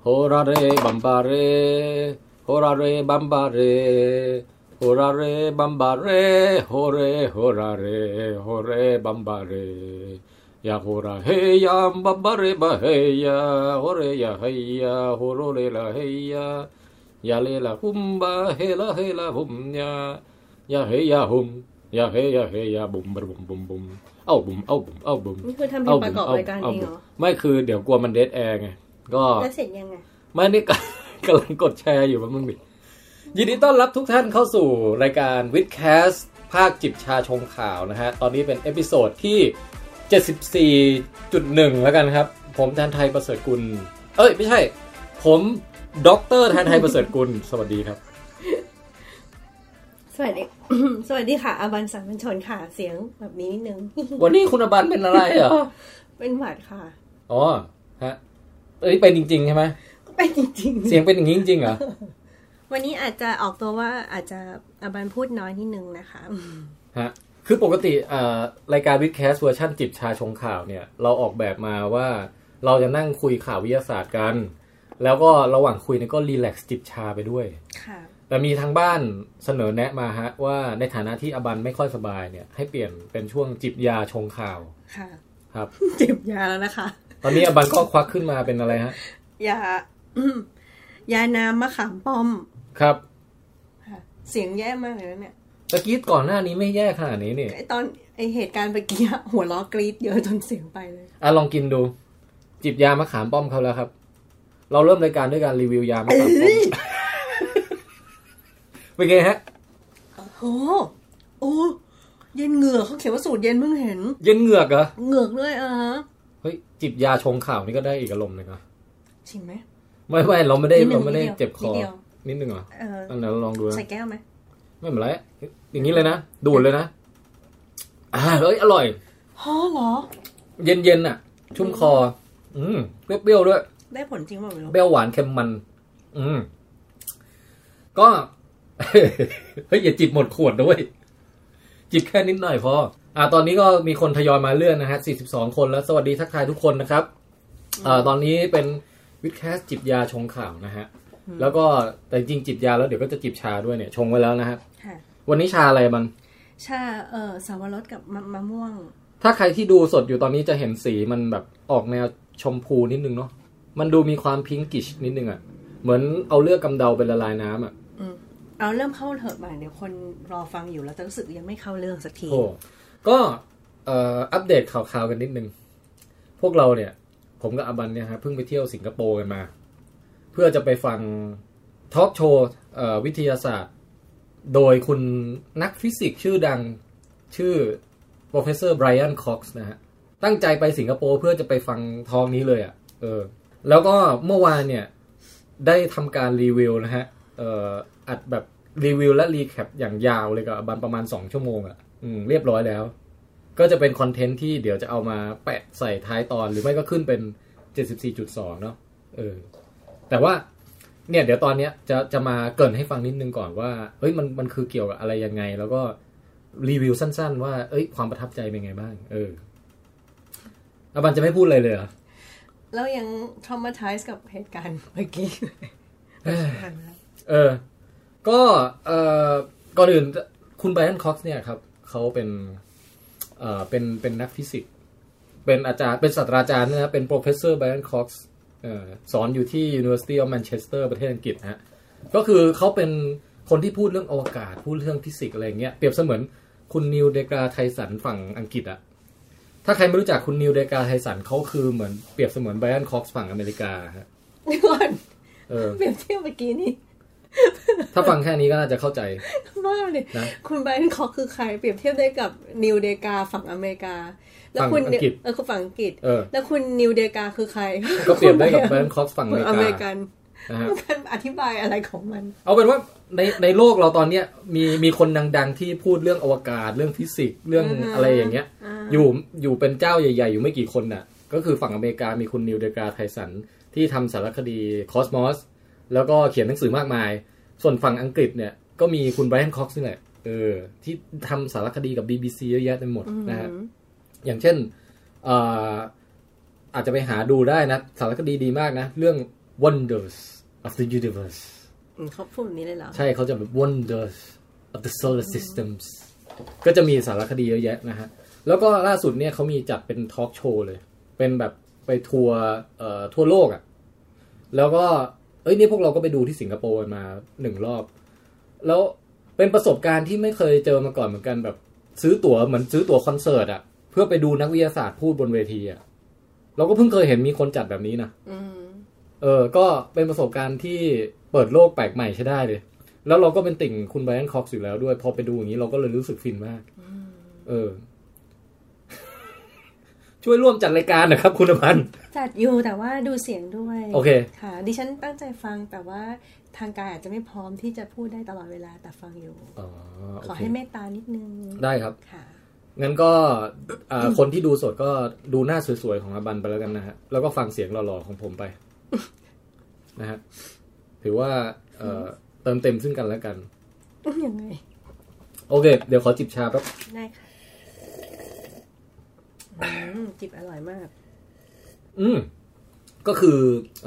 ราเรบัมบาเรโฮราเรบัมบาเรโฮราเรบัมบาเรโฮเรโฮราเรโฮเรบัมบาเรยาโฮราเฮยามบัมบาเรบะเฮยาโฮเรยาเฮยาโฮโรเรลาเฮยายาเลลาหุมบาเฮลาหุมยาเฮยาหุมยาเฮยาบุมบุมบุมบุมเอาบุมนี่คือทำเพลงประกอบรายการเองเหรอไม่คือเดี๋ยวกลัวมันเดดแอร์ไงก็แล้วเสร็จยังไงไม่นี่กำลังกดแชร์อยู่มึงดิยินดีต้อนรับทุกท่านเข้าสู่รายการวิดแคสภาคจิบชาชงข่าวนะฮะตอนนี้เป็นเอพิโซดที่ 74.1 แล้วกันครับผมแทนไทยประเสริฐกุลไม่ใช่ผมด็อกเตอร์แทนไทยประเสริฐกุลสวัสดีครับสวัสดีค่ะอบันสังบัญชนค่ะเสียงแบบนี้นิดนึงวันนี้คุณอบันเป็นอะไรเหรอเป็นหวัดค่ะอ๋อฮะเป็นจริงๆใช่ไหมเป็นจริงๆเสียงเป็นอย่างนี้จริงๆเหรอวันนี้อาจจะออกตัวว่าอาจจะอบันพูดน้อยนิดนึงนะคะฮะคือปกติรายการวิดแคสเวอร์ชันจิบชาชงข่าวเนี่ยเราออกแบบมาว่าเราจะนั่งคุยข่าววิทยาศาสตร์กันแล้วก็ระหว่างคุยเนี่ยก็รีแลกซ์จิบชาไปด้วยค่ะแต่มีทางบ้านเสนอแนะมาฮะว่าในฐานะที่อบันไม่ค่อยสบายเนี่ยให้เปลี่ยนเป็นช่วงจิบยาชงข่าวค่ะครับจิบยาแล้วนะคะตอนนี้อบันก็ควักขึ้นมาเป็นอะไรฮะยาน้ำมะขามป้อมครับเสียงแย่มากเลยนะเนี่ยตะกี้ก่อนหน้านี้ไม่แย่ขนาดนี้นี่ตอนเหตุการณ์เมื่อกี้หัวล้อกรี๊ดเยอะจนเสียงไปเลยลองกินดูจิบยามะขามป้อมเขาแล้วครับเราเริ่มรายการด้วยการรีวิวยามะขามป้อมเป็นไงฮะโอ้เย็นเหงือกเขาเขียนว่าสูตรเย็นเพิ่งเห็นเย็นเหงือกเหรอเหงือกด้วยเฮ้ยจิบยาชงข่าวนี่ก็ได้อีกอารมณ์เลยนะจริงไหมไม่เราไม่ได้เจ็บคอนิดนึงเหรออันนั้นลองดูใส่แก้วไหมไม่เป็นไรอย่างนี้เลยนะดูดเลยนะเฮ้ยอร่อยเหรอเย็นอ่ะชุ่มคอเปรี้ยวๆด้วยได้ผลจริงป่ะไม่รู้เปรี้ยวหวานเค็มมันก็เฮ้ยอย่าจิบหมดขวดด้วยจิบแค่นิดหน่อยพอตอนนี้ก็มีคนทยอยมาเลื่อนนะฮะ42คนแล้วสวัสดีทักทายทุกคนนะครับตอนนี้เป็นวิดแคสจิบยาชงข่าวนะฮะแล้วก็แต่จริงจิบยาแล้วเดี๋ยวก็จะจิบชาด้วยเนี่ยชงไว้แล้วนะฮะวันนี้ชาอะไรบันชาสาวรสกับมะม่วงถ้าใครที่ดูสดอยู่ตอนนี้จะเห็นสีมันแบบออกแนวชมพูนิดนึงเนาะมันดูมีความพิงกิชนิดนึงอ่ะเหมือนเอาเลือกกำเดาเป็นละลายน้ำอ่ะเอาเริ่มเข้าเถอะบ่ายเดี๋ยวคนรอฟังอยู่แล้วจะรู้สึกยังไม่เข้าเรื่องสักทีก็อัปเดตข่าวๆกันนิดนึงพวกเราเนี่ยผมกับอบันเนี่ยครับเพิ่งไปเที่ยวสิงคโปร์กันมาเพื่อจะไปฟังทอล์กโชว์วิทยาศาสตร์โดยคุณนักฟิสิกส์ชื่อดังชื่อ Professor Brian Cox นะฮะตั้งใจไปสิงคโปร์เพื่อจะไปฟังทอล์กนี้เลยอ่ะแล้วก็เมื่อวานเนี่ยได้ทำการรีวิวนะฮะอัดแบบรีวิวและรีแคปอย่างยาวเลยกับบันประมาณ2ชั่วโมงอ่ะเรียบร้อยแล้วก็จะเป็นคอนเทนต์ที่เดี๋ยวจะเอามาแปะใส่ท้ายตอนหรือไม่ก็ขึ้นเป็น 74.2 เนาะแต่ว่าเนี่ยเดี๋ยวตอนเนี้ยจะมาเกริ่นให้ฟังนิดนึงก่อนว่าเฮ้ยมันคือเกี่ยวกับอะไรยังไงแล้วก็รีวิวสั้นๆว่าความประทับใจเป็นไงบ้างอาบันจะไม่พูดอะไรเลยเหรอแล้วยัง traumatize กับเหตุการณ์เมื่อกี้ก็ก่อนอื่นคุณไบรอัน คอกซ์เนี่ยครับเขาเป็นนักฟิสิกส์เป็นอาจารย์เป็นศาสตราจารย์นะเป็น Professor Brian Cox สอนอยู่ที่ University of Manchester ประเทศอังกฤษฮะก็คือเขาเป็นคนที่พูดเรื่องอวกาศพูดเรื่องฟิสิกส์อะไรเงี้ยเปรียบเสมือนคุณนิวเดกราไทสันฝั่งอังกฤษอะถ้าใครไม่รู้จักคุณนิวเดกราไทสันเขาคือเหมือนเปรียบเสมือน Brian Cox ฝั่งอเมริกาฮะเปรียบเทียบเมื่อกี้นี่ถ้าฟังแค่นี้ก็น่าจะเข้าใจมากเลยคุณไบรอัน คอกคือใครเปรียบเทียบได้กับนิวเดกาฝั่งอเมริกาแล้วคุณคือฝั่งอังกฤษแล้วคุณนิวเดกาคือใครก็เปรียบได้กับไบรอัน คอกฝั่งอเมริกันมันอธิบายอะไรของมันเอาเป็นว่าในโลกเราตอนนี้มีคนดังๆที่พูดเรื่องอวกาศเรื่องฟิสิกส์เรื่องอะไรอย่างเงี้ยอยู่เป็นเจ้าใหญ่ๆอยู่ไม่กี่คนน่ะก็คือฝั่งอเมริกามีคุณนิวเดกาไทสันที่ทำสารคดีคอสมอสแล้วก็เขียนหนังสือมากมายส่วนฝั่งอังกฤษเนี่ยก็มีคุณไบรอัน คอกซ์นี่แหละที่ทำสารคดีกับ BBC เยอะแยะไปหมดนะฮะอย่างเช่นอาจจะไปหาดูได้นะสารคดีดีมากนะเรื่อง wonders of the universe เขาพูดแบบนี้เลยเหรอใช่เขาจะแบบ wonders of the solar systems ก็จะมีสารคดีเยอะแยะนะฮะแล้วก็ล่าสุดเนี่ยเขามีจัดเป็นทอล์กโชว์เลยเป็นแบบไปทัวร์ทั่วโลกอ่ะแล้วก็นี่พวกเราก็ไปดูที่สิงคโปร์มา1 รอบแล้วเป็นประสบการณ์ที่ไม่เคยเจอมาก่อนเหมือนกันแบบซื้อตั๋วเหมือนซื้อตั๋วคอนเสิร์ตอ่ะเพื่อไปดูนักวิทยาศาสตร์พูดบนเวทีอ่ะเราก็เพิ่งเคยเห็นมีคนจัดแบบนี้นะก็เป็นประสบการณ์ที่เปิดโลกแปลกใหม่ใช้ได้เลยแล้วเราก็เป็นติ่งคุณไบรอัน คอกซ์อยู่แล้วด้วยพอไปดูอย่างนี้เราก็เลยรู้สึกฟินมากช่วยร่วมจัดรายการนะครับคุณอภันธ์จัดอยู่แต่ว่าดูเสียงด้วยโอเคค่ะดิฉันตั้งใจฟังแต่ว่าทางกายอาจจะไม่พร้อมที่จะพูดได้ตลอดเวลาแต่ฟังอยู่ขอให้เมตตานิดนึงได้ครับค่ะงั้นก็คนที่ดูสดก็ดูหน้าสวยๆของอภันธ์ไปแล้วกันนะฮะแล้วก็ฟังเสียงหล่อๆของผมไปนะฮะถือว่าเติมเต็มซึ่งกันและกันยังไงโอเคเดี๋ยวขอจิบชาแป๊บได้ค่ะจิบอร่อยมากก็คือ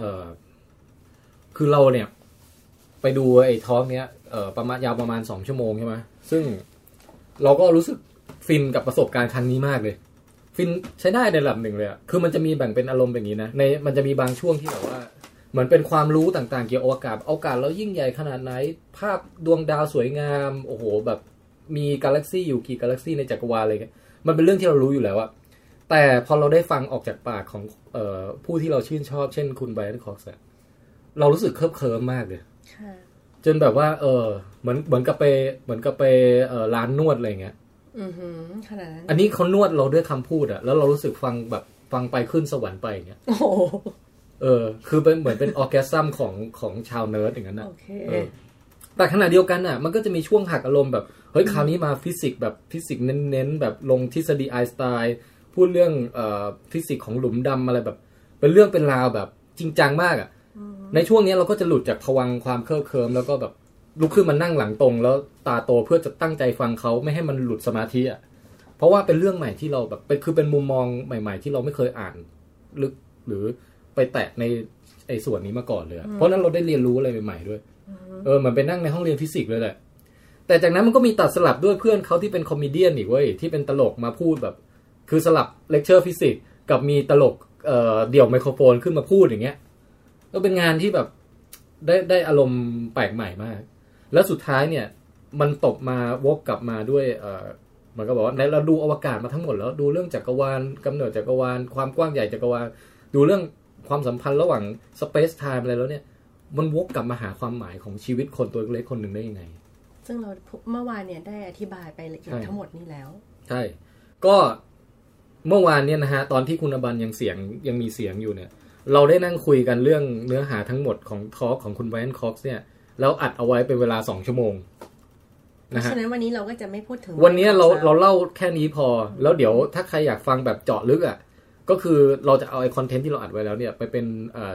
คือเราเนี่ยไปดูไอ้ทอล์กเนี้ยประมาณยาวประมาณ2 ชั่วโมงใช่ไหมซึ่งเราก็รู้สึกฟินกับประสบการณ์ครั้งนี้มากเลยฟินใช้ได้ในระดับหนึ่งเลยอ่ะคือมันจะมีแบ่งเป็นอารมณ์แบบนี้นะมันจะมีบางช่วงที่แบบว่าเหมือนเป็นความรู้ต่างๆเกี่ยวกับอวกาศแล้วยิ่งใหญ่ขนาดไหนภาพดวงดาวสวยงามโอ้โหแบบมีกาแล็กซี่อยู่กี่กาแล็กซี่ในจักรวาลอะไรเงี้ยมันเป็นเรื่องที่เรารู้อยู่แล้วอะแต่พอเราได้ฟังออกจากปากของผู้ที่เราชื่นชอบเช่นคุณไบรอัน คอกซ์เรารู้สึกเคลิบเคลิ้มมากเลยจนแบบว่าเหมือนกับไปร้านนวดอะไรเงี้ยขนาดนั้นอันนี้เขานวดเราด้วยคำพูดอะแล้วเรารู้สึกฟังไปขึ้นสวรรค์ไปอย่างเงี้ยคือเป็นเหมือนเป็นออร์แกซัมของชาวเนิร์ดอย่างนั้นนะแต่ขณะเดียวกันอ่ะมันก็จะมีช่วงหักอารมณ์แบบเฮ้ยคราวนี้มาฟิสิกส์แบบฟิสิกส์เน้นๆแบบลงทฤษฎีไอน์สไตน์พูดเรื่องฟิสิกส์ของหลุมดำอะไรแบบเป็นเรื่องเป็นราวแบบจริงจังมากอ่ะในช่วงนี้เราก็จะหลุดจากภวังค์ความเคลิบเคลิ้มแล้วก็แบบลุกขึ้นมานั่งหลังตรงแล้วตาโตเพื่อจะตั้งใจฟังเขาไม่ให้มันหลุดสมาธิอ่ะเพราะว่าเป็นเรื่องใหม่ที่เราแบบคือเป็นมุมมองใหม่ๆที่เราไม่เคยอ่านลึกหรือไปแตะในไอ้ส่วนนี้มาก่อนเลยเพราะนั้นเราได้เรียนรู้อะไรใหม่ๆด้วยเหมือนไปนั่งในห้องเรียนฟิสิกส์เลยแหละแต่จากนั้นมันก็มีตัดสลับด้วยเพื่อนเขาที่เป็นคอมเมเดี้อีกเว้ยที่เป็นตลกมาพูดแบบคือสลับเลคเชอร์ฟิสิกส์กับมีตลกเดี่ยวไมโครโฟนขึ้นมาพูดอย่างเงี้ยก็เป็นงานที่แบบได้อารมณ์แปลกใหม่มากแล้วสุดท้ายเนี่ยมันตบมาวกกลับมาด้วยมันก็บอกว่าเราดูอวกาศมาทั้งหมดแล้วดูเรื่องจักรวาลกำเนิดจักรวาลความกว้างใหญ่จักรวาลดูเรื่องความสัมพันธ์ระหว่าง space time อะไรแล้วเนี่ยมันวกกลับมาหาความหมายของชีวิตคนตัวเล็กคนหนึ่งได้ยังไงซึ่งเราเมื่อวานเนี่ยได้อธิบายไปละเอียดทั้งหมดนี้แล้วใช่ก็เมื่อวานเนี่ยนะฮะตอนที่คุณอบันยังมีเสียงอยู่เนี่ยเราได้นั่งคุยกันเรื่องเนื้อหาทั้งหมดของทอล์กของคุณไบรอัน คอกซ์เนี่ยแล้วอัดเอาไว้เป็นเวลา2 ชั่วโมงนะฮะฉะนั้นวันนี้เราก็จะไม่พูดถึงวันนี้เราเล่าแค่นี้พอแล้วเดี๋ยวถ้าใครอยากฟังแบบเจาะลึกอ่ะก็คือเราจะเอาไอ้คอนเทนต์ที่เราอัดไว้แล้วเนี่ยไปเป็น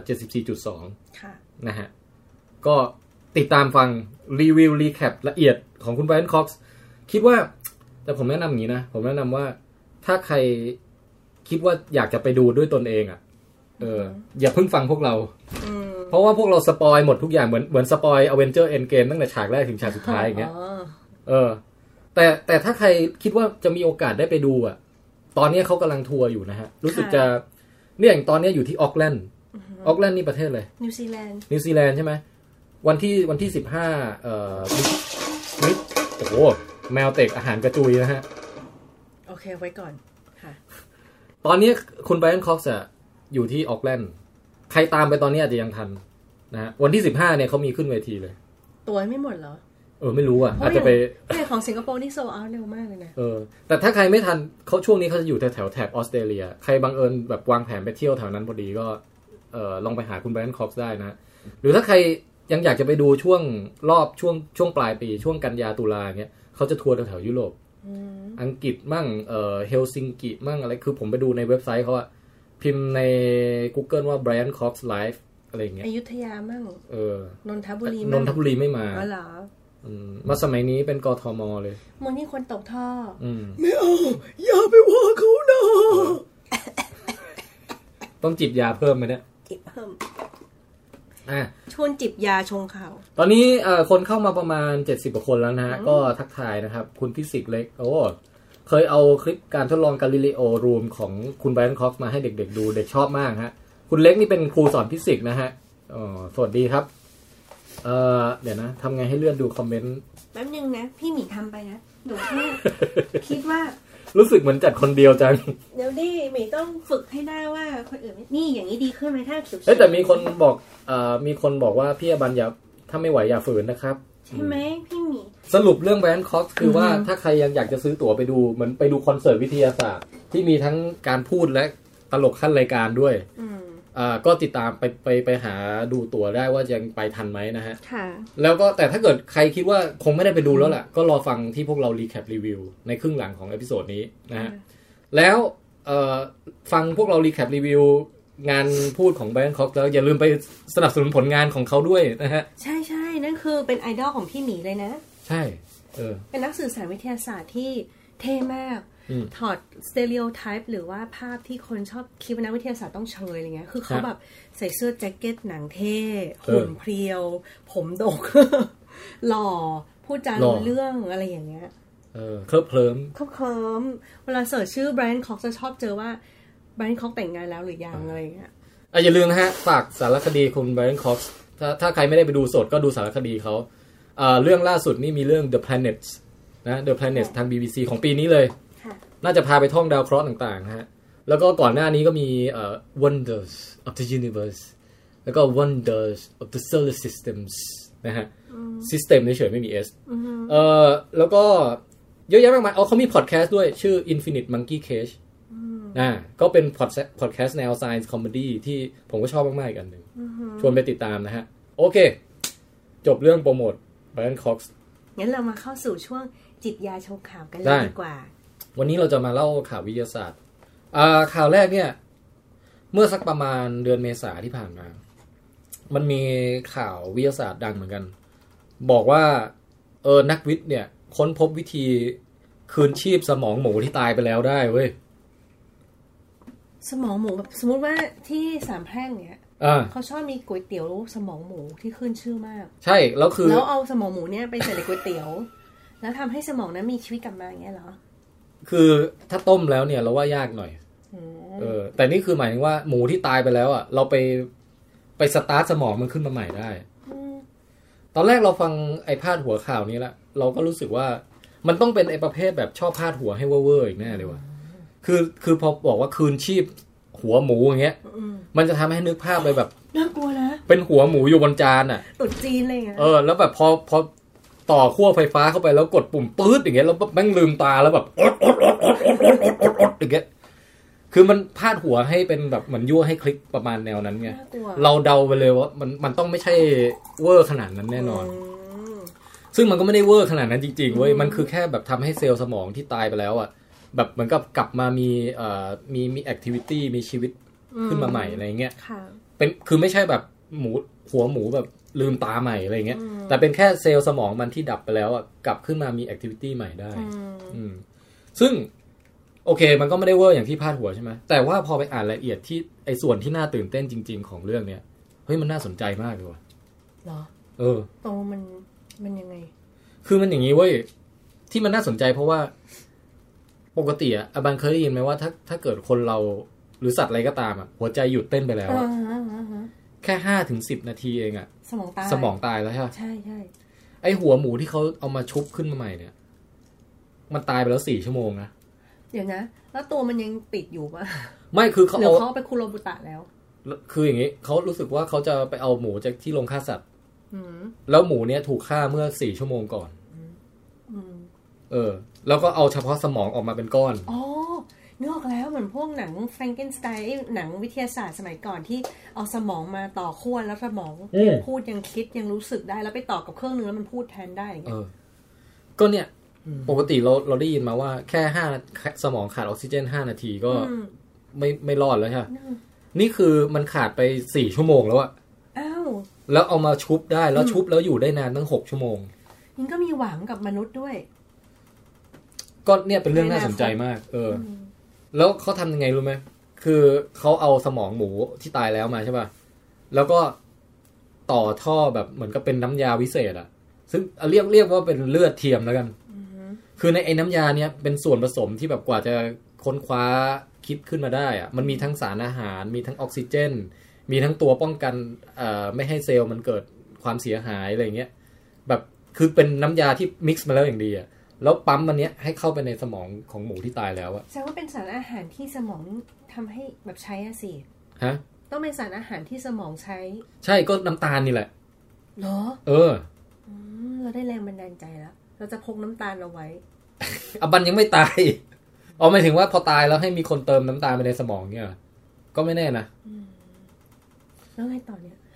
74.2 ค่ะนะฮะก็ติดตามฟังรีวิวรีแคปละเอียดของคุณไบรอัน คอกซ์คิดว่าแต่ผมแนะนำอย่างนี้นะผมแนะนำว่าถ้าใครคิดว่าอยากจะไปดูด้วยตนเองอ่ะอย่าเพิ่งฟังพวกเราเพราะว่าพวกเราสปอยหมดทุกอย่างเหมือนสปอยอเวนเจอร์เอ็นเกมตั้งแต่ฉากแรกถึงฉากสุดท้ายอย่างเงี้ยแต่ถ้าใครคิดว่าจะมีโอกาสได้ไปดูอ่ะตอนนี้เขากำลังทัวร์อยู่นะฮะรู้สึกจะเนี่ยอย่างตอนนี้อยู่ที่ออกแลนด์นี่ประเทศเลยนิวซีแลนด์ใช่ไหมวันที่15โอ้โหแมวเตกอาหารกระจุยนะฮะโอเคไว้ก่อนค่ะตอนนี้คุณไบรอัน คอกซ์อยู่ที่ออกแลนด์ใครตามไปตอนนี้อาจจะยังทันนะฮะวันที่15เนี่ยเขามีขึ้นเวทีเลยตัวไม่หมดเหรอไม่รู้อ่ะอาจจะไปของสิงคโปร์นี่โซลเอาท์เร็วมากเลยนะแต่ถ้าใครไม่ทันเขาช่วงนี้เขาจะอยู่แถวแถบออสเตรเลียใครบังเอิญแบบวางแผนไปเที่ยวแถวนั้นพอดีก็ลองไปหาคุณไบรอัน คอกซ์ได้นะหรือถ้าใครยังอยากจะไปดูช่วงปลายปีช่วงกันยาตุลาเงี้ยเขาจะทัวร์แถวยุโรปอังกฤษมั่งเฮลซิงกิมั่งอะไรคือผมไปดูในเว็บไซต์เขาอะพิมพ์ใน Google ว่า Brian Cox Live อะไรอย่างเงี้ยอยุธยามั่งนนทบุรีไม่มาเหรอมาสมัยนี้เป็นกทมเลยมึงนี่คนตกท่อไม่เอาอย่าไปว่าเขานะต้องจิบยาเพิ่มไหมเนี่ยจิบเพิ่มชวนจิบยาชงข่าวตอนนี้คนเข้ามาประมาณ70กว่าคนแล้วนะฮะก็ทักทายนะครับคุณฟิสิกส์เล็กโอ้เคยเอาคลิปการทดลองกาลิเลโอรูมของคุณไบรอัน คอกซ์มาให้เด็กๆดูเด็กชอบมากฮะคุณเล็กนี่เป็นครูสอนฟิสิกส์นะฮะสวัสดีครับเดี๋ยวนะทำไงให้เลื่อนดูคอมเมนต์แป๊บนึงนะพี่หมีทำไปนะหนูแค่คิดว่ารู้สึกเหมือนจัดคนเดียวจังเดี๋ยวดิหมีต้องฝึกให้ได้ว่าคนอื่นนี่อย่างนี้ดีขึ้นไหมถ้าเขียวแต่มีคนบอกว่าพี่อบันอย่าถ้าไม่ไหวอย่าฝืนนะครับใช่ไหมพี่หมีสรุปเรื่องแบรนด์คอสคือว่าถ้าใครยังอยากจะซื้อตั๋วไปดูเหมือนไปดูคอนเสิร์ตวิทยาศาสตร์ที่มีทั้งการพูดและตลกขั้นรายการด้วยก็ติดตามไปหาดูตั๋วได้ว่ายังไปทันไหมนะฮะแล้วก็แต่ถ้าเกิดใครคิดว่าคงไม่ได้ไปดูแล้วแหละก็รอฟังที่พวกเรารีแคปรีวิวในครึ่งหลังของเอพิโซดนี้นะฮะแล้วฟังพวกเรารีแคปรีวิวงานพูดของแบรนด์คอกแล้วอย่าลืมไปสนับสนุนผลงานของเขาด้วยนะฮะใช่ใช่นั่นคือเป็นไอดอลของพี่หมีเลยนะใช่เป็นนักสื่อสารวิทยาศาสตร์ที่เท่มากถอดสเตอริโอไทป์หรือว่าภาพที่คนชอบคิดว่านักวิทยาศาสตร์ต้องเชยอะไรเงี้ยคือเขาแบบใส่เสื้อแจ็คเก็ตหนังเท่หุ่นเพรียวผมดกหล่อพูดจารู้เรื่องอะไรอย่างเงี้ยเคลิ้มเคลิ้มเวลาเสิร์ชชื่อแบรนด์คอกจะชอบเจอว่าแบรนด์คอกแต่งงานแล้วหรือยังอะไรเงี้ยอย่าลืมนะฮะฝากสารคดีคุณแบรนด์คอกถ้าใครไม่ได้ไปดูสดก็ดูสารคดีเขาเรื่องล่าสุดนี่มีเรื่อง The Planets นะ The Planets ทาง BBC ของปีนี้เลยน่าจะพาไปท่องดาวเคราะห์ต่างๆฮะแล้วก็ก่อนหน้านี้ก็มีWonders of the Universe แล้วก็ Wonders of the Solar Systems นะฮะ System เฉยๆไม่มี S แล้วก็เยอะแยะมากมายเขามีพอดแคสต์ด้วยชื่อ Infinite Monkey Cage ก็เป็นพอดแคสต์แนว Science Comedy ที่ผมก็ชอบมากๆอีกอันหนึ่งชวนไปติดตามนะฮะโอเคจบเรื่องโปรโมท Brian Cox งั้นเรามาเข้าสู่ช่วงจิบยาชงข่าวกันเลยดีกว่าวันนี้เราจะมาเล่าข่าววิทยาศาสตร์ข่าวแรกเนี่ยเมื่อสักประมาณเดือนเมษาที่ผ่านมามันมีข่าววิทยาศาสตร์ดังเหมือนกันบอกว่านักวิทย์เนี่ยค้นพบวิธีคืนชีพสมองหมูที่ตายไปแล้วได้เว้ยสมองหมูแบบสมมติว่าที่สามแพร่งเนี่ยเขาชอบมีก๋วยเตี๋ยวสมองหมูที่ขึ้นชื่อมากใช่แล้วคือแล้วเอาสมองหมูเนี่ยไปใส่ในก๋วยเตี๋ยวแล้วทำให้สมองนั้นมีชีวิตกลับมาอย่างเงี้ยเหรอคือถ้าต้มแล้วเนี่ยเราว่ายากหน่อยแต่นี่คือหมายถึงว่าหมูที่ตายไปแล้วอ่ะเราไปสตาร์ทสมองมันขึ้นมาใหม่ได้ตอนแรกเราฟังไอ้พาดหัวข่าวนี้ละเราก็รู้สึกว่ามันต้องเป็นไอ้ประเภทแบบชอบพาดหัวให้เว่อร์อีกแน่เลยว่ะคือพอบอกว่าคืนชีพหัวหมูอย่างเงี้ยมันจะทำให้นึกภาพไปแบบน่ากลัวนะเป็นหัวหมูอยู่บนจานอ่ะตุ๊ดจีนอะไรเงี้ยแล้วแบบพอต่อขั้วไฟฟ้าเข้าไปแล้วกดปุ่มปื๊ดอย่างเงี้ยแล้วแม่งลืมตาแล้วแบบอย่างเงี้ยคือมันพาดหัวให้เป็นแบบเหมือนยั่วให้คลิกประมาณแนวนั้นไงเราเดาไปเลยว่ามันต้องไม่ใช่เวอร์ขนาดนั้นแน่นอนซึ่งมันก็ไม่ได้เวอร์ขนาดนั้นจริงๆเว้ยมันคือแค่แบบทำให้เซลล์สมองที่ตายไปแล้วอ่ะแบบเหมือนกับกลับมามีแอคทิวิตี้มีชีวิตขึ้นมาใหม่อะไรเงี้ยเป็นคือไม่ใช่แบบหัวหมูแบบลืมตาใหม่อะไรเงี้ยแต่เป็นแค่เซลล์สมองมันที่ดับไปแล้วอ่ะกลับขึ้นมามีแอคทิวิตี้ใหม่ได้ซึ่งโอเคมันก็ไม่ได้เวอร์อย่างที่พาดหัวใช่ไหมแต่ว่าพอไปอ่านรายละเอียดที่ไอ้ส่วนที่น่าตื่นเต้นจริงๆของเรื่องเนี้ยเฮ้ยมันน่าสนใจมากเลยว่ะเหรอตรงมันยังไงคือมันอย่างนี้เว้ยที่มันน่าสนใจเพราะว่าปกติอะบันเคยได้ยินไหมว่าถ้าเกิดคนเราหรือสัตว์อะไรก็ตามอะหัวใจหยุดเต้นไปแล้วแค่5-10 นาทีเองอะสมองตายแล้วใช่ไหมใช่ใช่ไอหัวหมูที่เขาเอามาชุบขึ้นมาใหม่เนี่ยมันตายไปแล้ว4 ชั่วโมงนะเดี๋ยวนะแล้วตัวมันยังติดอยู่ป่ะไม่คือเขาเอาไปคุโรบุตะแล้วคืออย่างนี้เขารู้สึกว่าเขาจะไปเอาหมูจากที่โรงฆ่าสัตว์แล้วหมูเนี้ยถูกฆ่าเมื่อ4 ชั่วโมงก่อนแล้วก็เอาเฉพาะสมองออกมาเป็นก้อนอ๋อนึกออกแล้วเหมือนพวกหนังแฟรงเกนสไตน์หนังวิทยาศาสตร์สมัยก่อนที่เอาสมองมาต่อขั้วแล้วสมองยังพูดยังคิดยังรู้สึกได้แล้วไปต่อกับเครื่องนึงแล้วมันพูดแทนได้อย่างเงี้ยก็เนี่ยปกติเราได้ยินมาว่าแค่สมองขาดออกซิเจน5 นาทีก็ไม่รอดแล้วใช่ไหมนี่คือมันขาดไป4 ชั่วโมงแล้วอะแล้วเอามาชุบได้แล้วชุบแล้วอยู่ได้นานตั้ง6 ชั่วโมงนี่ก็มีหวังกับมนุษย์ด้วยก็เนี่ยเป็นเรื่องน่าสนใจมากแล้วเขาทำยังไงรู้ไหมคือเขาเอาสมองหมูที่ตายแล้วมาใช่ป่ะแล้วก็ต่อท่อแบบเหมือนกับเป็นน้ำยาวิเศษอ่ะซึ่งเรียกว่าเป็นเลือดเทียมแล้วกันคือในไอ้น้ำยาเนี้ยเป็นส่วนผสมที่แบบกว่าจะค้นคว้าคิดขึ้นมาได้อ่ะมันมีทั้งสารอาหารมีทั้งออกซิเจนมีทั้งตัวป้องกันไม่ให้เซลล์มันเกิดความเสียหายอะไรเงี้ยแบบคือเป็นน้ำยาที่มิกซ์มาแล้วอย่างดีอ่ะแล้วปั๊มมันเนี้ยให้เข้าไปในสมองของหมูที่ตายแล้วอะแสดงว่าเป็นสารอาหารที่สมองทำให้แบบใช้อะสิฮะต้องเป็นสารอาหารที่สมองใช้ก็น้ำตาลนี่แหละเหรอเราได้แรงบันดาลใจแล้วเราจะพกน้ำตาลเอาไว้อบันยังไม่ตายหมายถึงว่าพอตายแล้วให้มีคนเติมน้ำตาลไปในสมองเนี่ยก็ไม่แน่นะแล้วไงต่อเนี่ย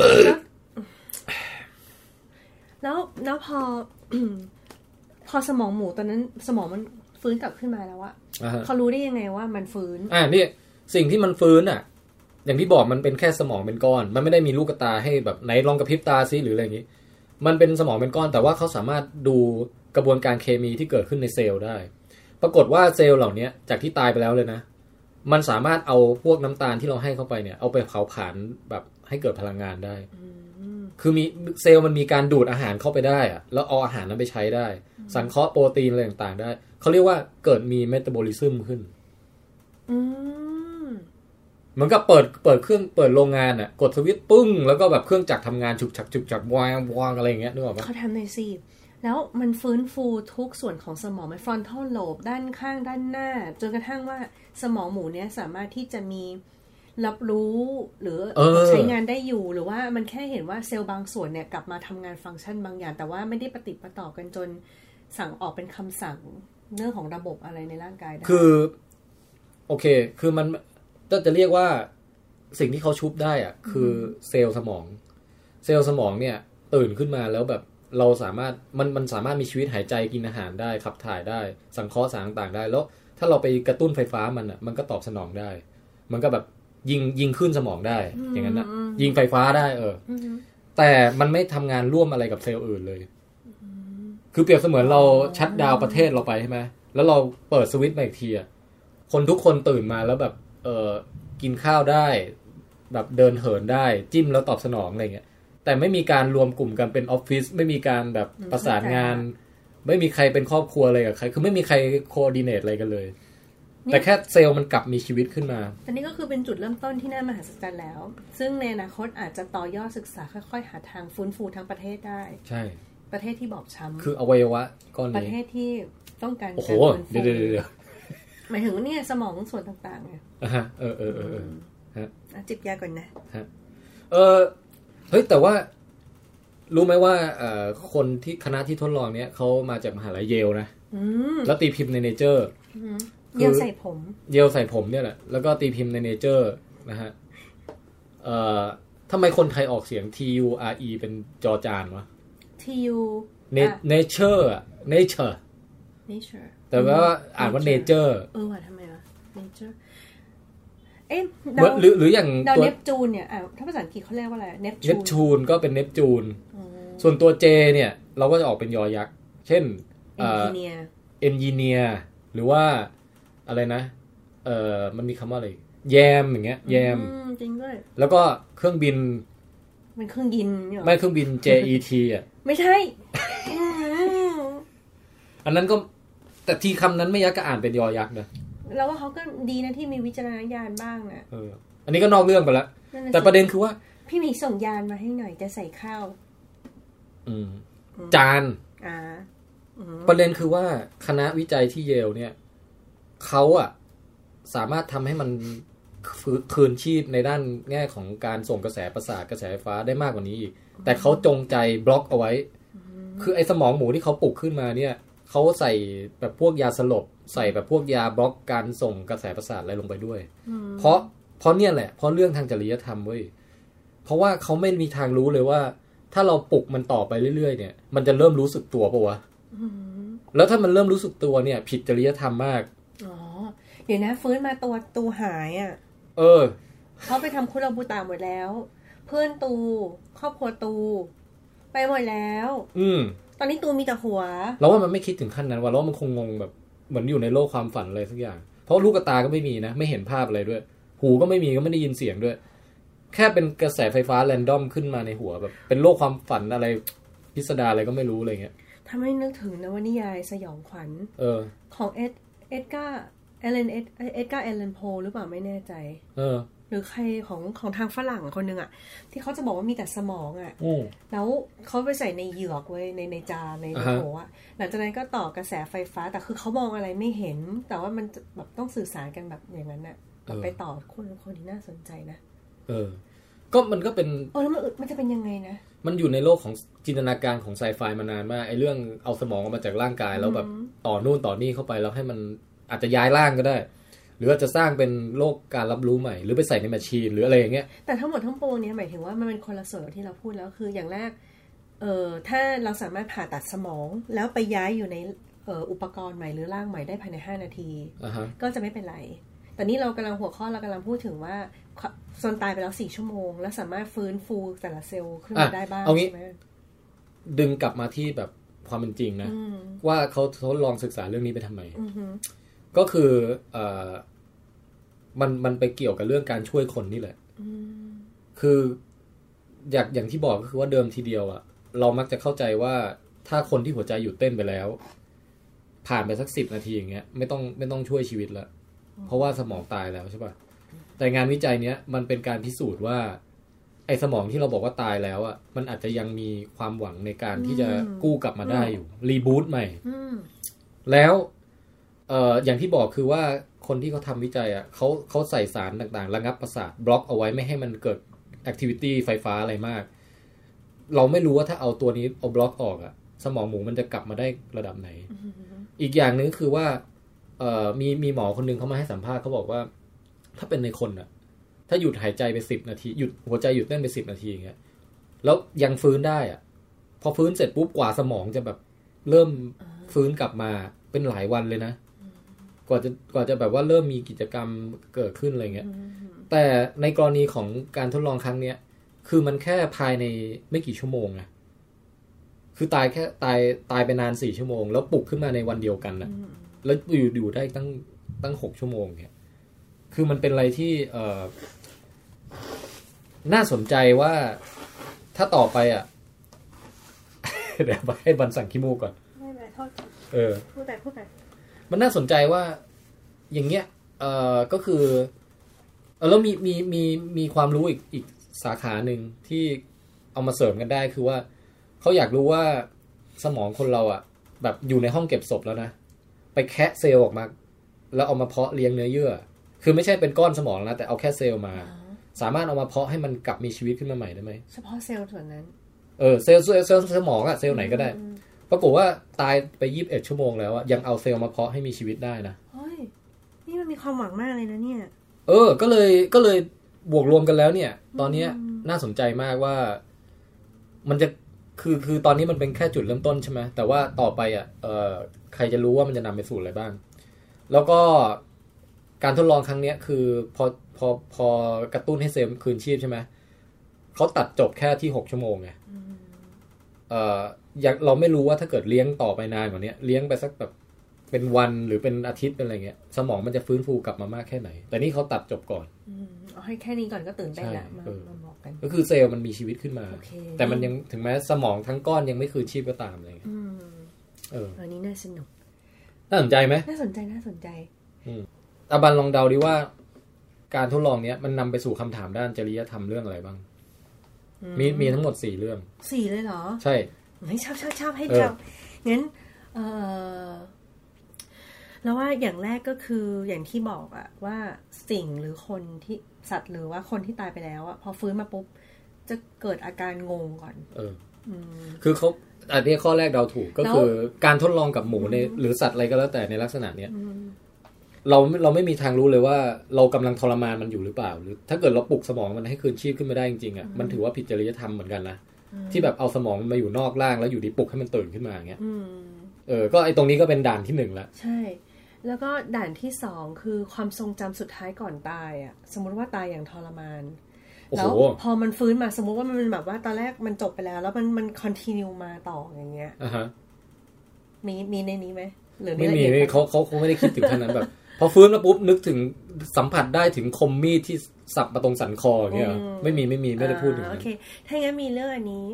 แล้วพอสมองหมูตอนนั้นสมองมันฟื้นกลับขึ้นมาแล้วอะเขารู้ได้ยังไงว่ามันฟื้นนี่สิ่งที่มันฟื้นอะอย่างที่บอกมันเป็นแค่สมองเป็นก้อนมันไม่ได้มีลูกตาให้แบบไหนลองกระพริบตาซิหรืออะไรอย่างนี้มันเป็นสมองเป็นก้อนแต่ว่าเขาสามารถดูกระบวนการเคมีที่เกิดขึ้นในเซลล์ได้ปรากฏว่าเซลล์เหล่านี้จากที่ตายไปแล้วเลยนะมันสามารถเอาพวกน้ำตาลที่เราให้เข้าไปเนี่ยเอาไปเผาผลาญแบบให้เกิดพลังงานได้คือมีเซลล์มันมีการดูดอาหารเข้าไปได้อะแล้วเอาอาหารนั้นไปใช้ได้สังเคราะห์โปรตีนอะไรต่างๆได้เขาเรียกว่าเกิดมีเมตาบอลิซึมขึ้นเหมือนกับเปิดเครื่องเปิดโรงงานอ่ะกดสวิตช์ปึ้งแล้วก็แบบเครื่องจักรทำงานฉุกฉักวางอะไรอย่างเงี้ยนึกออกไหมเขาทำในสิแล้วมันฟื้นฟูทุกส่วนของสมองฟรอนทัลโลบด้านข้างด้านหน้าจนกระทั่งว่าสมองหมูเนี้ยสามารถที่จะมีรับรู้หรือใช้งานได้อยู่หรือว่ามันแค่เห็นว่าเซลล์บางส่วนเนี่ยกลับมาทำงานฟังก์ชันบางอย่างแต่ว่าไม่ได้ปฏิปต่อกันจนสั่งออกเป็นคำสั่งเรื่องของระบบอะไรในร่างกายได้คือโอเคคือมันจะเรียกว่าสิ่งที่เขาชุบได้อ่ะคือเซลล์สมองเนี่ยตื่นขึ้นมาแล้วแบบเราสามารถมันสามารถมีชีวิตหายใจกินอาหารได้ขับถ่ายได้สังเคราะห์สารต่างๆได้แล้วถ้าเราไปกระตุ้นไฟฟ้ามันอ่ะมันก็ตอบสนองได้มันก็แบบยิงขึ้นสมองได้อย่างนั้นนะยิงไฟฟ้าได้แต่มันไม่ทำงานร่วมอะไรกับเซลล์อื่นเลยคือเปรียบเสมือนเราชัตดาวน์ประเทศเราไปใช่ไหมแล้วเราเปิดสวิตช์มาอีกทีอ่ะคนทุกคนตื่นมาแล้วแบบกินข้าวได้แบบเดินเหินได้จิ้มแล้วตอบสนองอะไรเงี้ยแต่ไม่มีการรวมกลุ่มกันเป็นออฟฟิศไม่มีการแบบประสานงานไม่มีใครเป็นครอบครัวอะไรกับใครคือไม่มีใครโคออร์ดิเนตอะไรกันเลยแต่แค่เซลล์มันกลับมีชีวิตขึ้นมาอันนี้ก็คือเป็นจุดเริ่มต้นที่น่ามหัศจรรย์แล้วซึ่งในอนาคตอาจจะต่อยอดศึกษาค่อยๆหาทางฟื้นฟูทั้งประเทศได้ใช่ประเทศที่บอบช้ำคืออวัยวะก้อนนี้ประเทศที่ต้องการการฟื้นฟูหมายถึงเนี่ยสมองส่วนต่างๆไงฮะฮะจิบยาก่อนนะฮะเฮ้ยแต่ว่ารู้ไหมว่าคนที่คณะที่ทดลองเนี้ยเขามาจากมหาลัยเยลนะแล้วตีพิมพ์ในเนเจอร์เยลใส่ผมเนี่ยแหละแล้วก็ตีพิมพ์ในเนเจอร์นะฮะทำไมคนไทยออกเสียง TURE เป็นจอจานวะ TU nature แต่ว่าอ่านว่า nature ว่ะทำไมวะ nature หรืออย่างตัวเนปจูนเนี่ยถ้าภาษาอังกฤษเขาเรียกว่าอะไรเนปจูนก็เป็นเนปจูนส่วนตัว J เนี่ยเราก็จะออกเป็นยอยักษ์เช่นengineer หรือว่าอะไรนะมันมีคำว่าอะไรแยมอย่างเงี้ยแยมจริงด้วยแล้วก็เครื่องบินเป็นเครื่องบินไม่เครื่องบิน JET อ่ะไม่ใช่อันนั้นก็แต่ทีคำนั้นไม่ยักษ์ก็อ่านเป็นยอยักษ์นะเราว่าเขาก็ดีนะที่มีวิจารณญาณบ้างอ่ะอันนี้ก็นอกเรื่องไปแล้วแต่ประเด็นคือว่าพี่มีส่งยานมาให้หน่อยจะใส่ข้าวจานประเด็นคือว่าคณะวิจัยที่เยลเนี่ยเขาอะสามารถทำให้มันคืนชีพในด้านแง่ของการส่งกระแสประสาทกระแสไฟฟ้าได้มากกว่านี้อีกแต่เขาจงใจบล็อกเอาไว้คือไอ้สมองหมูที่เขาปลุกขึ้นมาเนี่ยเขาใส่แบบพวกยาสลบใส่แบบพวกยาบล็อกการส่งกระแสประสาทอะไรลงไปด้วยเพราะเนี่ยแหละเพราะเรื่องทางจริยธรรมเว้ยเพราะว่าเขาไม่มีทางรู้เลยว่าถ้าเราปลุกมันต่อไปเรื่อยๆเนี่ยมันจะเริ่มรู้สึกตัวป่ะวะแล้วถ้ามันเริ่มรู้สึกตัวเนี่ยผิดจริยธรรมมากเดี๋ยวนะฟื้นมาตูหายอ่ะเขาไปทำคุราบูตาหมดแล้วเพื่อนตูครอบครัวตูไปหมดแล้วตอนนี้ตูมีแต่หัวเราว่ามันไม่คิดถึงขั้นนั้นว่าเราว่ามันคงงงแบบเหมือนอยู่ในโลกความฝันอะไรสักอย่างเพราะลูกตาก็ไม่มีนะไม่เห็นภาพอะไรด้วยหูก็ไม่มีก็ไม่ได้ยินเสียงด้วยแค่เป็นกระแสไฟฟ้าแรนดอมขึ้นมาในหัวแบบเป็นโลกความฝันอะไรพิสดารอะไรก็ไม่รู้อะไรเงี้ยทำให้นึกถึงนวนิยายสยองขวัญของเอ็ดการ์เอเลนโพหรือเปล่าไม่แน่ใจหรือใครของทางฝรั่งคนนึงอ่ะที่เขาจะบอกว่ามีแต่สมองอ่ะแล้วเขาไปใส่ในเหยือกไว้ในจานในโถอ่ะหลังจากนั้นก็ต่อกระแสไฟฟ้าแต่คือเขามองอะไรไม่เห็นแต่ว่ามันแบบต้องสื่อสารกันแบบอย่างนั้นน่ะไปต่อคนที่น่าสนใจนะก็มันก็เป็นแล้วมันจะเป็นยังไงนะมันอยู่ในโลกของจินตนาการของไซไฟมานานมากไอ้เรื่องเอาสมองออกมาจากร่างกายแล้วแบบต่อนู่นต่อนี่เข้าไปแล้วให้มันอาจจะย้ายร่างก็ได้หรือว่าจะสร้างเป็นโลกการรับรู้ใหม่หรือไปใส่ในแมชชีนหรืออะไรอย่างเงี้ยแต่ทั้งหมดทั้งปวงเนี่ยหมายถึงว่ามันเป็นคนละส่วนที่เราพูดแล้วคืออย่างแรกถ้าเราสามารถผ่าตัดสมองแล้วไปย้ายอยู่ในอุปกรณ์ใหม่หรือร่างใหม่ได้ภายใน5 นาทีก็จะไม่เป็นไรแต่นี่เรากำลังหัวข้อเรากำลังพูดถึงว่าส่วนตายไปแล้ว4 ชั่วโมงแล้วสามารถฟื้นฟูแต่ละเซลล์ขึ้นมาได้บ้างใช่ไหมดึงกลับมาที่แบบความเป็นจริงนะว่าเขาทดลองศึกษาเรื่องนี้ไปทำไมก็คือมันไปเกี่ยวกับเรื่องการช่วยคนนี่แหละคืออย่างที่บอกก็คือว่าเดิมทีเดียวอ่ะเรามักจะเข้าใจว่าถ้าคนที่หัวใจหยุดเต้นไปแล้วผ่านไปสัก10 นาทีอย่างเงี้ยไม่ต้องช่วยชีวิตละเพราะว่าสมองตายแล้วใช่ป่ะแต่งานวิจัยเนี้ยมันเป็นการพิสูจน์ว่าไอ้สมองที่เราบอกว่าตายแล้วอ่ะมันอาจจะยังมีความหวังในการที่จะกู้กลับมาได้อยู่รีบูตใหม่แล้วอย่างที่บอกคือว่าคนที่เขาทำวิจัยอ่ะเขาใส่สารต่างๆระงับประสาทบล็อกเอาไว้ไม่ให้มันเกิดแอคทิวิตี้ไฟฟ้าอะไรมากเราไม่รู้ว่าถ้าเอาตัวนี้เอาบล็อกออกอ่ะสมองหมูมันจะกลับมาได้ระดับไหนอีกอย่างนึงคือว่ามีหมอคนนึงเขามาให้สัมภาษณ์เขาบอกว่าถ้าเป็นในคนอ่ะถ้าหยุดหายใจไป10 นาทีหยุดหัวใจหยุดเต้นไป10 นาทีอย่างเงี้ยแล้วยังฟื้นได้อ่ะพอฟื้นเสร็จปุ๊บกว่าสมองจะแบบเริ่มฟื้นกลับมาเป็นหลายวันเลยนะกว่าจะแบบว่าเริ่มมีกิจกรรมเกิดขึ้นอะไรเงี้ยแต่ในกรณีของการทดลองครั้งเนี้ยคือมันแค่ภายในไม่กี่ชั่วโมงนะคือตายไปนาน4 ชั่วโมงแล้วปลุกขึ้นมาในวันเดียวกันนะแล้วอยู่ได้ตั้ง6 ชั่วโมงเนี่ยคือมันเป็นอะไรที่น่าสนใจว่าถ้าต่อไปอ่ะ เดี๋ยวให้บันสั่งขี้มูกก่อนไม่โทษพูดไปมันน่าสนใจว่าอย่างเงี้ยก็คือแล้วมีความรู้อีกสาขาหนึ่งที่เอามาเสริมกันได้คือว่าเขาอยากรู้ว่าสมองคนเราอ่ะแบบอยู่ในห้องเก็บศพแล้วนะไปแคะเซลล์ออกมาแล้วเอามาเพาะเลี้ยงเนื้อเยื่อคือไม่ใช่เป็นก้อนสมองนะแต่เอาแค่เซลล์มาสามารถเอามาเพาะให้มันกลับมีชีวิตขึ้นมาใหม่ได้ไหมเฉพาะเซลล์ส่วนนั้นเซลล์สมองอะเซลล์ไหนก็ได้ปรากฏว่าตายไป21 ชั่วโมงแล้วอะยังเอาเซลล์มาเพาะให้มีชีวิตได้นะเฮ้ยนี่มันมีความหวังมากเลยนะเนี่ยก็เลยบวกรวมกันแล้วเนี่ยตอนนี้น่าสนใจมากว่ามันจะคือตอนนี้มันเป็นแค่จุดเริ่มต้นใช่ไหมแต่ว่าต่อไปอ่ะใครจะรู้ว่ามันจะนำไปสู่อะไรบ้างแล้วก็การทดลองครั้งนี้คือพอกระตุ้นให้เซลล์คืนชีพใช่ไหมเขาตัดจบแค่ที่6 ชั่วโมงไงอยากเราไม่รู้ว่าถ้าเกิดเลี้ยงต่อไปนานกว่านี้เลี้ยงไปสักแบบเป็นวันหรือเป็นอาทิตย์เป็นอะไรเงี้ยสมองมันจะฟื้นฟูกลับมามากแค่ไหนแต่นี่เขาตัดจบก่อนเอาให้แค่นี้ก่อนก็ตื่นเต้นละมาบอกกันก็คือเซลล์มันมีชีวิตขึ้นมาแต่มันยังถึงแม้สมองทั้งก้อนยังไม่คืนชีพก็ตามอะไรเงี้ยอันนี้น่าสนุกน่าสนใจไหมน่าสนใจอาบันลองเดาดิว่าการทดลองเนี้ยมันนำไปสู่คำถามด้านจริยธรรมเรื่องอะไรบ้างมีทั้งหมด4 เรื่อง 4เลยเหรอใช่ให้ชอบให้เรางั้นแล้วว่าอย่างแรกก็คืออย่างที่บอกอะว่าสิ่งหรือคนที่สัตว์หรือว่าคนที่ตายไปแล้วอะพอฟื้นมาปุ๊บจะเกิดอาการงงก่อนคือเขาอันนี้ข้อแรกเดาถูกก็คือการทดลองกับหมูในหรือสัตว์อะไรก็แล้วแต่ในลักษณะเนี้ยเราไม่มีทางรู้เลยว่าเรากำลังทรมานมันอยู่หรือเปล่าหรือถ้าเกิดเราปลุกสมองมันให้คืนชีพขึ้นมาได้จริงๆอะมันถือว่าผิดจริยธรรมเหมือนกันนะที่แบบเอาสมองมาอยู่นอกร่างแล้วอยู่ดีปลุกให้มันตื่นขึ้นมาอย่างเงี้ยก็ไอ้ตรงนี้ก็เป็นด่านที่1แล้วใช่แล้วก็ด่านที่2คือความทรงจำสุดท้ายก่อนตายอ่ะสมมติว่าตายอย่างทรมานแล้วพอมันฟื้นมาสมมติว่ามันแบบว่าตอนแรกมันจบไปแล้วมันคอนทินิวมาต่ออย่างเงี้ยมีในนี้ไหมหรือไม่มีเขาไม่ได้คิดถึงขนาดนั้นแบบพอฟื้นแล้วปุ๊บนึกถึงสัมผัสได้ถึงคมมีดที่สับมาตรงสันคออย่างเงี้ยไม่ได้พูดถึงโอเคถ้างั้นมีเรื่องอันนี้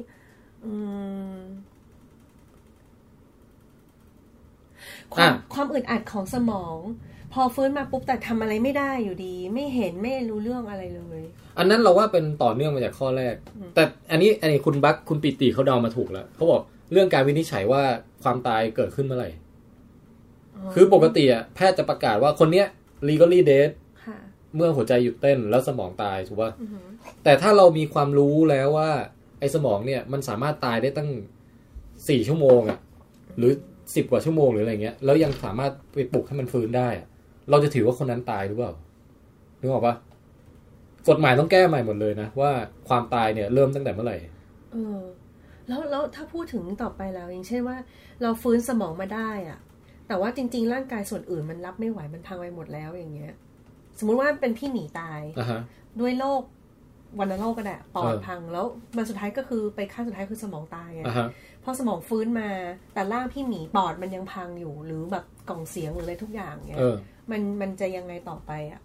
ความอึดอัดของสมองพอฟื้นมาปุ๊บแต่ทำอะไรไม่ได้อยู่ดีไม่เห็นไม่รู้เรื่องอะไรเลยอันนั้นเราว่าเป็นต่อเนื่องมาจากข้อแรกแต่อันนี้คุณปิติเขาเดามาถูกแล้วเขาบอกเรื่องการวินิจฉัยว่าความตายเกิดขึ้นเมื่อไหร่คือปกติอ่ะแพทย์จะประกาศว่าคนเนี้ย legally dead เมื่อหัวใจหยุดเต้นแล้วสมองตายถูกป่ะแต่ถ้าเรามีความรู้แล้วว่าไอ้สมองเนี่ยมันสามารถตายได้ตั้ง4 ชั่วโมงอ่ะหรือ10 กว่าชั่วโมงหรืออะไรเงี้ยแล้วยังสามารถไปปลุกให้มันฟื้นได้เราจะถือว่าคนนั้นตายหรือเปล่านึกออกปะกฎหมายต้องแก้ใหม่หมดเลยนะว่าความตายเนี่ยเริ่มตั้งแต่เมื่อไหร่แล้วถ้าพูดถึงต่อไปแล้วอย่างเช่นว่าเราฟื้นสมองมาได้อ่ะแต่ว่าจริงๆร่างกายส่วนอื่นมันรับไม่ไหวมันพังไปหมดแล้วอย่างเงี้ยสมมุติว่าเป็นพี่หนีตายด้วยโรควัณโรคก็ได้ปอดพังแล้วมันสุดท้ายก็คือไปขั้นสุดท้ายคือสมองตายไงพอสมองฟื้นมาแต่ร่างพี่หมีปอดมันยังพังอยู่หรือแบบกล่องเสียงหรืออะไรทุกอย่างเงี้ยมันจะยังไงต่อไปอ่ะ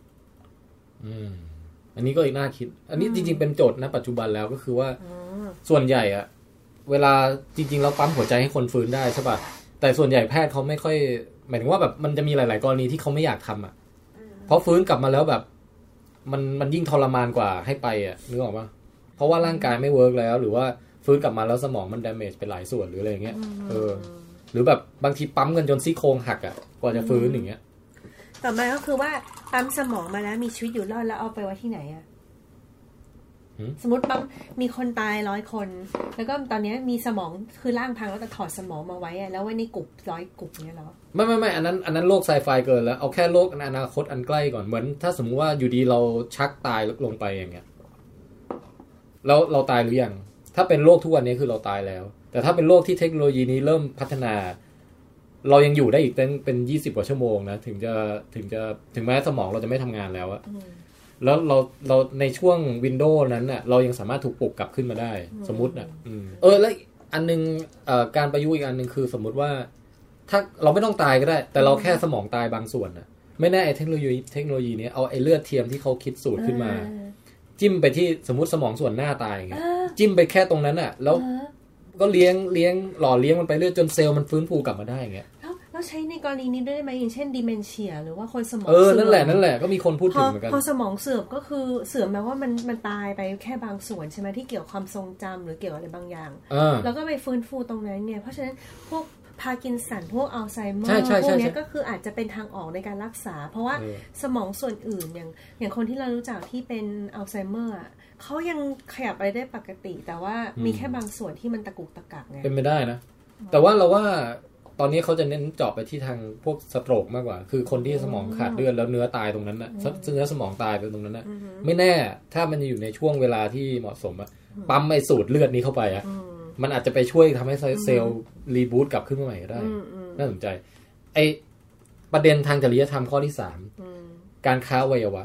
อันนี้ก็อีกน่าคิดอันนี้จริงๆเป็นโจทย์ณปัจจุบันแล้วก็คือว่าส่วนใหญ่อ่ะเวลาจริงๆเราปั๊มหัวใจให้คนฟื้นได้ใช่ป่ะแต่ส่วนใหญ่แพทย์เขาไม่ค่อยหมายถึงว่าแบบมันจะมีหลายๆกรณีที่เขาไม่อยากทำอ่ะเพราะฟื้นกลับมาแล้วแบบมันยิ่งทรมานกว่าให้ไปอ่ะนึกออกปะเพราะว่าร่างกายไม่เวิร์กแล้วหรือว่าฟื้นกลับมาแล้วสมองมันดาเมจไปหลายส่วนหรืออะไรอย่างเงี้ยหรือแบบบางทีปั๊มกันจนซี่โครงหักอ่ะกว่าจะฟื้นอย่างเงี้ยต่อมาก็คือว่าปั๊มสมองมาแล้วมีชีวิตอยู่รอดแล้วเอาไปไว้ที่ไหนอ่ะสมมติปั๊มมีคนตาย100 คนแล้วก็ตอนนี้มีสมองคือร่างพังแล้วแต่ถอดสมองมาไว้อะแล้วไว้ในกลุ่ม100 กลุ่มเนี้ยเหรอไม่อันนั้นโลกไซไฟเกินแล้วเอาแค่โลกอนาคตอันใกล้ก่อนเหมือนถ้าสมมติว่าอยู่ดีเราชักตายลงไปอย่างเงี้ยแล้วเราตายหรือยังถ้าเป็นโลกทุกวันนี้คือเราตายแล้วแต่ถ้าเป็นโลกที่เทคโนโลยีนี้เริ่มพัฒนาเรายังอยู่ได้อีกเป็น20 กว่าชั่วโมงนะถึงแม้สมองเราจะไม่ทำงานแล้วอะแล้วเราในช่วงวินโดว์นั้นน่ะเรายังสามารถถูกปลุกกลับขึ้นมาได้สมมุติน่ะแล้วอันนึงการประยุกต์อีกอันนึงคือสมมุติว่าถ้าเราไม่ต้องตายก็ได้แต่เราแค่สมองตายบางส่วนน่ะไม่แน่ไอ้เทคโนโลยีนี้เอาไอ้เลือดเทียมที่เขาคิดสูตรขึ้นมาจิ้มไปที่สมมุติสมองส่วนหน้าตายอย่างเงี้ยจิ้มไปแค่ตรงนั้นน่ะแล้วก็เลี้ยงหล่อเลี้ยงมันไปเรื่อยจนเซลล์มันฟื้นฟูกลับมาได้อย่างเงี้ยแล้วใช้ในกรณีนี้ได้ไหมอย่างเช่นดิเมนเชียหรือว่าคนสมองนั่นแหละก็มีคนพูดถึงเหมือนกันพอสมองเสื่อมก็คือเสื่อมแปลว่ามันตายไปแค่บางส่วนใช่ไหมที่เกี่ยวความทรงจำหรือเกี่ยวอะไรบางอย่างแล้วก็ไปฟื้นฟูตรงนั้นเนี่ยเพราะฉะนั้นพวกพาร์กินสันพวกอัลไซเมอร์พวกนี้ก็คืออาจจะเป็นทางออกในการรักษาเพราะว่าสมองส่วนอื่นอย่างคนที่เรารู้จักที่เป็นอัลไซเมอร์เขายังขยับอะไรได้ปกติแต่ว่ามีแค่บางส่วนที่มันตะกุกตะกักไงเป็นไม่ได้นะแต่ว่าเราว่าตอนนี้เขาจะเน้นเจาะไปที่ทางพวกสโตรกมากกว่าคือคนที่สมองขาดเลือดแล้วเนื้อตายตรงนั้นน่ะเนื้อสมองตายไปตรงนั้นน่ะไม่แน่ถ้ามันอยู่ในช่วงเวลาที่เหมาะสมอะปั๊มไอ้สูตรเลือดนี้เข้าไปอะมันอาจจะไปช่วยทำให้เซลล์รีบูตกลับขึ้นมาใหม่ก็ได้น่าสนใจไอ้ประเด็นทางจริยธรรมข้อที่3การค้าอวัยวะ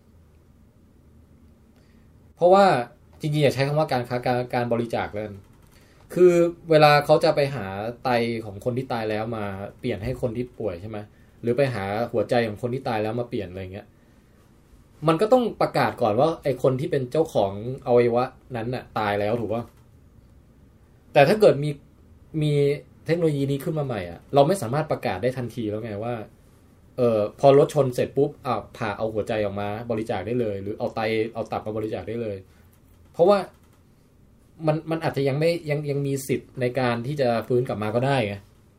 เพราะว่าจริงๆอย่าใช้คำว่าการค้าการบริจาคเลยคือเวลาเขาจะไปหาไตของคนที่ตายแล้วมาเปลี่ยนให้คนที่ป่วยใช่ไหมหรือไปหาหัวใจของคนที่ตายแล้วมาเปลี่ยนอะไรเงี้ยมันก็ต้องประกาศก่อนว่าไอ้คนที่เป็นเจ้าของอวัยวะนั้นน่ะตายแล้วถูกป่ะแต่ถ้าเกิดมีเทคโนโลยีนี้ขึ้นมาใหม่อ่ะเราไม่สามารถประกาศได้ทันทีแล้วไงว่าพอรถชนเสร็จปุ๊บผ่าเอาหัวใจออกมาบริจาคได้เลยหรือเอาตับมาบริจาคได้เลยเพราะว่ามันอาจจะยังมีสิทธิ์ในการที่จะฟื้นกลับมาก็ได้ไง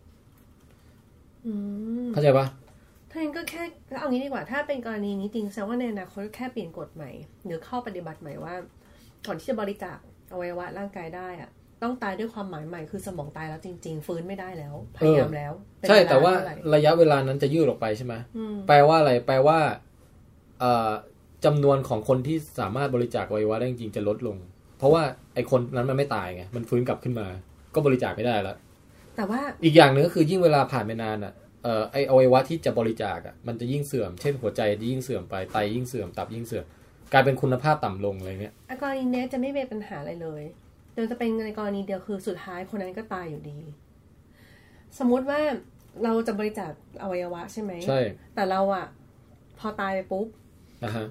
เข้าใจปะถ้าอย่างนั้นก็แค่เอางี้ดีกว่าถ้าเป็นกรณีนี้จริงแสดงว่าในอนาคตแค่เปลี่ยนกฎใหม่หรือข้อปฏิบัติใหม่ว่าก่อนที่จะบริจาคอวัยวะร่างกายได้อะต้องตายด้วยความหมายใหม่คือสมองตายแล้วจริงๆฟื้นไม่ได้แล้วพยายามแล้วใช่แต่ว่าระยะเวลานั้นจะยืดออกไปใช่ไหมแปลว่าอะไรแปลว่าจำนวนของคนที่สามารถบริจาคอวัยวะได้จริงๆจะลดลงเพราะว่าไอ้คนนั้นมันไม่ตายไงมันฟื้นกลับขึ้นมาก็บริจาคไม่ได้แล้วแต่ว่าอีกอย่างนึงก็คือยิ่งเวลาผ่านไปนานอ่ะไอ้อวัยวะที่จะบริจาคอ่ะมันจะยิ่งเสื่อมเช่นหัวใจจะยิ่งเสื่อมไปไตยิ่งเสื่อมตับยิ่งเสื่อมกลายเป็นคุณภาพต่ำลงอะไรเงี้ยกรณีนี้จะไม่เป็นปัญหาอะไรเลยโดยจะเป็นในกรณีเดียวคือสุดท้ายคนนั้นก็ตายอยู่ดีสมมุติว่าเราจะบริจาคอวัยวะใช่ไหมใช่แต่เราอ่ะพอตายไปปุ๊บ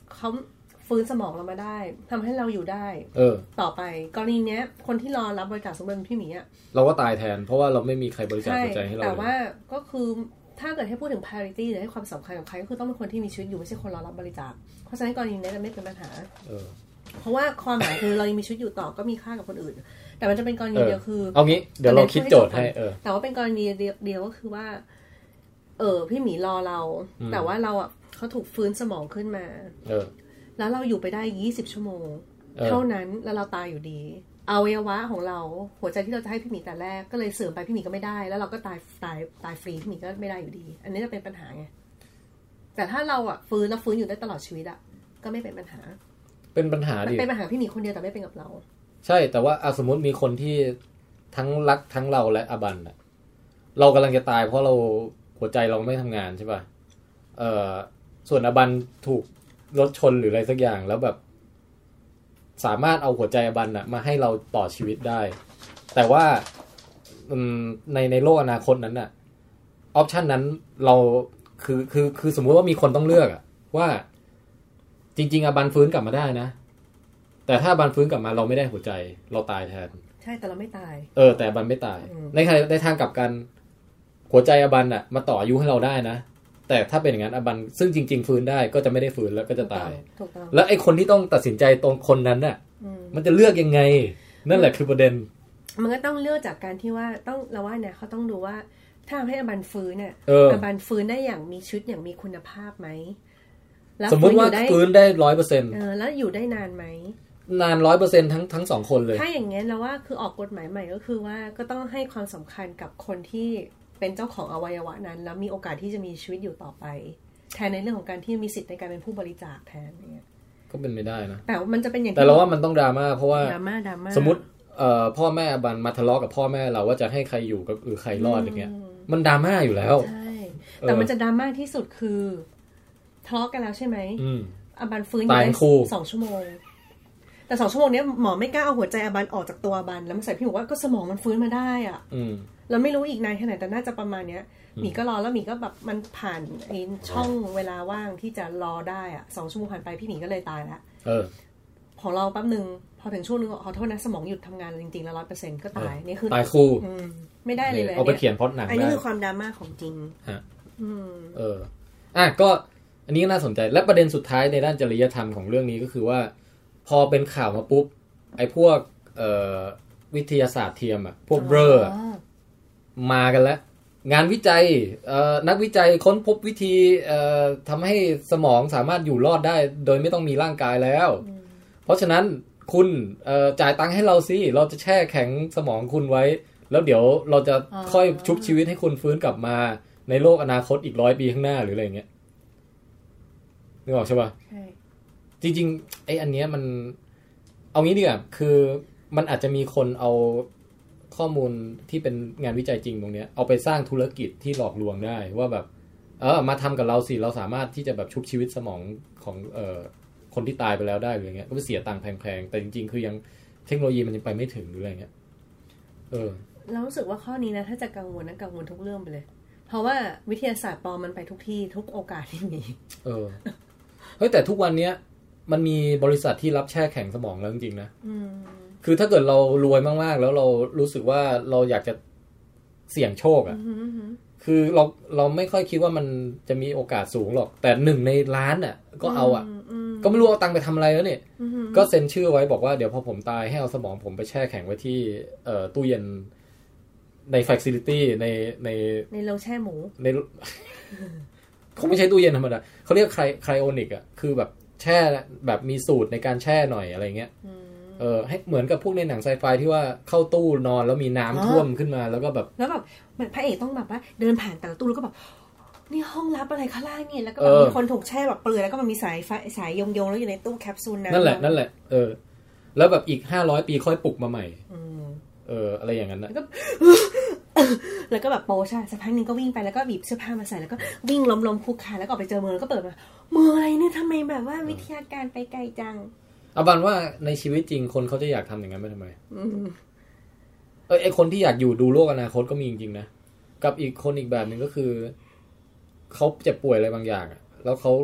เขาฟื้นสมองเรามาได้ทำให้เราอยู่ได้ต่อไปกรณีเนี้ยคนที่รอรับบริจาคสมองพี่หมีอ่ะเราก็ตายแทนเพราะว่าเราไม่มีใครบริจาคหัวใจให้เราแต่ว่าก็คือถ้าเกิดให้พูดถึง priority หรือให้ความสำคัญกับใครก็คือต้องเป็นคนที่มีชีวิตอยู่ไม่ใช่คนรอรับบริจาคเพราะฉะนั้นกรณีนี้จะไม่เป็นปัญหาเพราะว่าความหมายคือเรายังมีชีวิตอยู่ต่อก็มีค่ากับคนอื่นแต่มันจะเป็นกรณีเดียวคือเอางี้เดี๋ยวเราคิดโจทย์ให้แต่ว่าเป็นกรณีเดียวก็คือว่าพี่หมีรอเราแต่ว่าเราอ่ะเขาถูกฟื้นสมองขึ้นมาแล้วเราอยู่ไปได้20ชั่วโมงเท่านั้นแล้วเราตายอยู่ดีอวัยวะของเราหัวใจที่เราจะให้พี่หมีแต่แรกก็เลยเสื่อมไปพี่หมีก็ไม่ได้แล้วเราก็ตายฟรีพี่หมีก็ไม่ได้อยู่ดีอันนี้จะเป็นปัญหาไงแต่ถ้าเราอ่ะฟื้นแล้วฟื้นอยู่ได้ตลอดชีวิตอ่ะก็ไม่เป็นปัญหาเป็นปัญหาดิเป็นปัญหาพี่หมีคนเดียวแต่ไม่เป็นกับเราใช่แต่ว่าสมมติมีคนที่ทั้งรักทั้งเราและอบันอ่ะเรากำลังจะตายเพราะเราหัวใจเราไม่ทำงานใช่ป่ะส่วนอบันถูกรถชนหรืออะไรสักอย่างแล้วแบบสามารถเอาหัวใจอบันน่ะมาให้เราต่อชีวิตได้แต่ว่าในโลกอนาคตนั้นน่ะออปชันนั้นเราคือสมมุติว่ามีคนต้องเลือกอะว่าจริงๆอบันฟื้นกลับมาได้นะแต่ถ้าอบันฟื้นกลับมาเราไม่ได้หัวใจเราตายแทนใช่แต่เราไม่ตายแต่อบันไม่ตายในทางกลับกันหัวใจอบันน่ะมาต่ออายุให้เราได้นะแต่ถ้าเป็นอย่างนั้นอบันซึ่งจริงๆฟื้นได้ก็จะไม่ได้ฟื้นแล้วก็จะตายแล้วไอ้คนที่ต้องตัดสินใจตรงคนนั้นน่ะมันจะเลือกยังไงนั่นแหละคือประเด็นมันก็ต้องเลือกจากการที่ว่าต้องเราว่าเนี่ยเขาต้องดูว่าถ้าให้อบันฟื้นเนี่ยอบันฟื้นได้อย่างมีชีวิตอย่างมีคุณภาพไหมสมมติว่าฟื้นได้ 100% แล้วอยู่ได้นานไหมนาน 100% ทั้งสองคนเลยถ้าอย่างงี้เราว่าคือออกกฎหมายใหม่ก็คือว่าก็ต้องให้ความสำคัญกับคนที่เป็นเจ้าของอวัยวะนั้นแล้วมีโอกาสที่จะมีชีวิตอยู่ต่อไปแทนในเรื่องของการที่มีสิทธิ์ในการเป็นผู้บริจาคแทนเนี่ยก็เป็นไม่ได้นะแต่มันจะเป็นอย่างแต่เราว่ามันต้องดราม่าเพราะว่าดราม่าสมมติพ่อแม่อบันมาทะเลาะกับพ่อแม่เราว่าจะให้ใครอยู่กับหรือใครรอดอย่างเงี้ยมันดราม่าอยู่แล้วใช่แต่มันจะดราม่าที่สุดคือทะเลาะกันแล้วใช่ไหมอบันฟื้นอยู่ได้2 ชั่วโมงแต่2 ชั่วโมงนี้หมอไม่กล้าเอาหัวใจอบันออกจากตัวอบันแล้วมาใส่พี่บอกว่าก็สมองมันฟื้นมาได้อ่ะเราไม่รู้อีกนานแค่ไหนแต่น่าจะประมาณเนี้ยหมีก็รอแล้วหมีก็แบบมันผ่านไอ้ช่องเวลาว่างที่จะรอได้อ่ะ2 ชั่วโมงผ่านไปพี่หมีก็เลยตายแล้วของเราแป๊บนึงพอถึงช่วงนึงขอโทษนะสมองหยุดทำงานจริงๆแล้ว 100% ก็ตายนี่คือตายคู่ไม่ได้เลยเอาไปเขียนพล็อตหนังได้อันนี้คือความดราม่าของจริงฮะก็อันนี้ก็น่าสนใจและประเด็นสุดท้ายในด้านจริยธรรมของเรื่องนี้ก็คือว่าพอเป็นข่าวมาปุ๊บไอ้พวกวิทยาศาสตร์เทียมอ่ะพวกเบลอมากันแล้วงานวิจัยนักวิจัยค้นพบวิธีทำให้สมองสามารถอยู่รอดได้โดยไม่ต้องมีร่างกายแล้วเพราะฉะนั้นคุณจ่ายตังค์ให้เราสิเราจะแช่แข็งสมองคุณไว้แล้วเดี๋ยวเราจะค่อยชุบชีวิตให้คุณฟื้นกลับมาในโลกอนาคตอีก100 ปีข้างหน้าหรืออะไรอย่างเงี้ยนึกออกใช่ป่ะใช่จริงๆไอ้อันเนี้ยมันเอางี้ดีกว่าคือมันอาจจะมีคนเอาข้อมูลที่เป็นงานวิจัยจริงตรงเนี้ยเอาไปสร้างธุรกิจที่หลอกลวงได้ว่าแบบมาทำกับเราสิเราสามารถที่จะแบบชุบชีวิตสมองของคนที่ตายไปแล้วได้หรืออย่างเงี้ยก็ไปเสียตังค์แพงๆแต่จริงๆคือยังเทคโนโลยีมันยังไปไม่ถึงหรืออะไรเงี้ยเรารู้สึกว่าข้อนี้นะถ้าจะกังวลนะกังวลทุกเรื่องไปเลยเพราะว่าวิทยาศาสตร์ปลอมมันไปทุกที่ทุกโอกาสที่มีเฮ้ยแต่ทุกวันเนี้ยมันมีบริษัทที่รับแช่แข็งสมองแล้วจริงๆนะคือถ้าเกิดเรารวยมากๆแล้วเรารู้สึกว่าเราอยากจะเสี่ยงโชคอ่ะคือเราไม่ค่อยคิดว่ามันจะมีโอกาสสูงหรอกแต่1 ในล้านอ่ะก็เอาอ่ะก็ไม่รู้เอาตังค์ไปทำอะไรแล้วเนี่ยก็เซ็นชื่อไว้บอกว่าเดี๋ยวพอผมตายให้เอาสมองผมไปแช่แข็งไว้ที่ตู้เย็นใน facility ในโรงแช่หมูในเขาไม่ใช่ตู้เย็นธรรมดาเขาเรียกไครโอนิกอ่ะคือแบบแช่แบบมีสูตรในการแช่หน่อยอะไรเงี้ยให้เหมือนกับพวกในหนังไซไฟที่ว่าเข้าตู้นอนแล้วมีน้ำท่วมขึ้นมาแล้วก็แบบพระเอกต้องแบบว่าเดินผ่านแต่ละตู้แล้วก็แบบนี่ห้องลับอะไรข้างล่างนี่แล้วก็แบบมีคนถูกแช่แบบเปลือยแล้วก็มันมีสายโยงๆแล้วอยู่ในตู้แคปซูลนั่นแหละแล้วแบบอีก500 ปีค่อยปลุกมาใหม่อะไรอย่างนั้นนะแล้วก็แบบโปใช่สักพักนึงก็วิ่งไปแล้วก็บีบเสื้อผ้ามาใส่แล้วก็วิ่งล้มคุกคานแล้วก็ออกไปเจอมือแล้วก็เปิดมามืออะไรเนี่ยทำไมแบบว่าวิทยาการไปไกลจังเอาบันว่าในชีวิตจริงคนเขาจะอยากทำอย่างนั้นไปทำไมไอคนที่อยากอยู่ดูโลกอนาคตก็มีจริงๆนะกับอีกคนอีกแบบนึงก็คือเขาเจ็บป่วยอะไรบางอย่างแล้วเขา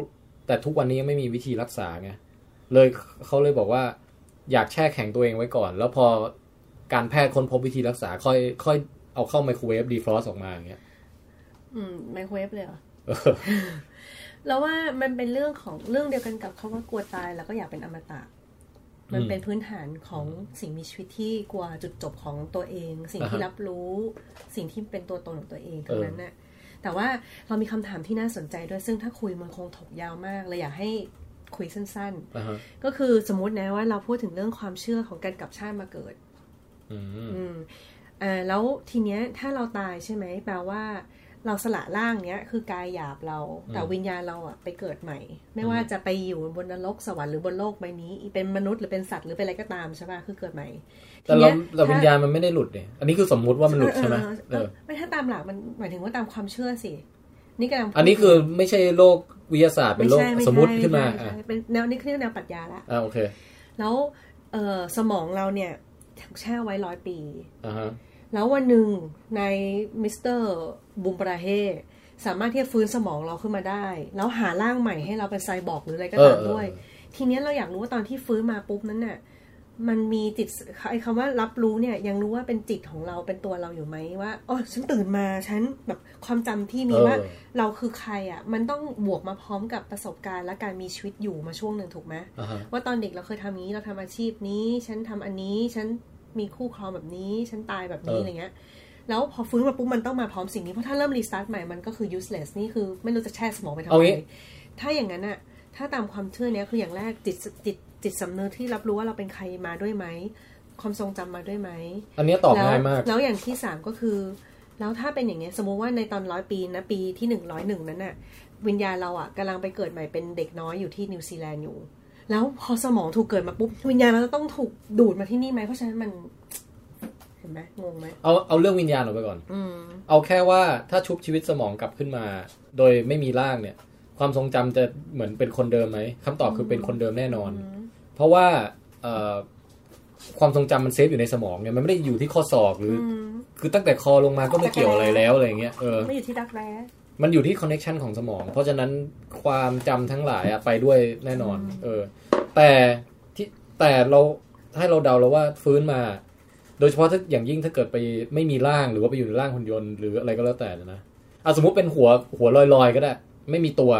แต่ทุกวันนี้ยังไม่มีวิธีรักษาไงเลยเขาเลยบอกว่าอยากแช่แข็งตัวเองไว้ก่อนแล้วพอการแพทย์ค้นพบวิธีรักษาค่อยเอาเข้าไมโครเวฟดีฟรอสต์ออกมาอย่างเงี้ยไมโครเวฟเลยเหรอ แล้วว่ามันเป็นเรื่องของเรื่องเดียวกันกับเขาว่ากลัวตายแล้วก็อยากเป็นอมตะมันเป็นพื้นฐานของสิ่งมีชีวิตที่กลัวจุดจบของตัวเองสิ่งที่รับรู้สิ่งที่เป็นตัวตนของตัวเองทั้งนั้นน่ะแต่ว่าเรามีคำถามที่น่าสนใจด้วยซึ่งถ้าคุยมันคงถกยาวมากเลยอยากให้คุยสั้นๆก็คือสมมุตินะว่าเราพูดถึงเรื่องความเชื่อของการกลับชาติมาเกิดแล้วทีเนี้ยถ้าเราตายใช่ไหมแปลว่าเราสละร่างเนี้ยคือกายหยาบเราแต่วิญญาณเราอ่ะไปเกิดใหม่ไม่ว่าจะไปอยู่บนนรกสวรรค์หรือบนโลกใบนี้เป็นมนุษย์หรือเป็นสัตว์หรือเป็นอะไรก็ตามใช่ป่ะคือเกิดใหม่แต่วิญญาณมันไม่ได้หลุดเนี่ยอันนี้คือสมมุติว่ามันหลุดใช่ไหมไม่ถ้าตามหลักมันหมายถึงว่าตามความเชื่อสินี่กำลังอันนี้คือไม่ใช่โลกวิทยาศาสตร์เป็นโลกสมมุติขึ้นมาเป็นแนวนี้คือแนวปรัชญาละโอเคแล้วสมองเราเนี่ยถูกแช่ไว้100 ปีแล้ววันหนึ่งในมิสเตอร์บุมปราเฮสามารถที่จะฟื้นสมองเราขึ้นมาได้แล้วหาร่างใหม่ให้เราเป็นไซบอร์กหรืออะไรก็ตามด้วยทีนี้เราอยากรู้ว่าตอนที่ฟื้นมาปุ๊บนั้นน่ะมันมีจิตไอ้คำว่ารับรู้เนี่ยยังรู้ว่าเป็นจิตของเราเป็นตัวเราอยู่ไหมว่าอ๋อฉันตื่นมาฉันแบบความจำที่มีว่าเราคือใครอ่ะมันต้องบวกมาพร้อมกับประสบการณ์และการมีชีวิตอยู่มาช่วงหนึ่งถูกไหมว่าตอนเด็กเราเคยทำนี้เราทำอาชีพนี้ฉันทำอันนี้ฉันมีคู่ครองแบบนี้ฉันตายแบบนี้อะไรเงี้ยแล้วพอฟื้นมาปุ๊บมันต้องมาพร้อมสิ่งนี้เพราะถ้าเริ่มรีสตาร์ทใหม่มันก็คือ useless นี่คือไม่รู้จะแช่สมองไปทำไมถ้าอย่างนั้นอ่ะถ้าตามความเชื่อเนี้ยคืออย่างแรกจิตสำนึกที่รับรู้ว่าเราเป็นใครมาด้วยไหมความทรงจำมาด้วยไหมอันนี้ตอบง่ายมากแล้วอย่างที่3ก็คือแล้วถ้าเป็นอย่างเงี้ยสมมติว่าในตอน100 ปีนะปีที่101นั้นน่ะวิญญาณเราอ่ะกำลังไปเกิดใหม่เป็นเด็กน้อยอยู่ที่นิวซีแลนด์อยู่แล้วพอสมองถูกเกิดมาปุ๊บวิญญาณมันจะต้องถูกดูดมาที่นี่ไหมเพราะฉะนั้นมันเห็นไหมงงไหมเอาเรื่องวิญญาณออกไปก่อนเอาแค่ว่าถ้าชุบชีวิตสมองกลับขึ้นมาโดยไม่มีร่างเนี่ยความทรงจำจะเหมือนเป็นคนเดิมไหมคำตอบคือเป็นคนเดิมแน่นอนเพราะว่าความทรงจำมันเซฟอยู่ในสมองเนี่ยมันไม่ได้อยู่ที่ข้อศอกหรือคือตั้งแต่คอลงมาก็ไม่เกี่ยวอะไรแล้วอะไรเงี้ยไม่อยู่ที่ดักแร้มันอยู่ที่คอนเนคชันของสมองเพราะฉะนั้นความจำทั้งหลายไปด้วยแน่นอนแต่เราให้เราเดาแล้วว่าฟื้นมาโดยเฉพาะถ้าอย่างยิ่งถ้าเกิดไปไม่มีร่างหรือว่าไปอยู่ในร่างหุ่นยนต์หรืออะไรก็แล้วแต่นะสมมติเป็นหัวลอยๆก็ได้ไม่มีตัว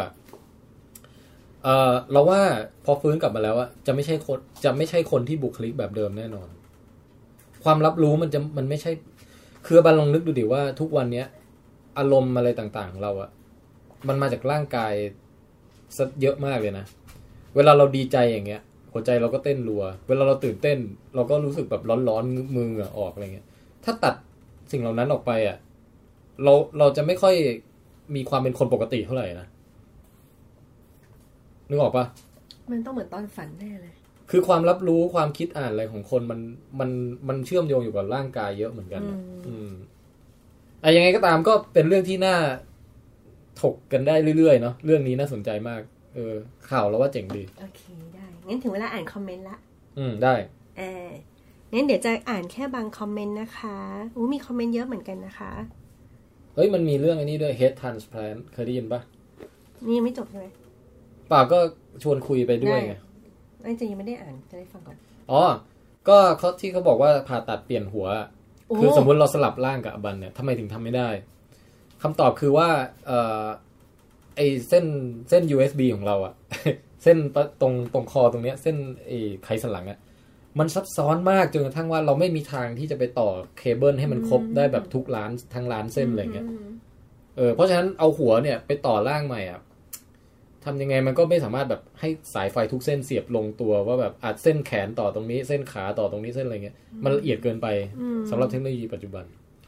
เราว่าพอฟื้นกลับมาแล้วจะไม่ใช่คนที่บุคลิกแบบเดิมแน่นอนความรับรู้มันไม่ใช่คือบันลองนึกดูดิว่าทุกวันนี้อารมณ์อะไรต่างๆเรามันมาจากร่างกายซะเยอะมากเลยนะเวลาเราดีใจอย่างเงี้ยหัวใจเราก็เต้นรัวเวลาเราตื่นเต้นเราก็รู้สึกแบบร้อนๆมือออกอะไรเงี้ยถ้าตัดสิ่งเหล่านั้นออกไปเราจะไม่ค่อยมีความเป็นคนปกติเท่าไหร่นะนึกออกปะมันต้องเหมือนตอนฝันแน่เลยคือความรับรู้ความคิดอ่านอะไรของคนมันเชื่อมโยงอยู่กับร่างกายเยอะเหมือนกันยังไงก็ตามก็เป็นเรื่องที่น่าถกกันได้เรื่อยๆเนาะเรื่องนี้น่าสนใจมากข่าวแล้วว่าเจ๋งดีโอเคได้งั้นถึงเวลาอ่านคอมเมนต์ละได้งั้นเดี๋ยวจะอ่านแค่บางคอมเมนต์นะคะมีคอมเมนต์เยอะเหมือนกันนะคะเฮ้ยมันมีเรื่องอันนี้ด้วย head transplant เคยได้ยินปะนี่ยังไม่จบใช่ไหมป่าก็ชวนคุยไปด้วยไงจะยังไม่ได้อ่านจะได้ฟังก่อนก็เขาที่เขาบอกว่าผ่าตัดเปลี่ยนหัวคือสมมุติเราสลับร่างกับอบันเนี่ยทำไมถึงทำไม่ได้คำตอบคือว่าไอเส้น USB ของเราเส้นตรงคอตรงเนี้ยเส้นไอไขสันหลังมันซับซ้อนมากจนกระทั่งว่าเราไม่มีทางที่จะไปต่อเคเบิลให้มันครบได้แบบทุกทั้งล้านเส้นอะไรเงี้ยเพราะฉะนั้นเอาหัวเนี่ยไปต่อร่างใหม่ทำยังไงมันก็ไม่สามารถแบบให้สายไฟทุกเส้นเสียบลงตัวว่าแบบอาจเส้นแขนต่อตรงนี้เส้นขาต่อตรงนี้เส้นอะไรเงี้ยมันละเอียดเกินไปสำหรับเทคโนโลยีปัจจุบัน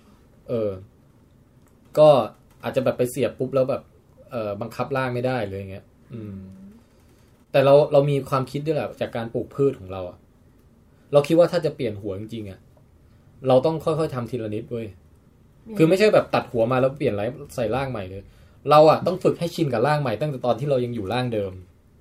ก็อาจจะแบบไปเสียบปุ๊บแล้วแบบบังคับร่างไม่ได้เลยอย่างเงี้ยแต่เรามีความคิดด้วยแหละจากการปลูกพืชของเราเราคิดว่าถ้าจะเปลี่ยนหัวจริงๆเราต้องค่อยๆทำทีละนิดเว้ยคือไม่ใช่แบบตัดหัวมาแล้วเปลี่ยนอะไรใส่ร่างใหม่เลยเราต้องฝึกให้ชินกับร่างใหม่ตั้งแต่ตอนที่เรายังอยู่ร่างเดิม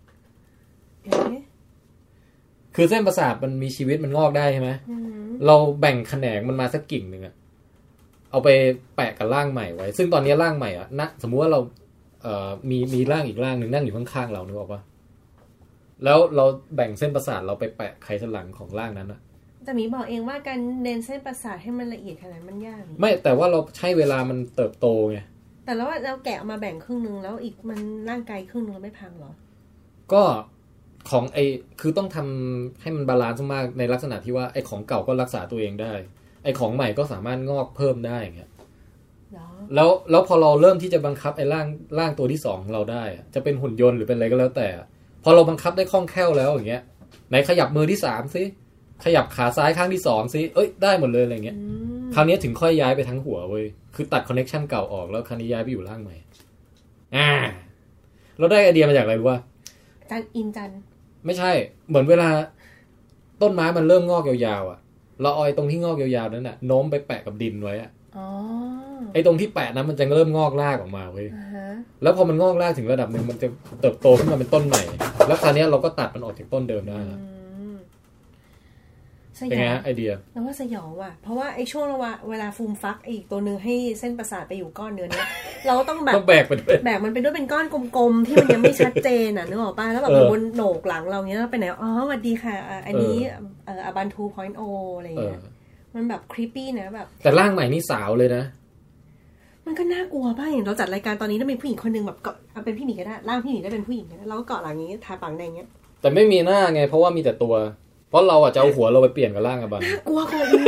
คือเส้นประสาทมันมีชีวิตมันงอกได้ใช่ไหมเราแบ่งแขนงมันมาสักกิ่งหนึ่งเอาไปแปะกับร่างใหม่ไว้ซึ่งตอนนี้ร่างใหม่นะสมมุติว่าเรามีร่างอีกร่างหนึ่งนั่งอยู่ข้างๆเรานึกออกปะแล้วเราแบ่งเส้นประสาทเราไปแปะไขสันหลังของร่างนั้นอะแต่มีบอกเองว่าการเน้นเส้นประสาทให้มันละเอียดขนาดมันยากไม่แต่ว่าเราใช้เวลามันเติบโตไงแต่แล้วว่าเราแกะมาแบ่งครึ่งนึงแล้วอีกมันร่างกายครึ่งนึงไม่พังหรอก็ของคือต้องทำให้มันบาลานซ์มากในลักษณะที่ว่าไอ้ของเก่าก็รักษาตัวเองได้ไอ้ของใหม่ก็สามารถงอกเพิ่มได้อย่างเงี้ยแล้วพอเราเริ่มที่จะบังคับไอ้ร่างตัวที่2ของเราได้จะเป็นหุ่นยนต์หรือเป็นอะไรก็แล้วแต่พอเราบังคับได้คล่องแคล่วแล้วอย่างเงี้ยไหนขยับมือที่3ซิขยับขาซ้ายข้างที่2ซิได้หมดเลยอะไรเงี้ยคราวนี้ถึงค่อยย้ายไปทั้งหัวเว้ยคือตัดคอนเนคชั่นเก่าออกแล้วคราวนี้ย้ายไปอยู่ร่างใหม่เราได้ไอเดียมาจากอะไรรู้ป่ะจันไม่ใช่เหมือนเวลาต้นไม้มันเริ่มงอกยาวๆเราเอาตรงที่งอกยาวๆนั้นน่ะโน้มไปแปะกับดินไว้ไอ้ตรงที่แปะนั้นมันจะเริ่มงอกรากออกมาเว้ยแล้วพอมันงอกรากถึงระดับนึงมันจะเติบโตขึ้นมาเป็นต้นใหม่แล้วคราวนี้เราก็ตัดมันออกจากต้นเดิมได้เป็นไงไอเดียแล้วว่าสยองว่ะเพราะว่าไอ้ช่วงเวลาฟูมฟักอีกตัวนึงให้เส้นประสาทไปอยู่ก้อนเนื้อเนี้ยเราต้องแบบแบกมันไปด้วยเป็นก้อนกลมๆที่มันยังไม่ชัดเจนนึกออกป่ะแล้วแบบอยู่บนโหนกหลังเราเนี้ยไปไหนสวัสดีค่ะอันนี้Ubuntu 2.0 อะไรอย่างเงี้ยมันแบบครีปปี้นะแบบแต่ร่างใหม่นี่สาวเลยนะมันก็น่ากลัวป่ะอย่างเราจัดรายการตอนนี้ถ้าเป็นผู้หญิงคนนึงแบบเกาะเป็นพี่หมีก็ได้ร่างพี่หมีได้เป็นผู้หญิงเราก็เกาะหลังนี้ทาปากแดงเงี้ยแต่ไม่มีหน้าไงเพราะว่ามีแต่ตัวเพราะเราจะเอาหัวเราไปเปลี่ยนกับร่างบันน่ากลัวกว่าอี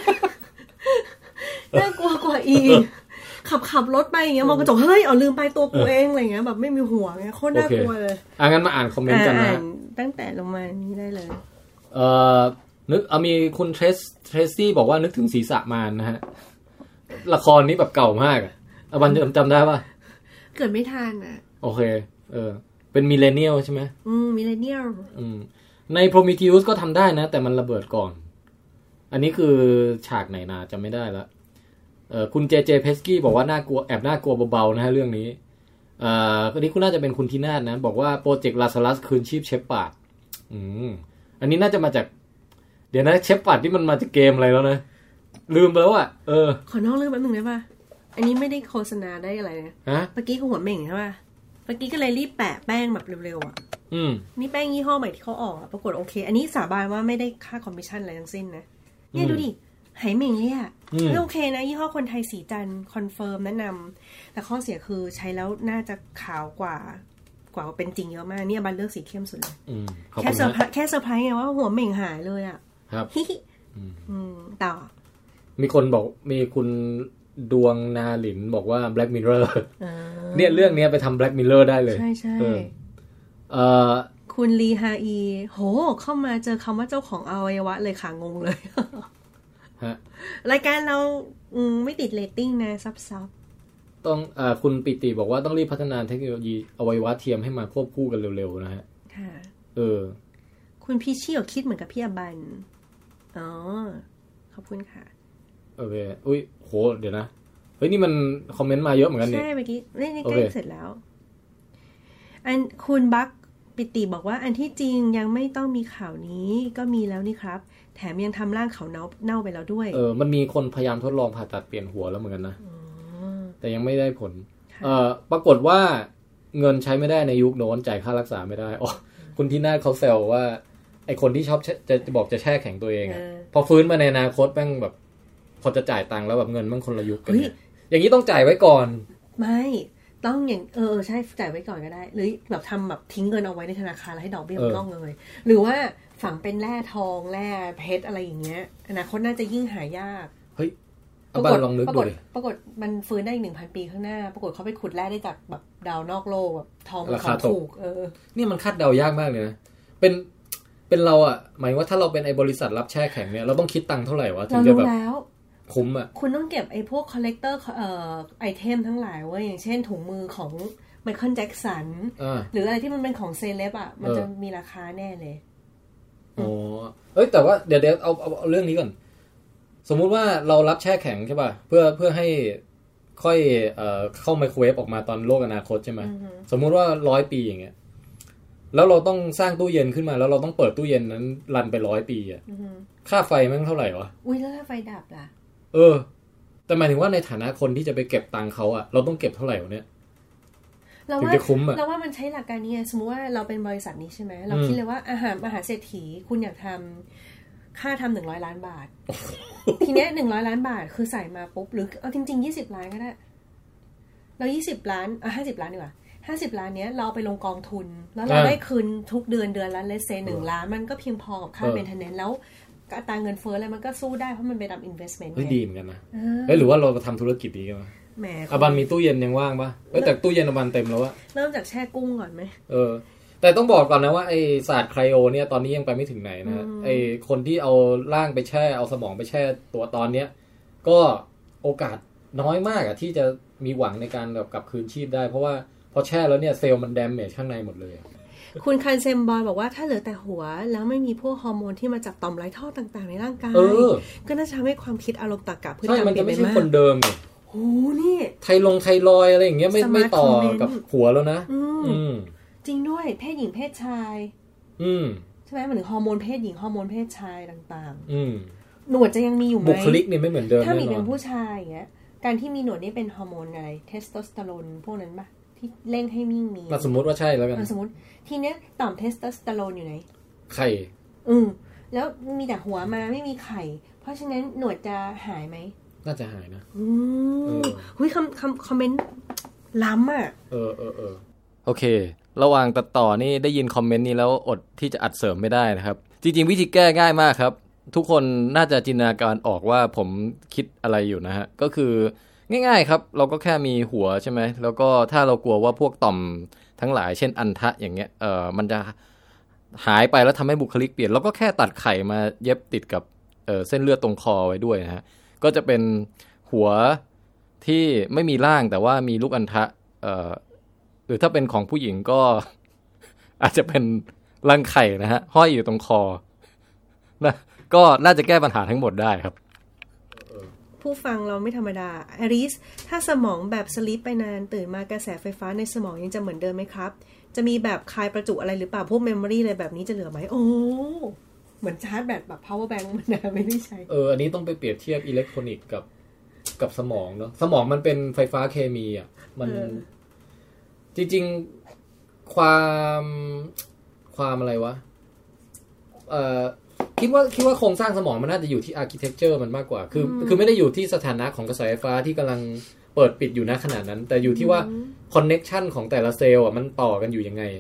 น่ากลัวกว่าอีขับรถไปอย่างเงี้ยมองกระจกเฮ้ยลืมไปตัวกูเองอะไรเงี้ยแบบไม่มีหัวเงี้ยโคตรน่ากลัวเลยงั้นมาอ่านคอมเมนต์กันนะตั้งแต่ลงมานี้ได้เลยนึกมีคุณเทรซี่บอกว่านึกถึงศีรษะมารนะฮะละครนี้แบบเก่ามากบันจำได้ป่ะเกิดไม่ทันโอเคเป็นมิเลเนียลใช่ไหมมิเลเนียลใน Prometheus ก็ทำได้นะแต่มันระเบิดก่อนอันนี้คือฉากไหนนะจำไม่ได้แล้วคุณเจเพสกี้บอกว่าน่ากลัวแอบน่ากลัวเบาๆนะฮะเรื่องนี้อันนี้คุณน่าจะเป็นคุณทีน่านะบอกว่าโปรเจกต์ลาซารัสคืนชีพเชฟปาร์ดอันนี้น่าจะมาจากเดี๋ยวนะเชฟปาร์ดที่มันมาจากเกมอะไรแล้วนะลืมไปแล้วขอนอกเรื่องแป๊บนึงได้ป่ะอันนี้ไม่ได้โฆษณาได้อะไรนะเมื่อกี้คือหัวเหม่งใช่ป่ะเมื่อกี้ก็เลยรีบแปะแป้งแบบเร็วๆนี่แป้งยี่ห้อใหม่ที่เขาออกปรากฏโอเคอันนี้สาบานว่าไม่ได้ค่าคอมมิชชั่นอะไรทั้งสิ้นนะเนี่ยดูดิไหเหม่งเนี่ยไม่โอเคนะยี่ห้อคนไทยสีจันทร์คอนเฟิร์มแนะนำแต่ข้อเสียคือใช้แล้วน่าจะขาวกว่าเป็นจริงเยอะมากเนี่ยบันเลือกสีเข้มสุดเลยแค่เซอร์ไพรส์ไงว่าหัวเหม่งหายเลยครับต่อมีคนบอกมีคุณดวงนาหลินบอกว่า Black Mirror เนี่ยเรื่องนี้ไปทำ Black Mirror ได้เลยใช่คุณลีฮาอีโหเข้ามาเจอคำว่าเจ้าของอวัยวะเลยค่ะงงเลยรายการเราไม่ติดเรตติ้งนะซับต้องคุณปิติบอกว่าต้องรีบพัฒนาเทคโนโลยีอวัยวะเทียมให้มาควบคู่กันเร็วๆนะฮะค่ะคุณพี่ชี่คิดเหมือนกับพี่อบันขอบคุณค่ะโอเคอุ้ยโหเดี๋ยวนะเฮ้ยนี่มันคอมเมนต์มาเยอะเหมือนกันนี่ใช่เมื่อกี้นี่ใกล้เสร็จแล้วอันคุณบักปิติบอกว่าอันที่จริงยังไม่ต้องมีข่าวนี้ก็มีแล้วนี่ครับแถมยังทำร่างเขาเน่าไปแล้วด้วยมันมีคนพยายามทดลองผ่าตัดเปลี่ยนหัวแล้วเหมือนกันนะแต่ยังไม่ได้ผลปรากฏว่าเงินใช้ไม่ได้ในยุคโน้นจ่ายค่ารักษาไม่ได้คุณที่น่าเขาแซวว่าไอคนที่ชอบจะบอกจะแช่แข็งตัวเองพอฟื้นมาในอนาคตแม่งแบบพอจะจ่ายตังค์แล้วแบบเงินมันคนละยุคกันอย่างนี้ต้องจ่ายไว้ก่อนไม่ต้องอย่างใช่จ่ายไว้ก่อนก็ได้หรือแบบทำแบบทิ้งเงินเอาไว้ในธนาคารแล้วให้ดอกเบี้ยมันล่องเลยหรือว่าฝังเป็นแร่ทองแร่เพชรอะไรอย่างเงี้ยอนาคตน่าจะยิ่งหายากเฮ้ยเอาบ้านลองนึกดูดิปรากฏมันฟื้นได้อีก 1,000 ปีข้างหน้าปรากฏเขาไปขุดแร่ได้จากแบบดาวนอกโลกแบบทองราคาถูกนี่มันคาดเดายากมากเลยนะเป็นเราหมายว่าถ้าเราเป็นไอ้บริษัทรับแช่แข็งเนี่ยเราต้องคิดตังค์เท่าไหร่วะถึงจะแบบคุ้มคุณต้องเก็บไอ้พวกคอลเลกเตอร์ไอเทมทั้งหลายไว้อย่างเช่นถุงมือของไมเคิลแจ็คสันหรืออะไรที่มันเป็นของเซเลบมันจะมีราคาแน่เลยแต่ว่าเดี๋ยวเอาเรื่องนี้ก่อนสมมุติว่าเรารับแช่แข็งใช่ป่ะเพื่อให้ค่อยเข้าไมโครเวฟออกมาตอนโลกอนาคตใช่ไหมสมมุติว่า100 ปีอย่างเงี้ยแล้วเราต้องสร้างตู้เย็นขึ้นมาแล้วเราต้องเปิดตู้เย็นนั้นรันไป100 ปีค่าไฟมันเท่าไหร่วะแล้วถ้าไฟดับล่ะแต่หมายถึงว่าในฐานะคนที่จะไปเก็บตังค์เขาเราต้องเก็บเท่าไหร่วะเนี่ยถึงจะคุ้มอ่ะเราว่ามันใช้หลักการนี้สมมติว่าเราเป็นบริษัทนี้ใช่ไหมเราคิดเลยว่าอาหารมหาเศรษฐีคุณอยากทำค่าทำ100 ล้านบาท ทีเนี้ย100 ล้านบาทคือใส่มาปุ๊บหรือเอาจริงๆ20 ล้านก็ได้เรา20 ล้าน50 ล้านดีกว่า50 ล้านเนี้ยเราไปลงกองทุนแล้วเราได้คืนทุกเดือนละเลสเซ1 ล้านมันก็เพียงพอกับค่าเมนเทนแนนซ์แล้วอัตราเงินเฟ้ออะไรมันก็สู้ได้เพราะมันเป็นอินเวสท์เมนต์ดีเหมือนกันนะหรือว่าเราทำธุรกิจดีกันแหมอบันมีตู้เย็นยังว่างปะแต่ตู้เย็นอบันเต็มแล้วอะเริ่มจากแช่กุ้งก่อนไหมแต่ต้องบอกก่อนนะว่าไอศาสตร์ไคลโอเนี่ยตอนนี้ยังไปไม่ถึงไหนนะไอคนที่เอาร่างไปแช่เอาสมองไปแช่ตัวตอนเนี้ยก็โอกาสน้อยมากอะที่จะมีหวังในการกลับคืนชีพได้เพราะว่าพอแช่แล้วเนี่ยเซลล์มัน damage ข้างในหมดเลยคุณคันเซมบอยบอกว่าถ้าเหลือแต่หัวแล้วไม่มีพวกฮอร์โมนที่มาจากต่อมไรท่อต่างๆในร่างกายก็น่าจะทำให้ความคิดอารมณ์ตรรกะพฤติกรรมเปลี่ยนไปมากใช่มันจะไม่ใช่คนเดิมเลยโอ้นี่ไทรอยอะไรอย่างเงี้ยไม่ต่อกับหัวแล้วนะจริงด้วยเพศหญิงเพศชายใช่ไหมเหมือนฮอร์โมนเพศหญิงฮอร์โมนเพศชายต่างๆหนวดจะยังมีอยู่ไหมบุคลิกเนี่ยไม่เหมือนเดิมถ้ามีเป็นผู้ชายอย่างเงี้ยการที่มีหนวดนี่เป็นฮอร์โมนอะไรเทสโทสเตอโรนพวกนั้นปะที่เร่งให้มิ่งมีสมมติว่าใช่แล้วกันสมมติทีเนี้ยต่อมเทสโทสเตอโรนอยู่ไหนไข่แล้วมีแต่หัวมาไม่มีไข่เพราะฉะนั้นหนวดจะหายไหมน่าจะหายนะหุ้ยคอมเมนต์ล้ำอ่ะโอเคระหว่างตัดต่อนี่ได้ยินคอมเมนต์นี้แล้วอดที่จะอัดเสริมไม่ได้นะครับจริงๆวิธีแก้ง่ายมากครับทุกคนน่าจะจินตนาการออกว่าผมคิดอะไรอยู่นะฮะก็คือง่ายๆครับเราก็แค่มีหัวใช่ไหมแล้วก็ถ้าเรากลัวว่าพวกต่อมทั้งหลายเช่นอัณฑะอย่างเงี้ยมันจะหายไปแล้วทำให้บุคลิกเปลี่ยนเราก็แค่ตัดไข่มาเย็บติดกับเส้นเลือดตรงคอไว้ด้วยนะฮะก็จะเป็นหัวที่ไม่มีร่างแต่ว่ามีลูกอัณฑะหรือถ้าเป็นของผู้หญิงก็อาจจะเป็นรังไข่นะฮะห้อยอยู่ตรงคอนะก็น่าจะแก้ปัญหาทั้งหมดได้ครับผู้ฟังเราไม่ธรรมดาอริสถ้าสมองแบบสลีปไปนานตื่นมากระแสไฟฟ้าในสมองยังจะเหมือนเดิมไหมครับจะมีแบบคลายประจุอะไรหรือเปล่าพวกเมมโมรี่อะไรแบบนี้จะเหลือไหมโอ้เหมือนชาร์จแบตแบบ power bank มันไม่ได้ใช้อันนี้ต้องไปเปรียบเทียบอิเล็กทรอนิกส์กับสมองเนาะสมองมันเป็นไฟฟ้าเคมีอ่ะมันจริงๆความอะไรวะคิดว่าโครงสร้างสมองมันน่าจะอยู่ที่ architecture มันมากกว่าคือไม่ได้อยู่ที่สถานะของกระแสไฟฟ้าที่กำลังเปิดปิดอยู่ณขนาดนั้นแต่อยู่ที่ว่า connection ของแต่ละเซลล์อ่ะมันต่อกันอยู่ยังไง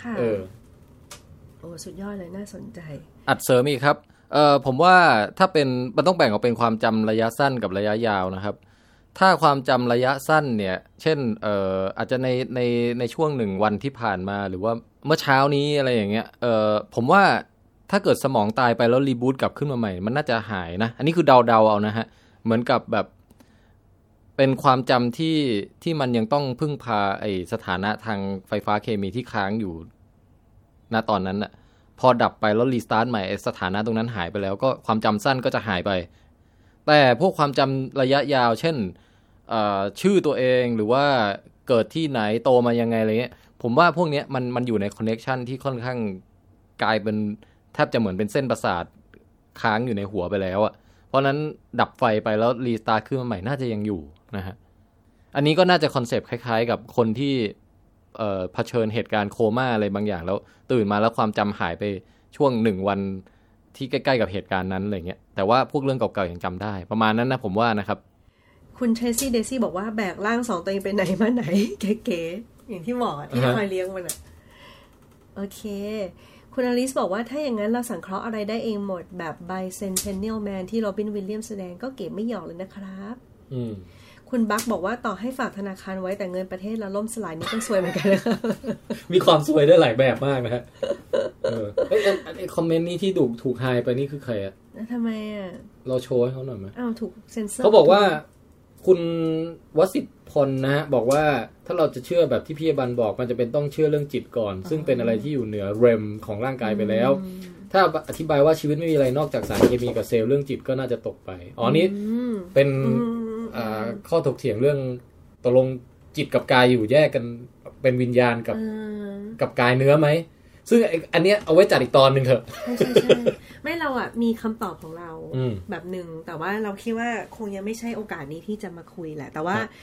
โอ้สุดยอดเลยน่าสนใจอัดเสริมอีกครับผมว่าถ้าเป็นมันต้องแบ่งออกเป็นความจำระยะสั้นกับระยะยาวนะครับถ้าความจำระยะสั้นเนี่ยเช่นอาจจะในช่วง1 วันที่ผ่านมาหรือว่าเมื่อเช้านี้อะไรอย่างเงี้ยผมว่าถ้าเกิดสมองตายไปแล้วรีบูตกลับขึ้นมาใหม่มันน่าจะหายนะอันนี้คือเดาเอานะฮะเหมือนกับแบบเป็นความจำที่มันยังต้องพึ่งพาไอสถานะทางไฟฟ้าเคมีที่ค้างอยู่ณตอนนั้นน่ะพอดับไปแล้วรีสตาร์ทใหม่สถานะตรงนั้นหายไปแล้วก็ความจำสั้นก็จะหายไปแต่พวกความจำระยะยาวเช่นชื่อตัวเองหรือว่าเกิดที่ไหนโตมายังไงอะไรเงี้ยผมว่าพวกนี้มันอยู่ในคอนเนคชันที่ค่อนข้างกลายเป็นแทบจะเหมือนเป็นเส้นประสาทค้างอยู่ในหัวไปแล้วอ่ะเพราะนั้นดับไฟไปแล้วรีสตาร์ทขึ้นมาใหม่น่าจะยังอยู่นะฮะอันนี้ก็น่าจะคอนเซปต์คล้ายๆกับคนที่เผชิญเหตุการณ์โคม่าอะไรบางอย่างแล้วตื่นมาแล้วความจำหายไปช่วง1 วันที่ใกล้ๆกับเหตุการณ์นั้นอะไรเงี้ยแต่ว่าพวกเรื่องเก่าๆยังจำได้ประมาณนั้นนะผมว่านะครับคุณเทรซี่เดซี่บอกว่าแบกร่าง2ตัวเองไปไหนมาไหนเก๋ๆอย่างที่บอกที่คอยเลี้ยงมันอ่ะโอเคคุณอลิสบอกว่าถ้าอย่างนั้นเราสังเคราะห์อะไรได้เองหมดแบบ Bicentennial Man ที่โรบินวิลเลียมแสดงก็เก๋ไม่หยอกเลยนะครับคุณบัคบอกว่าต่อให้ฝากธนาคารไว้แต่เงินประเทศเราล่มสลายนี่ก็ซวยเหมือนกันนะคะมีความซวยได้หลายแบบมากนะฮะไอ้คอมเมนต์นี้ที่ถูกไฮไปนี่คือใครอ่ะทำไมอ่ะเราโชว์ให้เขาหน่อยไหมถูกเซ็นเซอร์เขาบอกว่าคุณวสิทธิ์พลนะฮะบอกว่าถ้าเราจะเชื่อแบบที่พี่อบันบอกมันจะเป็นต้องเชื่อเรื่องจิตก่อนซึ่งเป็นอะไรที่อยู่เหนือเรมของร่างกายไปแล้วถ้าอธิบายว่าชีวิตไม่มีอะไรนอกจากสารเคมีกับเซลล์เรื่องจิตก็น่าจะตกไปนี่เป็นข้อถกเถียงเรื่องตกลงจิตกับกายอยู่แยกกันเป็นวิญญาณกับกายเนื้อไหมซึ่งอันเนี้ยเอาไว้จัดอีกตอนนึงเถอะใช่ไม่เราอ่ะมีคำตอบของเราแบบนึงแต่ว่าเราคิดว่าคงยังไม่ใช่โอกาสนี้ที่จะมาคุยแหละแต่ว่า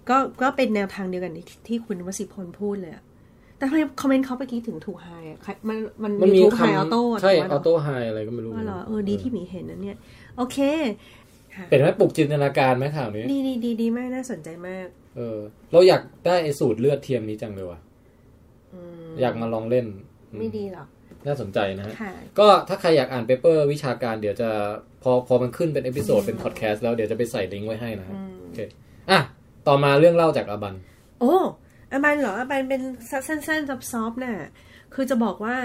ก็เป็นแนวทางเดียวกันที่คุณวสิพลพูดเลยแต่ทำไมคอมเมนต์เขาเมื่อกี้ถึงถูกไฮอ่ะมันมีถูกไฮออโต้ใช่ออโต้ไฮอะไรก็ไม่รู้ดีที่มีเห็นนะเนี่ยโอเคเป็นไหมปลุกจินตนาการไหมข่าวนี้ดีมากน่าสนใจมากเราอยากได้ไอ้สูตรเลือดเทียมนี้จังเลยว่ะอยากมาลองเล่นไม่ดีหรอกน่าสนใจนะฮะก็ถ้าใครอยากอ่านเปเปอร์วิชาการเดี๋ยวจะพอมันขึ้นเป็นเอพิโซดเป็นพอดแคสต์แล้วเดี๋ยวจะไปใส่ลิงก์ไว้ให้นะโอเคต่อมาเรื่องเล่าจากอาบันอาบันเหรออาบันเป็นสั้นๆซอฟๆน่ะคือจะบอกว่า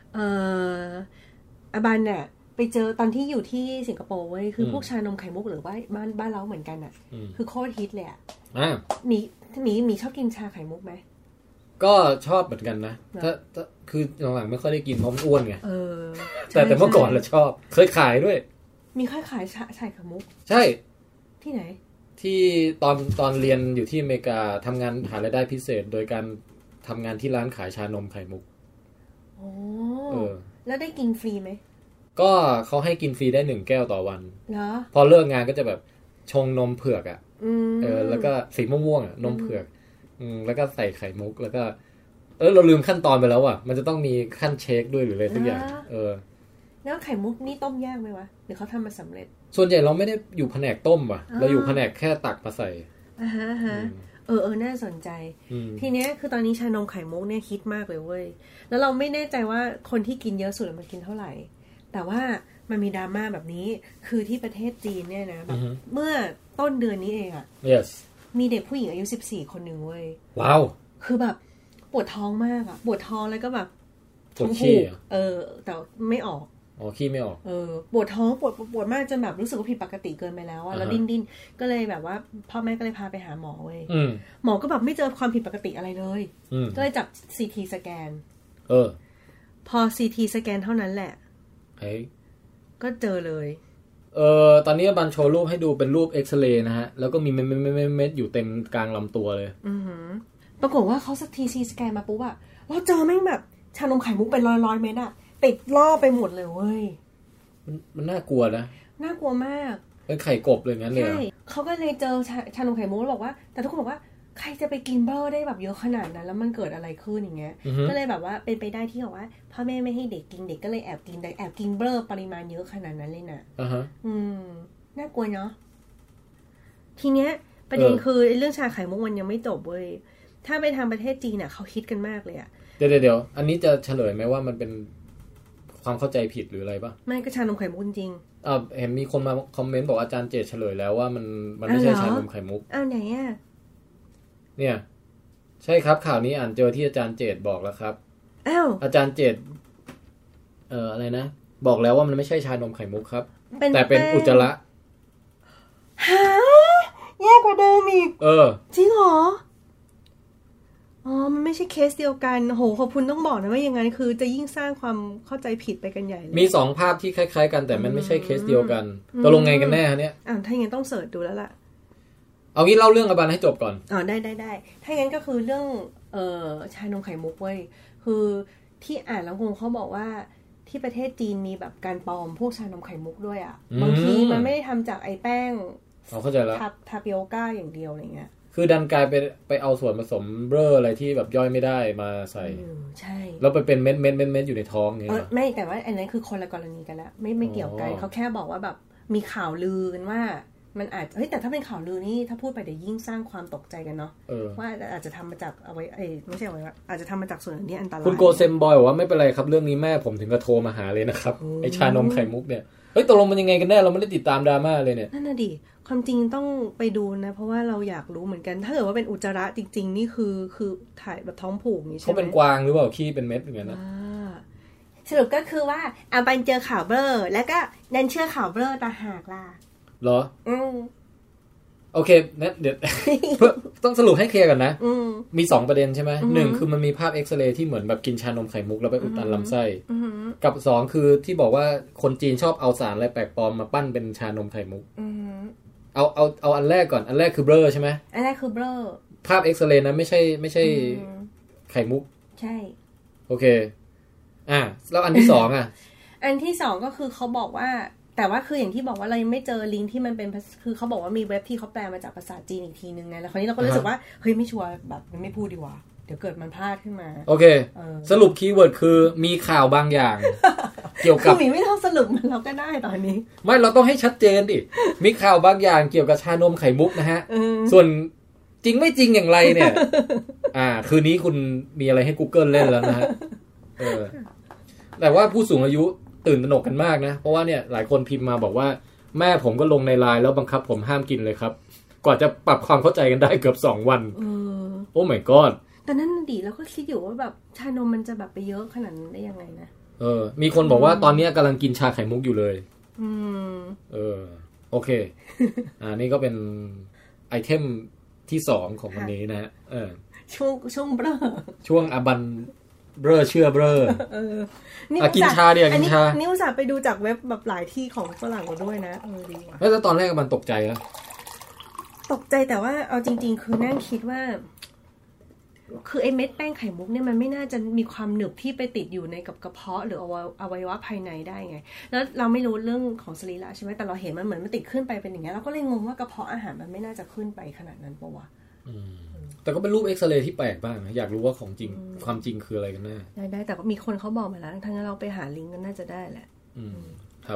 อาบันน่ะไปเจอตอนที่อยู่ที่สิงคโปร์เว้ยคือพวกชานมไข่มุกหรือว่าบ้านเราเหมือนกันอ่ะคือโคตรฮิตเลยอ่ะมีชอบกินชาไข่มุกไหมก็ชอบเหมือนกันนะถ้าคือหลังๆไม่ค่อยได้กินเพราะมันอ้วนไงแต่เมื่อก่อนเราชอบเคยขายด้วยมีค่อยขายชาไข่มุกใช่ที่ไหนที่ตอนเรียนอยู่ที่อเมริกาทำงานหารายได้พิเศษโดยการทำงานที่ร้านขายชานมไข่มุกแล้วได้กินฟรีไหมก็เขาให้กินฟรีได้1 แก้วต่อวันเหรอพอเลิกงานก็จะแบบชงนมเผือกแล้วก็สีม่วงๆนมเผือกแล้วก็ใส่ไข่มุกแล้วก็เราลืมขั้นตอนไปแล้วอ่ะมันจะต้องมีขั้นเช็คด้วยหรืออะไรทุกอย่างแล้วไข่มุกนี่ต้มยากไหมวะหรือเขาทำมาสำเร็จส่วนใหญ่เราไม่ได้อยู่แผนกต้มว่ะเราอยู่แผนกแค่ตักมาใส่น่าสนใจทีเนี้ยคือตอนนี้ชานมไข่มุกเนี่ยฮิตมากเลยเว้ยแล้วเราไม่แน่ใจว่าคนที่กินเยอะสุดมันกินเท่าไหร่แต่ว่ามันมีดราม่าแบบนี้คือที่ประเทศจีนเนี่ยนะแบบเมื่อต้นเดือนนี้เองอ่ะ yes มีเด็กผู้หญิงอายุ14คนนึงเว้ยว้าวคือแบบปวดท้องมากอ่ะปวดท้องแล้วก็แบบปวดขี้แต่ไม่ออกขี้ไม่ออกปวดท้องปวดมากจนแบบรู้สึกว่าผิดปกติเกินไปแล้วอ่ะแล้วดิ้นก็เลยแบบว่าพ่อแม่ก็เลยพาไปหาหมอเว้ยหมอก็แบบไม่เจอความผิดปกติอะไรเลยก็เลยจับ CT สแกนพอ CT สแกนเท่านั้นแหละก็เจอเลยตอนนี้บันโชว์รูปให้ดูเป็นรูปเอ็กซเรย์นะฮะแล้วก็มีเม็ดอยู่เต็มกลางลำตัวเลยปรากฏว่าเขาCTสแกนมาปุ๊บอะเราเจอแม่งแบบชานมไข่มุกเป็นร้อยเม็ดอะติดล่อไปหมดเลยเว้ยมันน่ากลัวนะน่ากลัวมากเป็นไข่กบเลยงั้นเลยใช่เขาก็เลยเจอชานมไข่มุกแล้วบอกว่าแต่ทุกคนบอกว่าใครจะไปกินเบอร์ได้แบบเยอะขนาดนั้นแล้วมันเกิดอะไรขึ้นอย่างเงี้ยก็เลยแบบว่าเป็นไปได้ที่บอกว่าพ่อแม่ไม่ให้เด็กกินเด็กก็เลยแอบกินแต่แอบกินเบอร์ปริมาณเยอะขนาดนั้นเลยนะน่ากลัวเนาะทีเนี้ยประเด็นคือเรื่องชาไข่มุกมันยังไม่จบเว้ยถ้าไปทางประเทศจีนน่ะเขาคิดกันมากเลยอะเดี๋ยวอันนี้จะเฉลยไหมว่ามันเป็นความเข้าใจผิดหรืออะไรป่ะไม่ก็ชานมไข่มุกจริงเห็นมีคนมาคอมเมนต์บอกอาจารย์เจตเฉลยแล้วว่ามันไม่ใช่ชานมไข่มุกไหนอะเนี่ยใช่ครับข่าวนี้อ่านเจอที่อาจารย์เจตบอกแล้วครับอาจารย์เจตอะไรนะบอกแล้วว่ามันไม่ใช่ชานมไข่มุกครับแต่เป็นอุจจาระฮะแย่กว่าเดิมอีกจริงเหรอมันไม่ใช่เคสเดียวกันโหขอบคุณต้องบอกนะว่าอย่างนั้นคือจะยิ่งสร้างความเข้าใจผิดไปกันใหญ่เลยมี2ภาพที่คล้ายๆกันแต่มันไม่ใช่เคสเดียวกันตกลงไงกันแน่ฮะเนี่ยถ้าอย่างนั้นต้องเสิร์ชดูแล้วล่ะเอางี้เล่าเรื่องอาบันให้จบก่อนได้ถ้าอย่างนั้นก็คือเรื่องชานมไข่มุกเว้ยคือที่อ่านแล้วคงเขาบอกว่าที่ประเทศจีนมีแบบการปลอมพวกชานมไข่มุกด้วยอ่ะบางทีมันไม่ได้ทำจากไอ้แป้งเข้าใจแล้วทาปิโอก้าอย่างเดียวอะไรเงี้ยคือดันกลายไปเอาส่วนผสมเบอร์อะไรที่แบบย่อยไม่ได้มาใส่ใช่แล้วไปเป็นเม็ดอยู่ในท้องเงี้ยไม่แต่ว่าอันนั้นคือคนละกรณีกันแล้วไม่เกี่ยวกันเขาแค่บอกว่าแบบมีข่าวลือกันว่ามันอาจแต่ถ้าเป็นข่าวลือนี่ถ้าพูดไปเดี๋ยวยิ่งสร้างความตกใจกันเนาะว่าอาจจะทำมาจากเอาไว้ไม่ใช่เอาไว้อาจจะทำมาจากส่วนที่อันตรายคุณโกเซมบอยบอกว่าไม่เป็นไรครับเรื่องนี้แม่ผมถึงกับโทรมาหาเลยนะครับไอชานมไข่มุกเนี่ยตกลงมันยังไงกันแน่เราไม่ได้ติดตามดราม่าเลยเนี่ยนั่นน่ะดิความจริงต้องไปดูนะเพราะว่าเราอยากรู้เหมือนกันถ้าเกิดว่าเป็นอุจจาระจริงๆนี่คือถ่ายแบบท้องผูกนี่ใช่ไหมเขาเป็นกวางหรือเปล่าขี้เป็นเม็ดอย่างนั้นนะสรุปก็คือว่าอาบันเจอข่าวเบอร์แล้วก็ดันเชื่อข่าวเบอร์ต่างหากล่ะเหรอโอเคนะเดี๋ยว ต้องสรุปให้เคลียร์กันนะมี2ประเด็นใช่ไหม1คือมันมีภาพเอ็กซเรย์ที่เหมือนแบบกินชานมไข่มุกแล้วไปอุดตันลำไส้กับ2คือที่บอกว่าคนจีนชอบเอาสารอะไรแปลกปลอมมาปั้นเป็นชานมไข่มุกเอาอันแรกก่อนอันแรกคือเบลอใช่ไหมอันแรกคือเบลอภาพเอ็กซเรย์นะไม่ใช่ไข่มุกใช่โอเคแล้วอันที่2อ่ะอันที่2ก็คือเขาบอกว่าแต่ว่าคืออย่างที่บอกว่าเรายังไม่เจอลิงก์ที่มันเป็นคือเขาบอกว่ามีเว็บที่เขาแปลมาจากภาษาจีนอีกทีนึงไงแล้วคราวนี้เราก็รู้สึกว่าเฮ้ยไม่ชัวร์แบบมันไม่พูดดีกว่าเดี๋ยวเกิดมันพลาดขึ้นมาโอเคสรุปคีย์เวิร์ดคือมีข่าวบางอย่าง เกี่ยวกับคือไม่ต้องสรุปมันเราก็ได้ตอนนี้ไม่เราต้องให้ชัดเจนดิมีข่าวบางอย่างเกี่ยวกับชานมไข่มุกนะฮะส่วนจริงไม่จริงอย่างไรเนี่ยคืนนี้คุณมีอะไรให้ Google เล่นแล้วนะฮะแต่ว่าผู้สูงอายุตื่นตระหนกกันมากนะเพราะว่าเนี่ยหลายคนพิมพ์มาบอกว่าแม่ผมก็ลงในไลน์แล้วบังคับผมห้ามกินเลยครับกว่าจะปรับความเข้าใจกันได้เกือบ2วันโอ้ my god แต่นั่นดิแล้วก็คิดอยู่ว่าแบบชานมมันจะแบบไปเยอะขนาดนั้นได้ยังไงนะมีคนบอกว่าตอนนี้กำลังกินชาไข่มุกอยู่เลยโอเคนี่ก็เป็นไอเทมที่2ของวันนี้นะช่วงเบลอช่วงอบันเบลอเชื่อเบลอกินชาเดียวกินชานี่อุตส่าห์ไปดูจากเว็บแบบหลายที่ของฝรั่งมาด้วยนะดีว่ะแล้วตอนแรกมันตกใจแล้วตกใจแต่ว่าเอาจริงๆคือนั่งคิดว่าคือไอ้เม็ดแป้งไข่มุกเนี่ยมันไม่น่าจะมีความหนึบที่ไปติดอยู่ในกับกระเพาะหรืออวัยวะภายในได้ไงแล้วเราไม่รู้เรื่องของสรีระใช่ไหมแต่เราเห็นมันเหมือนมันติดขึ้นไปเป็นอย่างเงี้ยเราก็เลยงงว่ากระเพาะอาหารมันไม่น่าจะขึ้นไปขนาดนั้นปะวะแต่ก็เป็นรูปเอ็กซเรย์ที่แปลกบ้างนะอยากรู้ว่าของจริงความจริงคืออะไรกันแน่ได้แต่ก็มีคนเขาบอกมาแล้วทั้งนั้นเราไปหาลิงก์กันน่าจะได้แหละครับ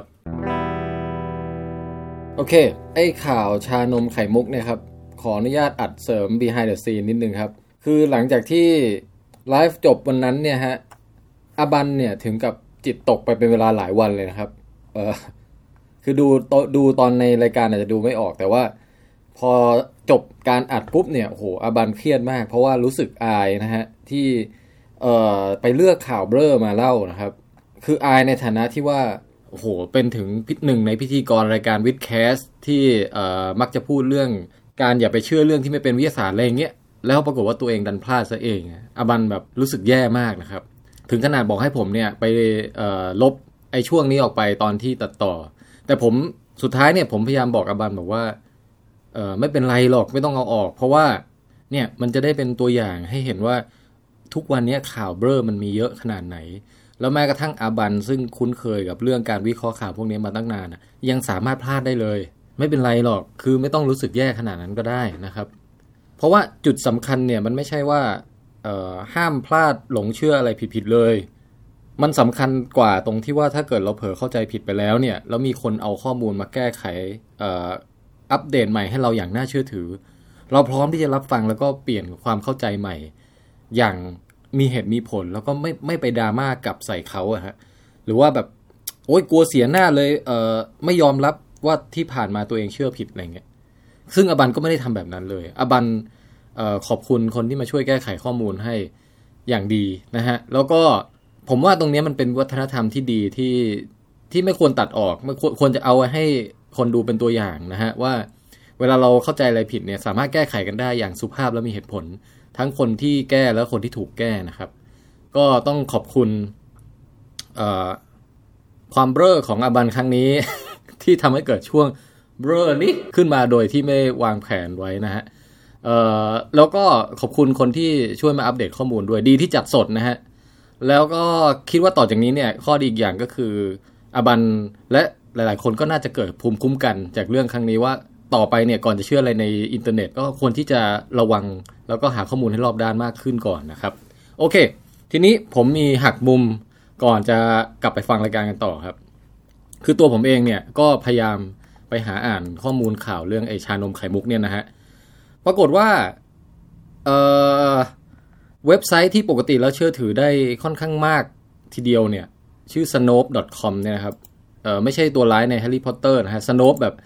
โอเคไอ้ข่าวชานมไข่มุกเนี่ยครับขออนุญาตอัดเสริม behind the scene นิดนึงครับคือหลังจากที่ไลฟ์จบวันนั้นเนี่ยฮะอาบันเนี่ยถึงกับจิตตกไปเป็นเวลาหลายวันเลยนะครับคือดูตอนในรายการอาจจะดูไม่ออกแต่ว่าพอจบการอัดปุ๊บเนี่ยโอ้โหอาบันเครียดมากเพราะว่ารู้สึกอายนะฮะที่ไปเลือกข่าวเบ้อมาเล่านะครับคืออายในฐานะที่ว่าโอ้โหเป็นถึงหนึ่งในพิธีกรรายการวิดแคสที่มักจะพูดเรื่องการอย่าไปเชื่อเรื่องที่ไม่เป็นวิทยาศาสตร์อะไรอย่างเงี้ยแล้วปรากฏว่าตัวเองดันพลาดซะเองอาบันแบบรู้สึกแย่มากนะครับถึงขนาดบอกให้ผมเนี่ยไปลบไอ้ช่วงนี้ออกไปตอนที่ตัดต่อแต่ผมสุดท้ายเนี่ยผมพยายามบอกอาบันบอกว่าไม่เป็นไรหรอกไม่ต้องเอาออกเพราะว่าเนี่ยมันจะได้เป็นตัวอย่างให้เห็นว่าทุกวันนี้ข่าวเบ้อมันมีเยอะขนาดไหนแล้วแม้กระทั่งอาบันซึ่งคุ้นเคยกับเรื่องการวิเคราะห์ข่าวพวกนี้มาตั้งนานยังสามารถพลาดได้เลยไม่เป็นไรหรอกคือไม่ต้องรู้สึกแย่ขนาดนั้นก็ได้นะครับเพราะว่าจุดสำคัญเนี่ยมันไม่ใช่ว่าห้ามพลาดหลงเชื่ออะไรผิดๆเลยมันสำคัญกว่าตรงที่ว่าถ้าเกิดเราเผลอเข้าใจผิดไปแล้วเนี่ยแล้วมีคนเอาข้อมูลมาแก้ไขอัปเดตใหม่ให้เราอย่างน่าเชื่อถือเราพร้อมที่จะรับฟังแล้วก็เปลี่ยนความเข้าใจใหม่อย่างมีเหตุมีผลแล้วก็ไม่ไปดราม่ากลับใส่เขาฮะหรือว่าแบบโอ๊ยกลัวเสียหน้าเลยไม่ยอมรับว่าที่ผ่านมาตัวเองเชื่อผิดอะไรเงี้ยซึ่งอบันก็ไม่ได้ทำแบบนั้นเลยอบันขอบคุณคนที่มาช่วยแก้ไขข้อมูลให้อย่างดีนะฮะแล้วก็ผมว่าตรงนี้มันเป็นวัฒนธรรมที่ดีที่ไม่ควรตัดออกไม่ควรจะเอาไว้ให้คนดูเป็นตัวอย่างนะฮะว่าเวลาเราเข้าใจอะไรผิดเนี่ยสามารถแก้ไขกันได้อย่างสุภาพและมีเหตุผลทั้งคนที่แก้และคนที่ถูกแก้นะครับก็ต้องขอบคุณความเบ้อของอบันครั้งนี้ ที่ทำให้เกิดช่วงเบ้อนี้ขึ้นมาโดยที่ไม่วางแผนไว้นะฮะแล้วก็ขอบคุณคนที่ช่วยมาอัปเดตข้อมูลด้วยดีที่จัดสดนะฮะแล้วก็คิดว่าต่อจากนี้เนี่ยข้อดีอีกอย่างก็คืออบันและหลายๆคนก็น่าจะเกิดภูมิคุ้มกันจากเรื่องครั้งนี้ว่าต่อไปเนี่ยก่อนจะเชื่ออะไรในอินเทอร์เน็ตก็ควรที่จะระวังแล้วก็หาข้อมูลให้รอบด้านมากขึ้นก่อนนะครับโอเคทีนี้ผมมีหักมุมก่อนจะกลับไปฟังรายการกันต่อครับคือตัวผมเองเนี่ยก็พยายามไปหาอ่านข้อมูลข่าวเรื่องไอ้ชานมไข่มุกเนี่ยนะฮะปรากฏว่าเว็บไซต์ที่ปกติแล้วเชื่อถือได้ค่อนข้างมากทีเดียวเนี่ยชื่อ Snopes.com เนี่ยนะครับไม่ใช่ตัวร้ายใน Harry Potter นะฮะ Snopes แบบ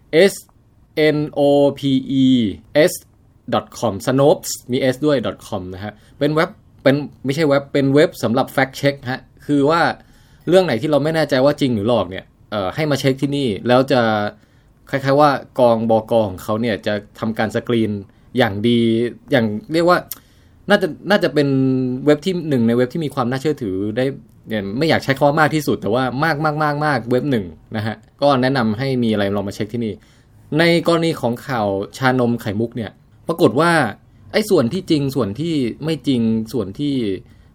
snopes.com Snopes มี s ด้วย .com นะฮะเป็นเว็บเป็นไม่ใช่เว็บเป็นเว็บสำหรับ fact check ฮะคือว่าเรื่องไหนที่เราไม่แน่ใจว่าจริงหรือหลอกเนี่ยให้มาเช็คที่นี่แล้วจะคล้ายๆว่ากองบก.ของเขาเนี่ยจะทำการสกรีนอย่างดีอย่างเรียกว่าน่าจะเป็นเว็บที่หนึ่งในเว็บที่มีความน่าเชื่อถือได้เนี่ยไม่อยากใช้คำว่ามากที่สุดแต่ว่ามากเว็บหนึ่งนะฮะก็แนะนำให้มีอะไรลองมาเช็คที่นี่ในกรณีของข่าวชานมไข่มุกเนี่ยปรากฏว่าไอ้ส่วนที่จริงส่วนที่ไม่จริงส่วนที่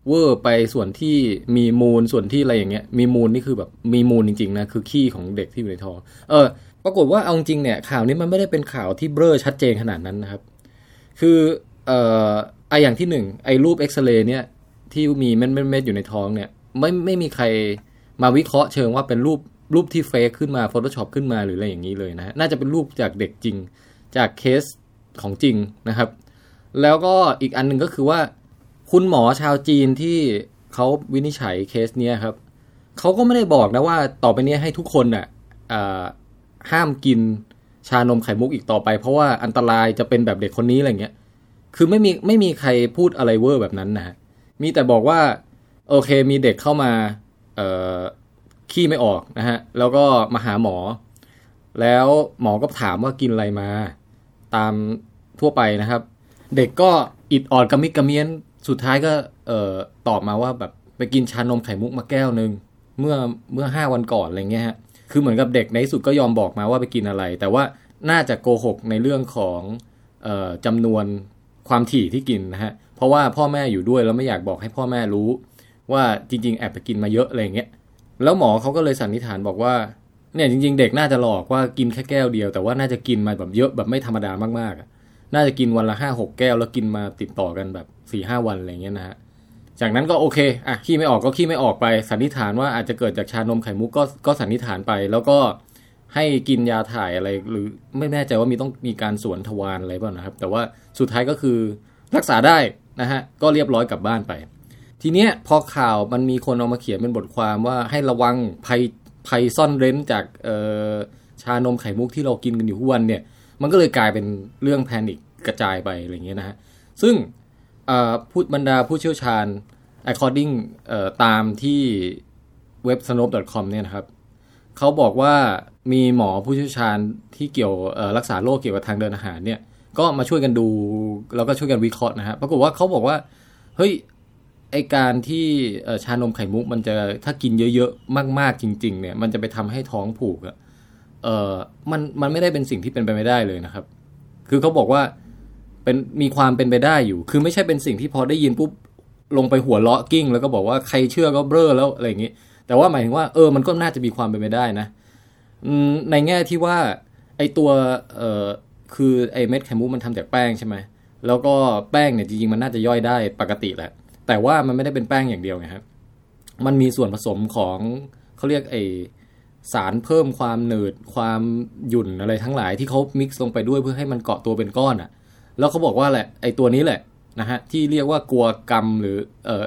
เวอร์ไปส่วนที่มีมูลส่วนที่อะไรอย่างเงี้ยมีมูลนี่คือแบบมีมูลจริงๆนะคือขี้ของเด็กที่อยู่ในท้องปรากฏว่าเอาจริงเนี่ยข่าวนี้มันไม่ได้เป็นข่าวที่เบ้อชัดเจนขนาดนั้นนะครับคืออย่างที่หนึ่งไอ้รูปเอ็กซเรย์เนี่ยที่มีเม็ดอยู่ในท้องเนี่ยไม่มีใครมาวิเคราะห์เชิงว่าเป็นรูปที่เฟกขึ้นมา Photoshop ขึ้นมาหรืออะไรอย่างนี้เลยนะน่าจะเป็นรูปจากเด็กจริงจากเคสของจริงนะครับแล้วก็อีกอันหนึ่งก็คือว่าคุณหมอชาวจีนที่เขาวินิจฉัยเคสเนี้ยครับเขาก็ไม่ได้บอกนะว่าต่อไปนี้ให้ทุกคนน่ะห้ามกินชานมไข่มุกอีกต่อไปเพราะว่าอันตรายจะเป็นแบบเด็กคนนี้อะไรเงี้ยคือไม่มีใครพูดอะไรเวอร์แบบนั้นนะมีแต่บอกว่าโอเคมีเด็กเข้ามาขี้ไม่ออกนะฮะแล้วก็มาหาหมอแล้วหมอก็ถามว่ากินอะไรมาตามทั่วไปนะครับเด็กก็อิดออดกระมิดกระเมียนสุดท้ายก็ตอบมาว่าแบบไปกินชานมไข่มุกมาแก้วนึงเมื่อ5 วันก่อนอะไรเงี้ยฮะคือเหมือนกับเด็กในที่สุดก็ยอมบอกมาว่าไปกินอะไรแต่ว่าน่าจะโกหกในเรื่องของจำนวนความถี่ที่กินนะฮะเพราะว่าพ่อแม่อยู่ด้วยแล้วไม่อยากบอกให้พ่อแม่รู้ว่าจริงๆแอบไปกินมาเยอะอะไรเงี้ยแล้วหมอเขาก็เลยสันนิษฐานบอกว่าเนี่ยจริงๆเด็กน่าจะหลอกว่ากินแค่แก้วเดียวแต่ว่าน่าจะกินมาแบบเยอะแบบไม่ธรรมดามากๆน่าจะกินวันละ 5-6 แก้วแล้วกินมาติดต่อกันแบบ 4-5 วันอะไรเงี้ยนะฮะจากนั้นก็โอเคขี้ไม่ออกก็ขี้ไม่ออกไปสันนิษฐานว่าอาจจะเกิดจากชานมไข่มุกก็สันนิษฐานไปแล้วก็ให้กินยาถ่ายอะไรหรือไม่แน่ใจว่าต้องมีการสวนทวารอะไรบ้างนะครับแต่ว่าสุดท้ายก็คือรักษาได้นะฮะก็เรียบร้อยกลับบ้านไปทีเนี้ยพอข่าวมันมีคนเอามาเขียนเป็นบทความว่าให้ระวังภัยซ่อนเร้นจากชานมไข่มุกที่เรากินกันอยู่ทุกวันเนี่ยมันก็เลยกลายเป็นเรื่องแพนิคกระจายไปอะไรเงี้ยนะฮะซึ่งบรรดาผู้เชี่ยวชาญ according ตามที่เว็บ snope.com เนี่ยนะครับเขาบอกว่ามีหมอผู้เชี่ยวชาญที่เกี่ยวรักษาโรคเกี่ยวกับทางเดินอาหารเนี่ยก็มาช่วยกันดูแล้วก็ช่วยกันวิเคราะห์นะฮะปรากฏว่าเขาบอกว่าเฮ้ยไอการที่ชานมไข่มุกมันจะถ้ากินเยอะๆมากๆจริงๆเนี่ยมันจะไปทำให้ท้องผูกมันไม่ได้เป็นสิ่งที่เป็นไปไม่ได้เลยนะครับคือเขาบอกว่ามีความเป็นไปได้อยู่คือไม่ใช่เป็นสิ่งที่พอได้ยินปุ๊บลงไปหัวเราะกิ้งแล้วก็บอกว่าใครเชื่อก็เบ้อแล้วอะไรอย่างนี้แต่ว่าหมายถึงว่ามันก็น่าจะมีความเป็นไปได้นะในแง่ที่ว่าไอตัวคือไอเม็ดไข่มุกมันทำจากแป้งใช่ไหมแล้วก็แป้งเนี่ยจริงๆมันน่าจะย่อยได้ปกติแหละแต่ว่ามันไม่ได้เป็นแป้งอย่างเดียวไงครับมันมีส่วนผสมของเขาเรียกไอสารเพิ่มความหนืดความหยุ่นอะไรทั้งหลายที่เขามิกซ์ลงไปด้วยเพื่อให้มันเกาะตัวเป็นก้อนอ่ะแล้วเขาบอกว่าแหละไอตัวนี้แหละนะฮะที่เรียกว่ากัวกัมหรือ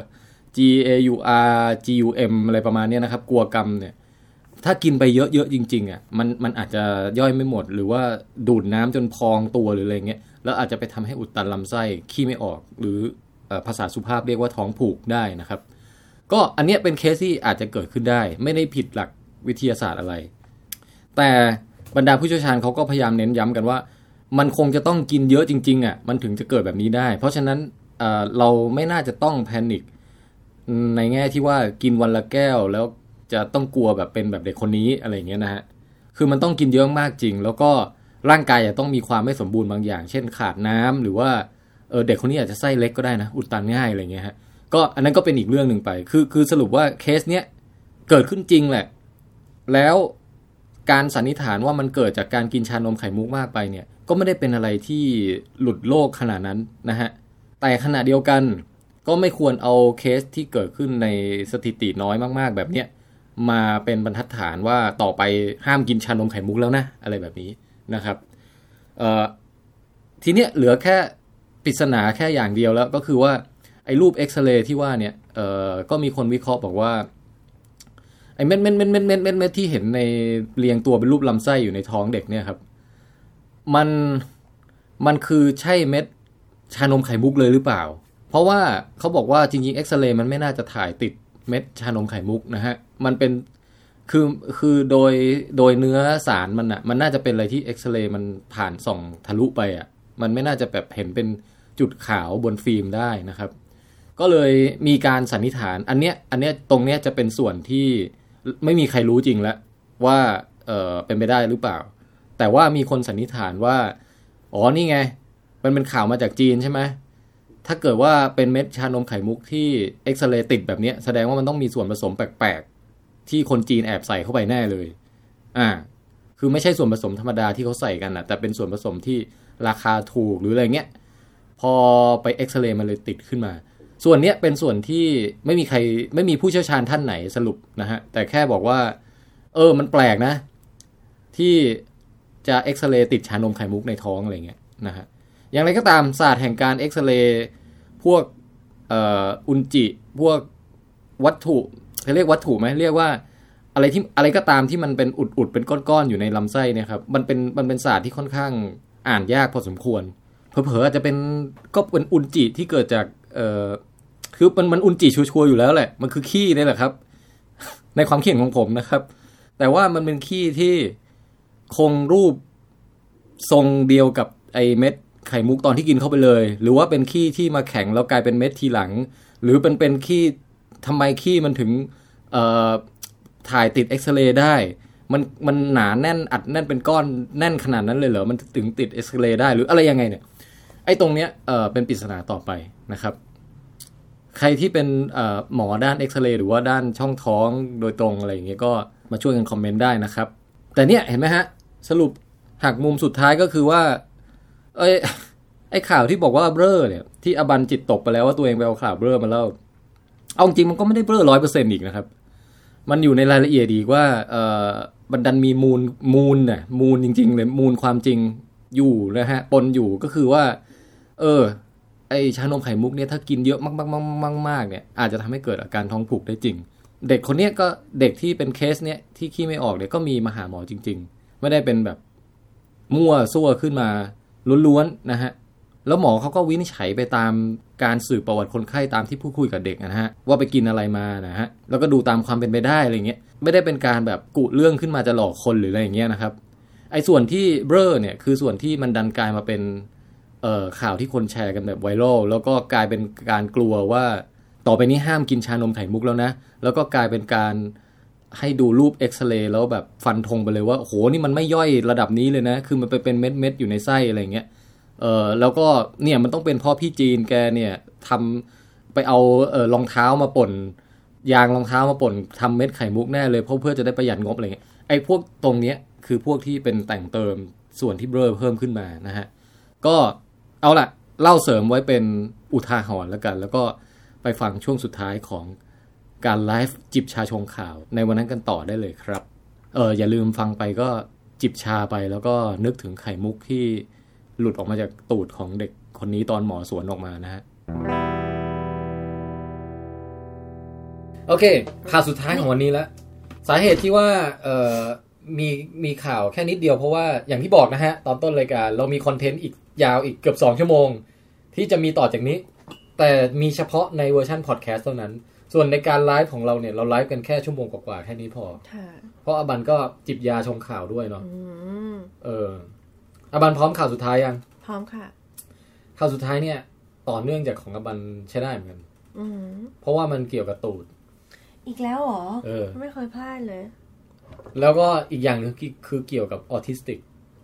GAURGUM อะไรประมาณนี้นะครับกัวกัมเนี่ยถ้ากินไปเยอะๆจริงๆอ่ะมันอาจจะย่อยไม่หมดหรือว่าดูดน้ำจนพองตัวหรืออะไรเงี้ยแล้วอาจจะไปทำให้อุดตันลำไส้ขี้ไม่ออกหรือภาษาสุภาพเรียกว่าท้องผูกได้นะครับก็อันเนี้ยเป็นเคสที่อาจจะเกิดขึ้นได้ไม่ได้ผิดหลักวิทยาศาสตร์อะไรแต่บรรดาผู้เชี่ยวชาญเขาก็พยายามเน้นย้ำกันว่ามันคงจะต้องกินเยอะจริงๆอ่ะมันถึงจะเกิดแบบนี้ได้เพราะฉะนั้นเราไม่น่าจะต้องแพนิคในแง่ที่ว่ากินวันละแก้วแล้วจะต้องกลัวแบบเป็นแบบเด็กคนนี้อะไรอย่างเงี้ยนะฮะคือมันต้องกินเยอะมากจริงแล้วก็ร่างกายจะต้องมีความไม่สมบูรณ์บางอย่างเช่นขาดน้ำหรือว่าเด็กคนนี้อาจจะไส้เล็กก็ได้นะอุดตันง่ายอะไรเงี้ยฮะก็อันนั้นก็เป็นอีกเรื่องนึงไปคือสรุปว่าเคสเนี้ยเกิดขึ้นจริงแหละแล้วการสันนิษฐานว่ามันเกิดจากการกินชานมไข่มุกมากไปเนี่ยก็ไม่ได้เป็นอะไรที่หลุดโลกขนาดนั้นนะฮะแต่ขณะเดียวกันก็ไม่ควรเอาเคสที่เกิดขึ้นในสถิติน้อยมากๆแบบเนี้ยมาเป็นบรรทัดฐานว่าต่อไปห้ามกินชานมไข่มุกแล้วนะอะไรแบบนี้นะครับทีเนี้ยเหลือแค่ปริศนาแค่อย่างเดียวแล้วก็คือว่าไอ้รูปเอ็กซเรย์ที่ว่าเนี่ยก็มีคนวิเคราะห์บอกว่าไอ้เม็ดที่เห็นในเรียงตัวเป็นรูปลำไส้อยู่ในท้องเด็กเนี่ยครับมันคือใช่เม็ดชานมไข่มุกเลยหรือเปล่าเพราะว่าเขาบอกว่าจริงๆเอ็กซเรย์มันไม่น่าจะถ่ายติดเม็ดชานมไข่มุกนะฮะมันเป็นคือโดยเนื้อสารมันอ่ะมันน่าจะเป็นอะไรที่เอ็กซเรย์มันผ่านส่องทะลุไปอ่ะมันไม่น่าจะแบบเห็นเป็นจุดขาวบนฟิล์มได้นะครับก็เลยมีการสันนิษฐานอันเนี้ยตรงเนี้ยจะเป็นส่วนที่ไม่มีใครรู้จริงแล้วว่าเป็นไปได้หรือเปล่าแต่ว่ามีคนสันนิษฐานว่าอ๋อนี่ไงมันเป็นข่าวมาจากจีนใช่ไหมถ้าเกิดว่าเป็นเม็ดชานมไข่มุกที่เอ็กซเรย์ติดแบบนี้แสดงว่ามันต้องมีส่วนผสมแปลกๆที่คนจีนแอบใส่เข้าไปแน่เลยคือไม่ใช่ส่วนผสมธรรมดาที่เขาใส่กันนะแต่เป็นส่วนผสมที่ราคาถูกหรืออะไรเงี้ยพอไปเอ็กซเรย์มันเลยติดขึ้นมาส่วนเนี้ยเป็นส่วนที่ไม่มีผู้เชี่ยวชาญท่านไหนสรุปนะฮะแต่แค่บอกว่ามันแปลกนะที่จะเอ็กซเรย์ติดชานมไข่มุกในท้องอะไรเงี้ยนะฮะอย่างไรก็ตามศาสตร์แห่งการเอ็กซเรย์พวกอุจจิพวกวัตถุเขาเรียกวัตถุไหมเรียกว่าอะไรก็ตามที่มันเป็นอุดเป็นก้อนๆอยู่ในลำไส้เนี่ยครับมันเป็นศาสตร์ที่ค่อนข้างอ่านยากพอสมควรเผลอๆอาจจะเป็นอุจจิที่เกิดจากคือมันอุจจิชัวร์ๆอยู่แล้วแหละมันคือขี้นี่แหละครับในความคิดของผมนะครับแต่ว่ามันเป็นขี้ที่คงรูปทรงเดียวกับไอเม็ดไข่มุกตอนที่กินเข้าไปเลยหรือว่าเป็นขี้ที่มาแข็งแล้วกลายเป็นเม็ดทีหลังหรือเป็นขี้ทำไมขี้มันถึงถ่ายติดเอ็กซเรย์ได้มันหนาแน่นอัดแน่นเป็นก้อนแน่นขนาดนั้นเลยเหรอมันถึงติดเอ็กซเรย์ได้หรืออะไรยังไงเนี่ยไอ้ตรงเนี้ยเป็นปริศนาต่อไปนะครับใครที่เป็นหมอด้านเอ็กซเรย์หรือว่าด้านช่องท้องโดยตรงอะไรอย่างเงี้ยก็มาช่วยกันคอมเมนต์ได้นะครับแต่เนี่ยเห็นไหมฮะสรุปหักมุมสุดท้ายก็คือว่าไอ้ข่าวที่บอกว่าเบ้อเนี่ยที่อบันจิตตกไปแล้วว่าตัวเองไปเอาข่าวเบ้อมาเล่าเอาจริงมันก็ไม่ได้เบ้อ 100% อีกนะครับมันอยู่ในรายละเอียดดีว่าบันดันมีมูลน่ะมูลจริงๆเลยมูลความจริงอยู่นะฮะปนอยู่ก็คือว่าไอชานมไข่มุกเนี่ยถ้ากินเยอะมากๆเนี่ยอาจจะทำให้เกิดอาการท้องผูกได้จริงเด็กคนนี้ก็เด็กที่เป็นเคสเนี่ยที่ขี้ไม่ออกเนี่ยก็มีมาหาหมอจริงๆไม่ได้เป็นแบบมั่วซั่วขึ้นมาล้วนๆนะฮะแล้วหมอเขาก็วินิจฉัยไปตามการสืบประวัติคนไข้ตามที่พูดคุยกับเด็กนะฮะว่าไปกินอะไรมานะฮะแล้วก็ดูตามความเป็นไปได้อะไรเงี้ยไม่ได้เป็นการแบบกุเรื่องขึ้นมาจะหลอกคนหรืออะไรอย่างเงี้ยนะครับไอ้ส่วนที่เบ้อเนี่ยคือส่วนที่มันดันกลายมาเป็นข่าวที่คนแชร์กันแบบไวรัลแล้วก็กลายเป็นการกลัวว่าต่อไปนี้ห้ามกินชานมไข่มุกแล้วนะแล้วก็กลายเป็นการให้ดูรูปเอ็กซเรย์แล้วแบบฟันธงไปเลยว่าโหนี่มันไม่ย่อยระดับนี้เลยนะคือมันไปเป็นเม็ดๆอยู่ในไส้อะไรเงี้ยแล้วก็เนี่ยมันต้องเป็นเพราะพี่จีนแกเนี่ยทำไปเอารองเท้ามาป่นยางรองเท้ามาป่นทำเม็ดไข่มุกแน่เลยเพื่อจะได้ประหยัดงบอะไรเงี้ยไอ้พวกตรงเนี้ยคือพวกที่เป็นแต่งเติมส่วนที่เบ้อเพิ่มขึ้นมานะฮะก็เอาล่ะเล่าเสริมไว้เป็นอุทาหรณ์แล้วกันแล้วก็ไปฟังช่วงสุดท้ายของการไลฟ์จิบชาชงข่าวในวันนั้นกันต่อได้เลยครับอย่าลืมฟังไปก็จิบชาไปแล้วก็นึกถึงไข่มุกที่หลุดออกมาจากตูดของเด็กคนนี้ตอนหมอสวนออกมานะฮะโอเคข่าวสุดท้ายของวันนี้แล้วสาเหตุที่ว่ามีข่าวแค่นิดเดียวเพราะว่าอย่างที่บอกนะฮะตอนต้นรายการเรามีคอนเทนต์อีกยาวอีกเกือบ2ชั่วโมงที่จะมีต่อจากนี้แต่มีเฉพาะในเวอร์ชันพอดแคสต์เท่านั้นส่วนในการไลฟ์ของเราเนี่ยเราไลฟ์กันแค่ชั่วโมงกว่าๆแค่นี้พอเพราะอบันก็จิบยาชงข่าวด้วยเนาะอบันพร้อมข่าวสุดท้ายยังพร้อมค่ะข่าวสุดท้ายเนี่ยต่อเนื่องจากของอบันใช้ได้เหมือนกันเพราะว่ามันเกี่ยวกับตูดอีกแล้วเหรอไม่เคยพลาดเลยแล้วก็อีกอย่างนึงคือเกี่ยวกับออทิสติก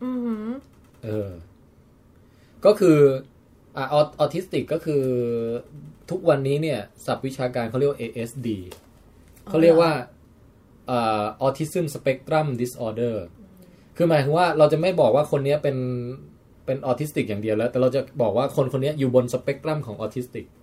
ก็คือออทิสติกก็คือทุกวันนี้เนี่ยศัพท์วิชาการเขาเรียกว่า ASD เขาเรียกว่าAutism Spectrum Disorder คือหมายถึงว่าเราจะไม่บอกว่าคนนี้เป็นออทิสติกอย่างเดียวแล้วแต่เราจะบอกว่าคนนี้อยู่บนสเปกตรัมของออทิสติก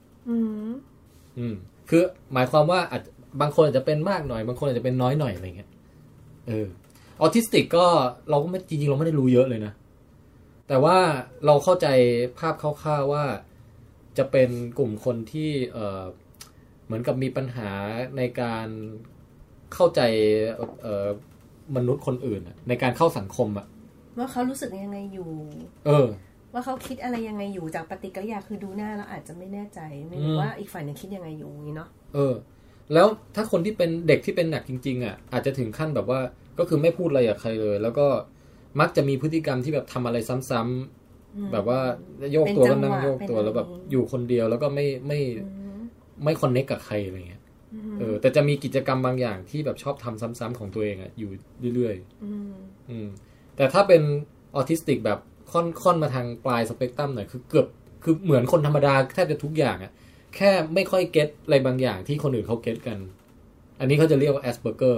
คือหมายความว่าบางคนอาจจะเป็นมากหน่อยบางคนอาจจะเป็นน้อยหน่อยอะไรเงี้ยออทิสติกก็เราก็ไม่จริงๆเราไม่ได้รู้เยอะเลยนะแต่ว่าเราเข้าใจภาพคร่าวๆว่าจะเป็นกลุ่มคนที่เหมือนกับมีปัญหาในการเข้าใจมนุษย์คนอื่นในการเข้าสังคมอะว่าเขารู้สึกยังไงอยู่ว่าเขาคิดอะไรยังไงอยู่จากปฏิกิริยาคือดูหน้าแล้วอาจจะไม่แน่ใจไม่รู้ว่าอีกฝ่ายนึงคิดยังไงอยู่นี่เนาะแล้วถ้าคนที่เป็นเด็กที่เป็นหนักจริงๆอ่ะอาจจะถึงขั้นแบบว่าก็คือไม่พูดอะไรกับใครเลยแล้วก็มักจะมีพฤติกรรมที่แบบทำอะไรซ้ำๆแบบว่าโยกตัวก็นั่งโยกตัวแล้วแบบอยู่คนเดียวแล้วก็ไม่คอนเนคกับใครอะไรเงี้ยแต่จะมีกิจกรรมบางอย่างที่แบบชอบทำซ้ำๆของตัวเองอ่ะอยู่เรื่อยๆแต่ถ้าเป็นออทิสติกแบบค่อนมาทางปลายสเปกตรัมหน่อยคือเกืคือเหมือนคนธรรมดาแทบจะทุกอย่างอะแค่ไม่ค่อยเก็ตอะไรบางอย่างที่คนอื่นเขาเก็ตกันอันนี้เขาจะเรียกว่า Asperger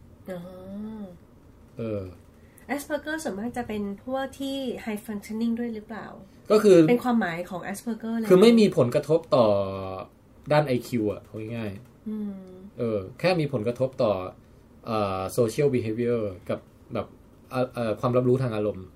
Asperger ส่วนมากจะเป็นพวกที่ high functioning ด้วยหรือเปล่าก็คือเป็นความหมายของ Asperger เลยคือไม่มีผลกระทบต่อด้าน IQ อ่ะง่ายๆแค่มีผลกระทบต่อsocial behavior กับแบบความรับรู้ทางอารมณ์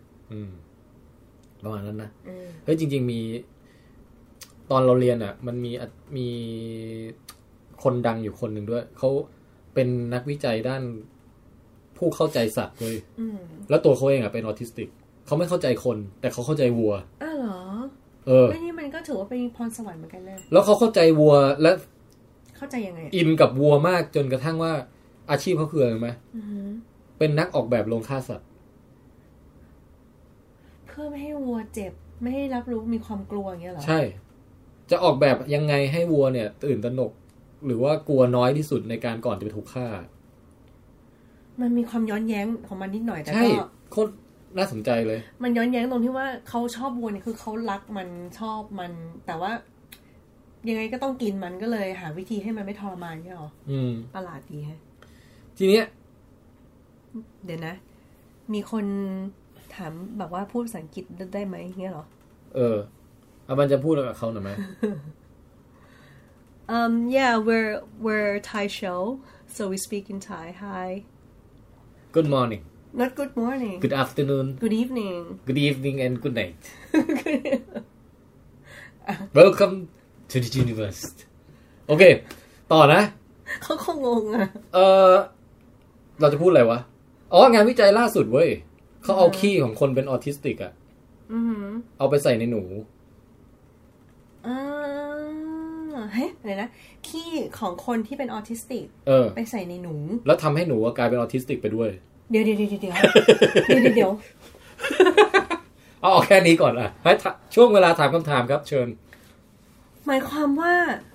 ประมาณนั้นนะเฮ้ยจริงๆมีตอนเราเรียนอ่ะมันมีคนดังอยู่คนหนึ่งด้วยเขาเป็นนักวิจัยด้านผู้เข้าใจสัตว์เลยแล้วตัวเขาเองอ่ะเป็นออทิสติกเขาไม่เข้าใจคนแต่เขาเข้าใจวัวเหรอไม่นี่มันก็ถือว่าเป็นพรสวรรค์เหมือนกันนะแล้วเขาเข้าใจวัวและเข้าใจยังไงอินกับวัวมากจนกระทั่งว่าอาชีพเขาคืออะไรไหมเป็นนักออกแบบโรงฆ่าสัตว์เพื่อไม่ให้วัวเจ็บไม่ให้รับรู้มีความกลัวอย่างเงี้ยเหรอใช่จะออกแบบยังไงให้วัวเนี่ยตื่นตระหนกหรือว่ากลัวน้อยที่สุดในการก่อนจะไปถูกฆ่ามันมีความย้อนแย้งของมันนิดหน่อยแต่ก็โคตรน่าสนใจเลยมันย้อนแย้งตรงที่ว่าเขาชอบวัวเนี่ยคือเขารักมันชอบมันแต่ว่ายังไงก็ต้องกินมันก็เลยหาวิธีให้มันไม่ทรมานใช่หรอประหลาดดีฮะทีเนี้ยเดี๋ยวนะมีคนถามแบบว่าพูดภาษาอังกฤษได้ไหมเงี้ยหรอมันจะพูดกับเขาหน่อยไหม yeah we're Thai show so we speak in Thai hi good morning not good morning good afternoon good evening good evening and good night welcome to the universe โอเคต่อนะเขาคงงงอ่ะเราจะพูดอะไรวะงานวิจัยล่าสุดเว้ยเขาเอาขี้ของคนเป็นออทิสติกอ่ะเอาไปใส่ในหนูเฮ้ยอะไรนะขี้ของคนที่เป็นออทิสติกไปใส่ในหนูแล้วทำให้หนูกลายเป็นออทิสติกไปด้วยเดี๋ยวเอาแค่นี้ก่อนอ่ะให้ช่วงเวลาถามคำถามครับเชิญหมายความว่า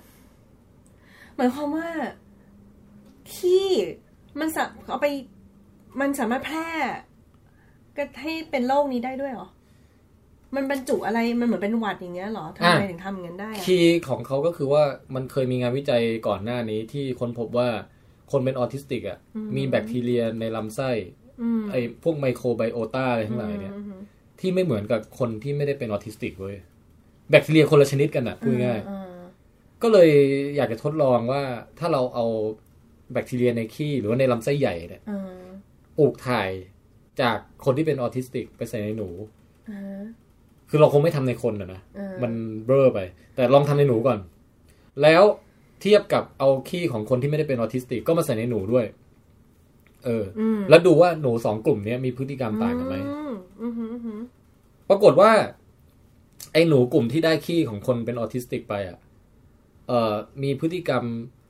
ขี้มันเอาไปมันสามารถแพร่ก็ให้เป็นโรคนี้ได้ด้วยเหรอมันบรรจุอะไรมันเหมือนเป็นหวัดอย่างเงี้ยเหรอทำไมถึงทำอย่างนั้นได้คีย์ของเขาก็คือว่ามันเคยมีงานวิจัยก่อนหน้านี้ที่ค้นพบว่าคนเป็นออทิสติกอ่ะมีแบคทีเรียในลำไส้ไอ้พวกไมโครไบโอตาอะไรทั้งหลายเนี่ยที่ไม่เหมือนกับคนที่ไม่ได้เป็นออทิสติกเว้ยแบคทีเรียคนละชนิดกันอ่ะพูดง่ายก็เลยอยากจะทดลองว่าถ้าเราเอาแบคทีเรียในขี้หรือว่าในลำไส้ใหญ่เนี่ยปลูกถ่ายจากคนที่เป็นออทิสติกไปใส่ในหนูคือเราคงไม่ทำในคนนะมันเบ้อไปแต่ลองทำในหนูก่อนแล้วเทียบกับเอาขี้ของคนที่ไม่ได้เป็นออทิสติกก็มาใส่ในหนูด้วยแล้วดูว่าหนูสองกลุ่มนี้มีพฤติกรรมต่างกันไหมปรากฏว่าไอ้หนูกลุ่มที่ได้ขี้ของคนเป็นออทิสติกไปมีพฤติกรรม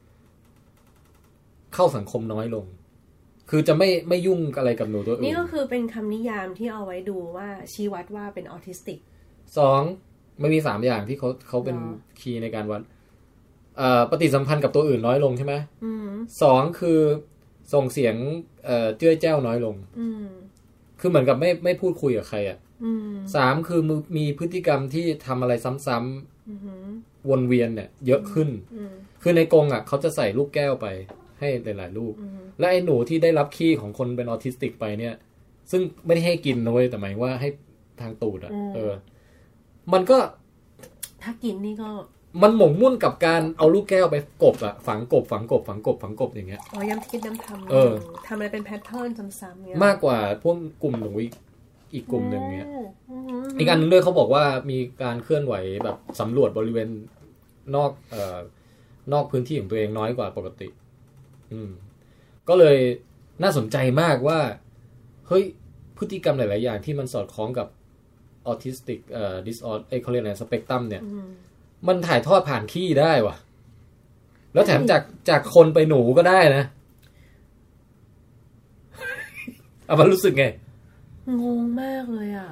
เข้าสังคมน้อยลงคือจะไม่ยุ่งอะไรกับหนูตัวอื่นนี่ก็คือเป็นคำนิยามที่เอาไว้ดูว่าชี้วัดว่าเป็นออทิสติก 2ไม่มี3อย่างที่เขาเป็นคีย์ในการวัดปฏิสัมพันธ์กับตัวอื่นน้อยลงใช่ไหม2คือส่งเสียงเจ้ยแจ้วน้อยลงคือเหมือนกับไม่พูดคุยกับใครอ่ะ3คือมีพฤติกรรมที่ทำอะไรซ้ำๆวนเวียนเนี่ยเยอะขึ้นคือในกรงอ่ะเขาจะใส่ลูกแก้วไปให้หลายๆลูกและไอ้หนูที่ได้รับขี้ของคนเป็นออทิสติกไปเนี่ยซึ่งไม่ได้ให้กินนะเว้ยแต่หมายว่าให้ทางตูดอ่ะมันก็ถ้ากินนี่ก็มันหมกมุ่นกับการเอาลูกแก้วไปกบอ่ะฝังกบอย่างเงี้ยย้ำคิดย้ำทำทำอะไรเป็นแพทเทิร์นซ้ำๆเนี่ยมากกว่าพวกกลุ่มหนูอีกกลุ่มนึงเนี้ยอีกอันนึงด้วยเขาบอกว่ามีการเคลื่อนไหวแบบสำรวจบริเวณนอกพื้นที่ของตัวเองน้อยกว่าปกติก็เลยน่าสนใจมากว่าเฮ้ยพฤติกรรมหลายๆอย่างที่มันสอดคล้องกับออทิสติกดิสออร์เขาเรียกอะไรสเปกตรัมเนี่ยมันถ่ายทอดผ่านขี้ได้ว่ะแล้วแถมจากคนไปหนูก็ได้นะมันรู้สึกไงงงมากเลยอ่ะ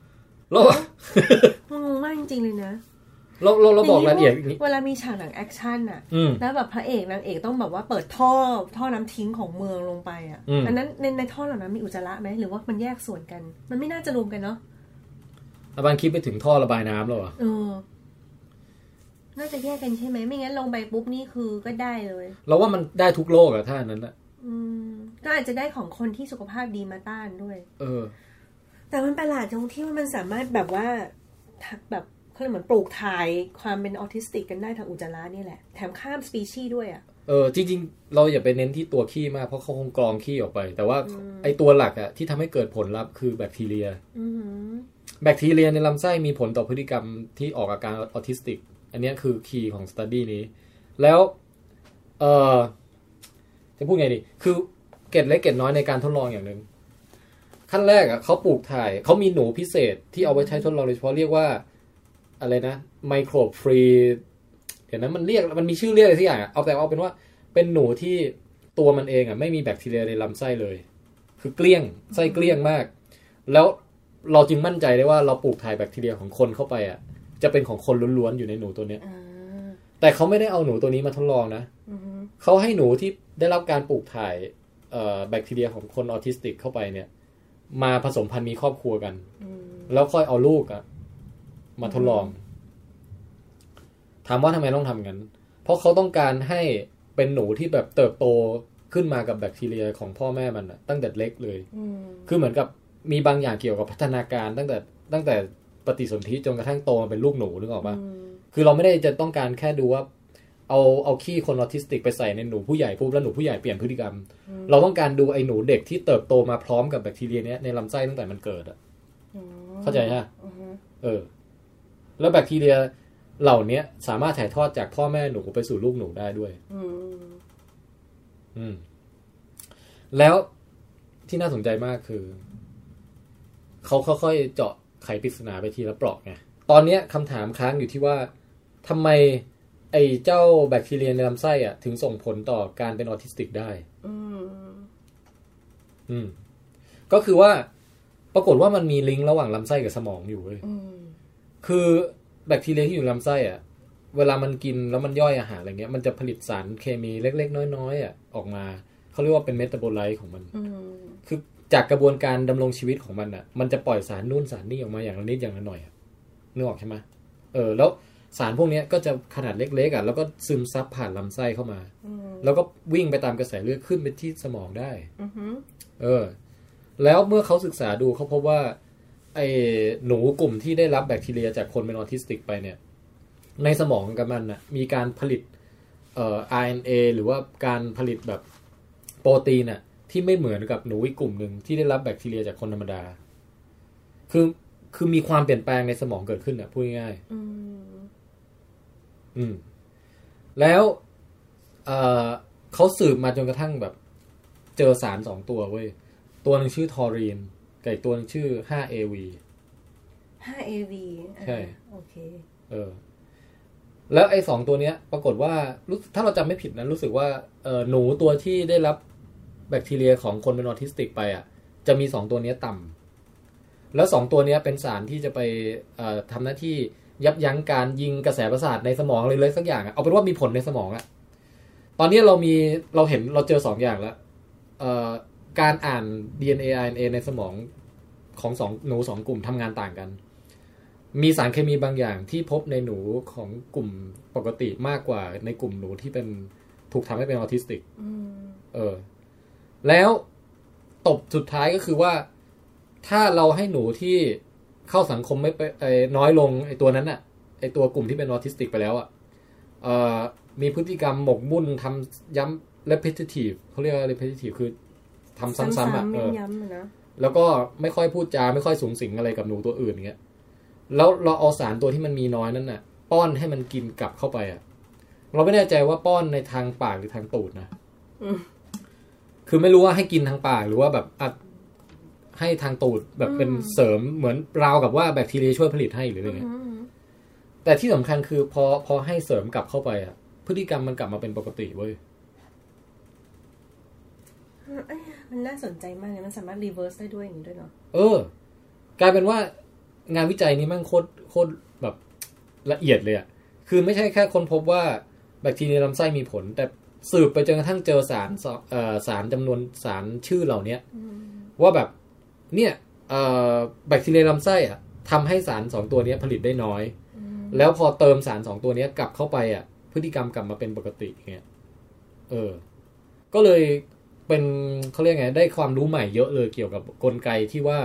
งงมากจริงๆเลยนะเราบอกรายละเอียดเวลามีฉากหนังแอคชั่นอ่ะแล้วแบบพระเอกนางเอกต้องแบบว่าเปิดท่อน้ำทิ้งของเมืองลงไปอ่ะอันนั้นในท่อเหล่านั้นมีอุจจาระไหมหรือว่ามันแยกส่วนกันมันไม่น่าจะรวมกันเนาะอาบันคิดไปถึงท่อระบายน้ำแล้วเหรอน่าจะแยกกันใช่ไหมไม่งั้นลงไปปุ๊บนี่คือก็ได้เลยเราว่ามันได้ทุกโรคอะถ้าอันนั้นอะก็อาจจะได้ของคนที่สุขภาพดีมาต้านด้วยแต่มันประหลาดตรงที่ว่ามันสามารถแบบว่าแบบเขาเรียกเหมือนปลูกถ่ายความเป็นออทิสติกกันได้ทางอุจจาระนี่แหละแถมข้ามสปีชีส์ด้วยอะจริงๆเราอย่าไปเน้นที่ตัวขี้มากเพราะเขาคงกรองขี้ออกไปแต่ว่าไอตัวหลักอะที่ทำให้เกิดผลลัพธ์คือแบคทีเรียแบคทีเรียในลำไส้มีผลต่อพฤติกรรมที่ออกอาการออทิสติกอันนี้คือคีย์ของสตั๊ดดี้นี้แล้วจะพูดไงดีคือเกร็ดเล็กเกร็ดน้อยในการทดลองอย่างนึงขั้นแรกอ่ะเขาปลูกถ่ายเขามีหนูพิเศษที่เอาไว้ใช้ทดลองโดยเฉพาะเรียกว่าอะไรนะไมโครฟรีเดี๋ยวนั้นมันมีชื่อเรียกอะไรสักอย่างเอาเป็นว่าเป็นหนูที่ตัวมันเองอ่ะไม่มีแบคทีเรียในลำไส้เลยคือเกลี้ยงไส้เกลี้ยงมากแล้วเราจึงมั่นใจได้ว่าเราปลูกถ่ายแบคทีเรียของคนเข้าไปอ่ะจะเป็นของคนล้วนๆอยู่ในหนูตัวเนี้ยแต่เขาไม่ได้เอาหนูตัวนี้มาทดลองนะเขาให้หนูที่ได้รับการปลูกถ่ายแบคทีเรียของคนออทิสติกเข้าไปเนี่ยมาผสมพันธุ์มีครอบครัวกันแล้วค่อยเอาลูกอ่ะมาทดลองถามว่าทำไมต้องทำงั้นเพราะเขาต้องการให้เป็นหนูที่แบบเติบโตขึ้นมากับแบคทีเรียของพ่อแม่มันตั้งแต่เล็กเลยคือเหมือนกับมีบางอย่างเกี่ยวกับพัฒนาการตั้งแต่ปฏิสนธิจนกระทั่งโตมาเป็นลูกหนูนึกออกปะคือเราไม่ได้จะต้องการแค่ดูว่าเอาขี้คนออทิสติกไปใส่ในหนูผู้ใหญ่ปุ๊บแล้วหนูผู้ใหญ่เปลี่ยนพฤติกรรมเราต้องการดูไอ้หนูเด็กที่เติบโตมาพร้อมกับแบคทีเรียเนี้ยในลำไส้ตั้งแต่มันเกิดอ่ะเข้าใจฮะแล้วแบคทีเรียเหล่านี้สามารถถ่ายทอดจากพ่อแม่หนูไปสู่ลูกหนูได้ด้วยแล้วที่น่าสนใจมากคือเขาค่อยๆเจาะไขปริศนาไปทีละเปราะไงตอนนี้คำถามค้างอยู่ที่ว่าทำไมไอ้เจ้าแบคทีเรียในลำไส้อ่ะถึงส่งผลต่อการเป็นออทิสติกได้ก็คือว่าปรากฏว่ามันมีลิงก์ระหว่างลำไส้กับสมองอยู่เลยคือแบคทีเรียที่อยู่ในลำไส้อ่ะเวลามันกินแล้วมันย่อยอาหารอะไรเงี้ยมันจะผลิตสารเคมีเล็กๆน้อยๆอ่ะออกมาเขาเรียกว่าเป็นเมตาโบไลต์ของมันคือจากกระบวนการดำรงชีวิตของมันอ่ะมันจะปล่อยสารนู่นสารนี่ออกมาอย่างละนิดอย่างละหน่อยนึกออกใช่ไหมแล้วสารพวกนี้ก็จะขนาดเล็กๆอ่ะแล้วก็ซึมซับผ่านลำไส้เข้ามาแล้วก็วิ่งไปตามกระแสเลือดขึ้นไปที่สมองได้แล้วเมื่อเขาศึกษาดูเขาพบว่าไอ้หนูกลุ่มที่ได้รับแบคทีเรียจากคนเป็นออทิสติกไปเนี่ยในสมองกับมันน่ะมีการผลิตRNA หรือว่าการผลิตแบบโปรตีนน่ะที่ไม่เหมือนกับหนูอีกกลุ่มหนึ่งที่ได้รับแบคทีเรียจากคนธรรมดาคือมีความเปลี่ยนแปลงในสมองเกิดขึ้นน่ะพูดง่ายแล้วเขาสืบมาจนกระทั่งแบบเจอสาร2ตัวเว้ยตัวนึงชื่อทอรีนกับอีกตัวนึงชื่อ 5AV 5AV ใช่โอเคแล้วไอ้2ตัวเนี้ยปรากฏว่าถ้าเราจำไม่ผิดนะรู้สึกว่าหนูตัวที่ได้รับแบคทีเรียของคนเป็นออทิสติกไปอ่ะจะมี2ตัวเนี้ยต่ำแล้ว2ตัวเนี้ยเป็นสารที่จะไปทำหน้าที่ยับยั้งการยิงกระแสประสาทในสมองเลยสักอย่างเอาเป็นว่ามีผลในสมองอะตอนนี้เราเจอ2อย่างแล้วการอ่าน DNA RNA ในสมองของหนู2กลุ่มทำงานต่างกันมีสารเคมีบางอย่างที่พบในหนูของกลุ่มปกติมากกว่าในกลุ่มหนูที่เป็นถูกทำให้เป็นออทิสติกแล้วตบสุดท้ายก็คือว่าถ้าเราให้หนูที่เข้าสังคมไม่ไปน้อยลงไอ้ตัวนั้นน่ะไอ้ตัวกลุ่มที่เป็นออทิสติกไปแล้วอ่ะมีพฤติกรรมหมกมุ่นทำย้ำ repetitive เขาเรียกว่า repetitive คือทำซ้ำๆอ่ะแล้วก็ไม่ค่อยพูดจาไม่ค่อยสูงสิงอะไรกับหนูตัวอื่นอย่างเงี้ยแล้วเราเอาสารตัวที่มันมีน้อยนั้นน่ะป้อนให้มันกินกลับเข้าไปอ่ะเราไม่แน่ใจว่าป้อนในทางปากหรือทางตูดนะคือไม่รู้ว่าให้กินทางปากหรือว่าแบบให้ทางตูดแบบเป็นเสริมเหมือนราวกับว่าแบคทีเรียช่วยผลิตให้หรืออะไรเงี้ยแต่ที่สำคัญคือพอให้เสริมกลับเข้าไปอ่ะพฤติกรรมมันกลับมาเป็นปกติเว้ยมันน่าสนใจมากเลยมันสามารถรีเวิร์สได้ด้วยอย่างนี้ด้วยเนาะกลายเป็นว่างานวิจัยนี้มันโคตรแบบละเอียดเลยอ่ะคือไม่ใช่แค่ค้นพบว่าแบคทีเรียลำไส้มีผลแต่สืบไปจนกระทั่งเจอสารจำนวนสารชื่อเหล่านี้ว่าแบบเนี่ยแบคทีเรียลำไส้อ่ะทำให้สาร2ตัวนี้ผลิตได้น้อยแล้วพอเติมสาร2ตัวนี้กลับเข้าไปอ่ะพฤติกรรมกลับมาเป็นปกติอย่างเงี้ยก็เลยเป็นเขาเรียกไงได้ความรู้ใหม่เยอะเลยเกี่ยวกับกลไกที่ว่า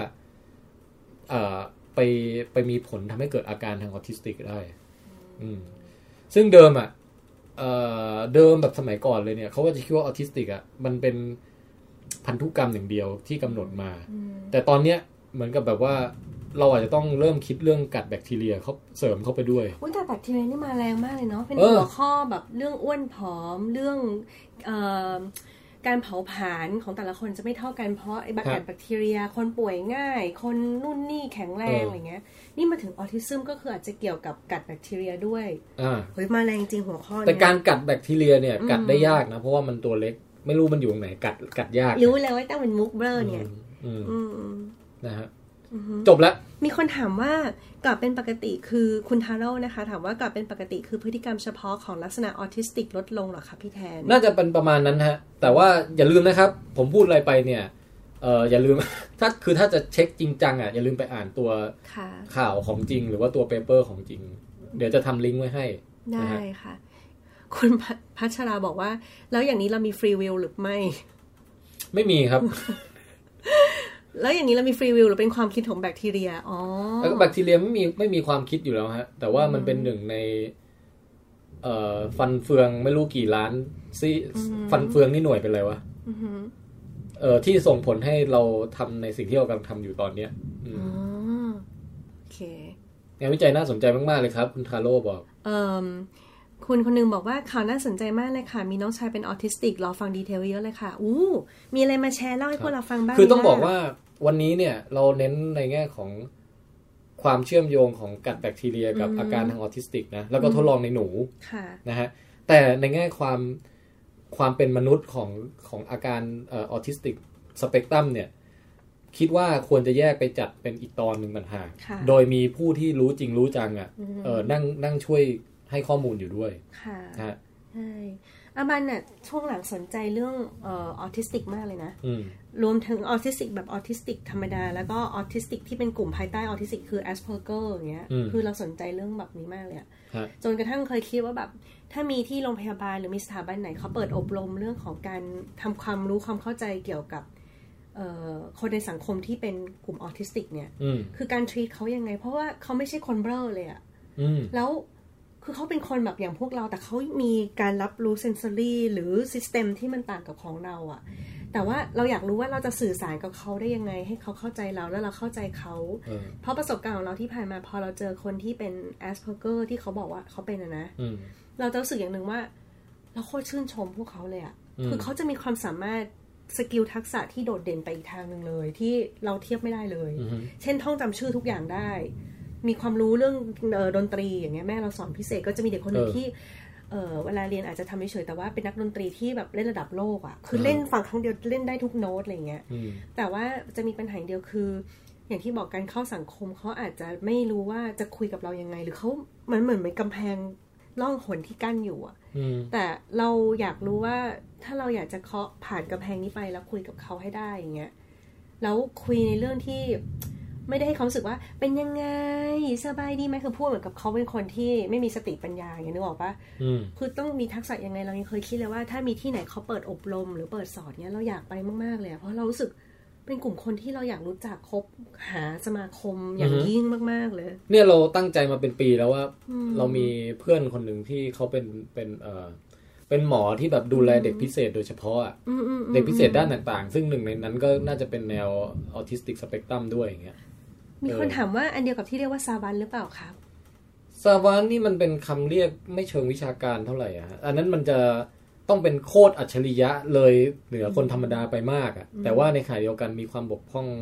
ไปมีผลทำให้เกิดอาการทางออทิสติกได้ซึ่งเดิมแบบสมัยก่อนเลยเนี่ยเขาก็จะคิดว่าออทิสติกอ่ะมันเป็นพันธุกรรมอย่างเดียวที่กำหนดมาแต่ตอนเนี้ยเหมือนกับแบบว่าเราอาจจะต้องเริ่มคิดเรื่องกัดแบคทีเรียเขาเสริมเข้าไปด้วยแต่แบคทีเรียนี่มาแรงมากเลยเนาะเป็นหัวข้อแบบเรื่องอ้วนผอมเรื่องการเผาผลาญของแต่ละคนจะไม่เท่ากันเพราะไอ้กัดแบคทีเรียคนป่วยง่ายคนนู่นนี่แข็งแรงอะไรเงี้ยนี่มาถึงออทิซึมก็คืออาจจะเกี่ยวกับกัดแบคทีเรียด้วยเฮ้ยมาแรงจริงหัวข้อแต่การกัดแบคทีเรียเนี่ยกัดได้ยากนะเพราะว่ามันตัวเล็กไม่รู้มันอยู่ตรงไหนกัดยากรู้เลยว่าต้องเป็นมุกเบอร์เนี่ยนะฮะจบแล้วมีคนถามว่ากลับเป็นปกติคือคุณทาโร่นะคะถามว่ากลับเป็นปกติคือพฤติกรรมเฉพาะของลักษณะออทิสติกลดลงหรอคะพี่แทนน่าจะเป็นประมาณนั้นฮะแต่ว่าอย่าลืมนะครับผมพูดอะไรไปเนี่ยอย่าลืม ถ้าจะเช็คจริงจังอ่ะอย่าลืมไปอ่านตัวข่าวของจริงหรือว่าตัวเปเปอร์ของจริงเดี๋ยวจะทำลิงก์ไว้ให้ได้ค่ะคุณพัชราบอกว่าแล้วอย่างนี้เรามีฟรีวิลหรือไม่มีครับแล้วอย่างนี้เรามีฟรีวิลหรือเป็นความคิดของแบคทีเรียแล้วก็แบคทีเรียไม่มีความคิดอยู่แล้วฮะแต่ว่ามันเป็นหนึ่งในฟันเฟืองไม่รู้กี่ล้านฟันเฟืองนี่หน่วยเป็นอะไรวะที่ส่งผลให้เราทำในสิ่งที่เรากำลังทำอยู่ตอนเนี้ยโอเคงานวิจัยน่าสนใจมากๆเลยครับคุณทาโร่บอกคุณคนนึงบอกว่าข่าวน่าสนใจมากเลยค่ะมีน้องชายเป็นออทิสติกรอฟังดีเทลเยอะเลยค่ะมีอะไรมาแชร์เล่าให้พวกเราฟังบ้างคือต้องบอกว่าวันนี้เนี่ยเราเน้นในแง่ของความเชื่อมโยงของกัดแบคทีเรียกับอาการทางออทิสติกนะแล้วก็ทดลองในหนูนะฮะแต่ในแง่ความเป็นมนุษย์ของอาการออทิสติกสเปกตรัมเนี่ยคิดว่าควรจะแยกไปจัดเป็นอีกตอนหนึ่งต่างหากโดยมีผู้ที่รู้จริงรู้จังนั่งช่วยให้ข้อมูลอยู่ด้วยค่ะใช่อาบันเนี่ยช่วงหลังสนใจเรื่องออทิสติกมากเลยนะรวมถึงออทิสติกแบบออทิสติกธรรมดาแล้วก็ออทิสติกที่เป็นกลุ่มภายใต้ออทิสติกคือแอสเพอร์เกอร์อย่างเงี้ยคือเราสนใจเรื่องแบบนี้มากเลยจนกระทั่งเคยคิดว่าแบบถ้ามีที่โรงพยาบาลหรือมีสถาบันไหนเขาเปิดอบรมเรื่องของการทำความรู้ความเข้าใจเกี่ยวกับคนในสังคมที่เป็นกลุ่มออทิสติกเนี่ยคือการทรีตเขายังไงเพราะว่าเขาไม่ใช่คนเบ้อเลยอะแล้วคือเขาเป็นคนแบบอย่างพวกเราแต่เขามีการรับรู้เซนซอรี่หรือซิสเต็มที่มันต่างกับของเราอะแต่ว่าเราอยากรู้ว่าเราจะสื่อสารกับเขาได้ยังไงให้เขาเข้าใจเราแล้วเราเข้าใจเขาเพราะประสบการณ์ของเราที่ผ่านมาพอเราเจอคนที่เป็นแอสเพอร์เกอร์ที่เขาบอกว่าเขาเป็นนะเราจะรู้สึกอย่างหนึ่งว่าเราโคตรชื่นชมพวกเขาเลยอะคือเขาจะมีความสามารถสกิลทักษะที่โดดเด่นไปอีกทางนึงเลยที่เราเทียบไม่ได้เลยเช่นท่องจำชื่อทุกอย่างได้มีความรู้เรื่องดนตรีอย่างเงี้ยแม่เราสอนพิเศษก็จะมีเด็กคนหนึ่งที่เวลาเรียนอาจจะทำเฉยๆแต่ว่าเป็นนักดนตรีที่แบบเล่นระดับโลกอ่ะคือเล่นฟังครั้งเดียวเล่นได้ทุกโน้ตอะไรเงี้ยแต่ว่าจะมีปัญหาเดียวคืออย่างที่บอกการเข้าสังคมเขาอาจจะไม่รู้ว่าจะคุยกับเรายังไงหรือเขามันเหมือนกำแพงล่องหนที่กั้นอยู่อ่ะแต่เราอยากรู้ว่าถ้าเราอยากจะเคาะผ่านกำแพงนี้ไปแล้วคุยกับเขาให้ได้อย่างเงี้ยแล้วคุยในเรื่องที่ไม่ได้ให้เขารู้สึกว่าเป็นยังไงสบายดีไหมคือพูดเหมือนกับเขาเป็นคนที่ไม่มีสติปัญญาอย่างนี้นึกออกปะคือต้องมีทักษะยังไงเรายังเคยคิดเลยว่าถ้ามีที่ไหนเขาเปิดอบรมหรือเปิดสอนเนี้ยเราอยากไปมากๆเลยเพราะเรารู้สึกเป็นกลุ่มคนที่เราอยากรู้จักคบหาสมาคมอย่างยิ่งมากๆเลยเนี่ยเราตั้งใจมาเป็นปีแล้วว่าเรามีเพื่อนคนหนึ่งที่เขาเป็นหมอที่แบบดูแลเด็กพิเศษโดยเฉพาะเด็กพิเศษด้านต่างๆซึ่งหนึ่งในนั้นก็น่าจะเป็นแนวออทิสติกสเปกตรัมด้วยอย่างเงี้ยมีคนถามว่าอันเดียวกับที่เรียกว่าซาวันหรือเปล่าครับซาวันนี่มันเป็นคำเรียกไม่เชิงวิชาการเท่าไหร่อ่ะอันนั้นมันจะต้องเป็นโคตรอัจฉริยะเลยเหนือคนธรรมดาไปมากอ่ะแต่ว่าในขณะเดียวกันมีความบกพร่อง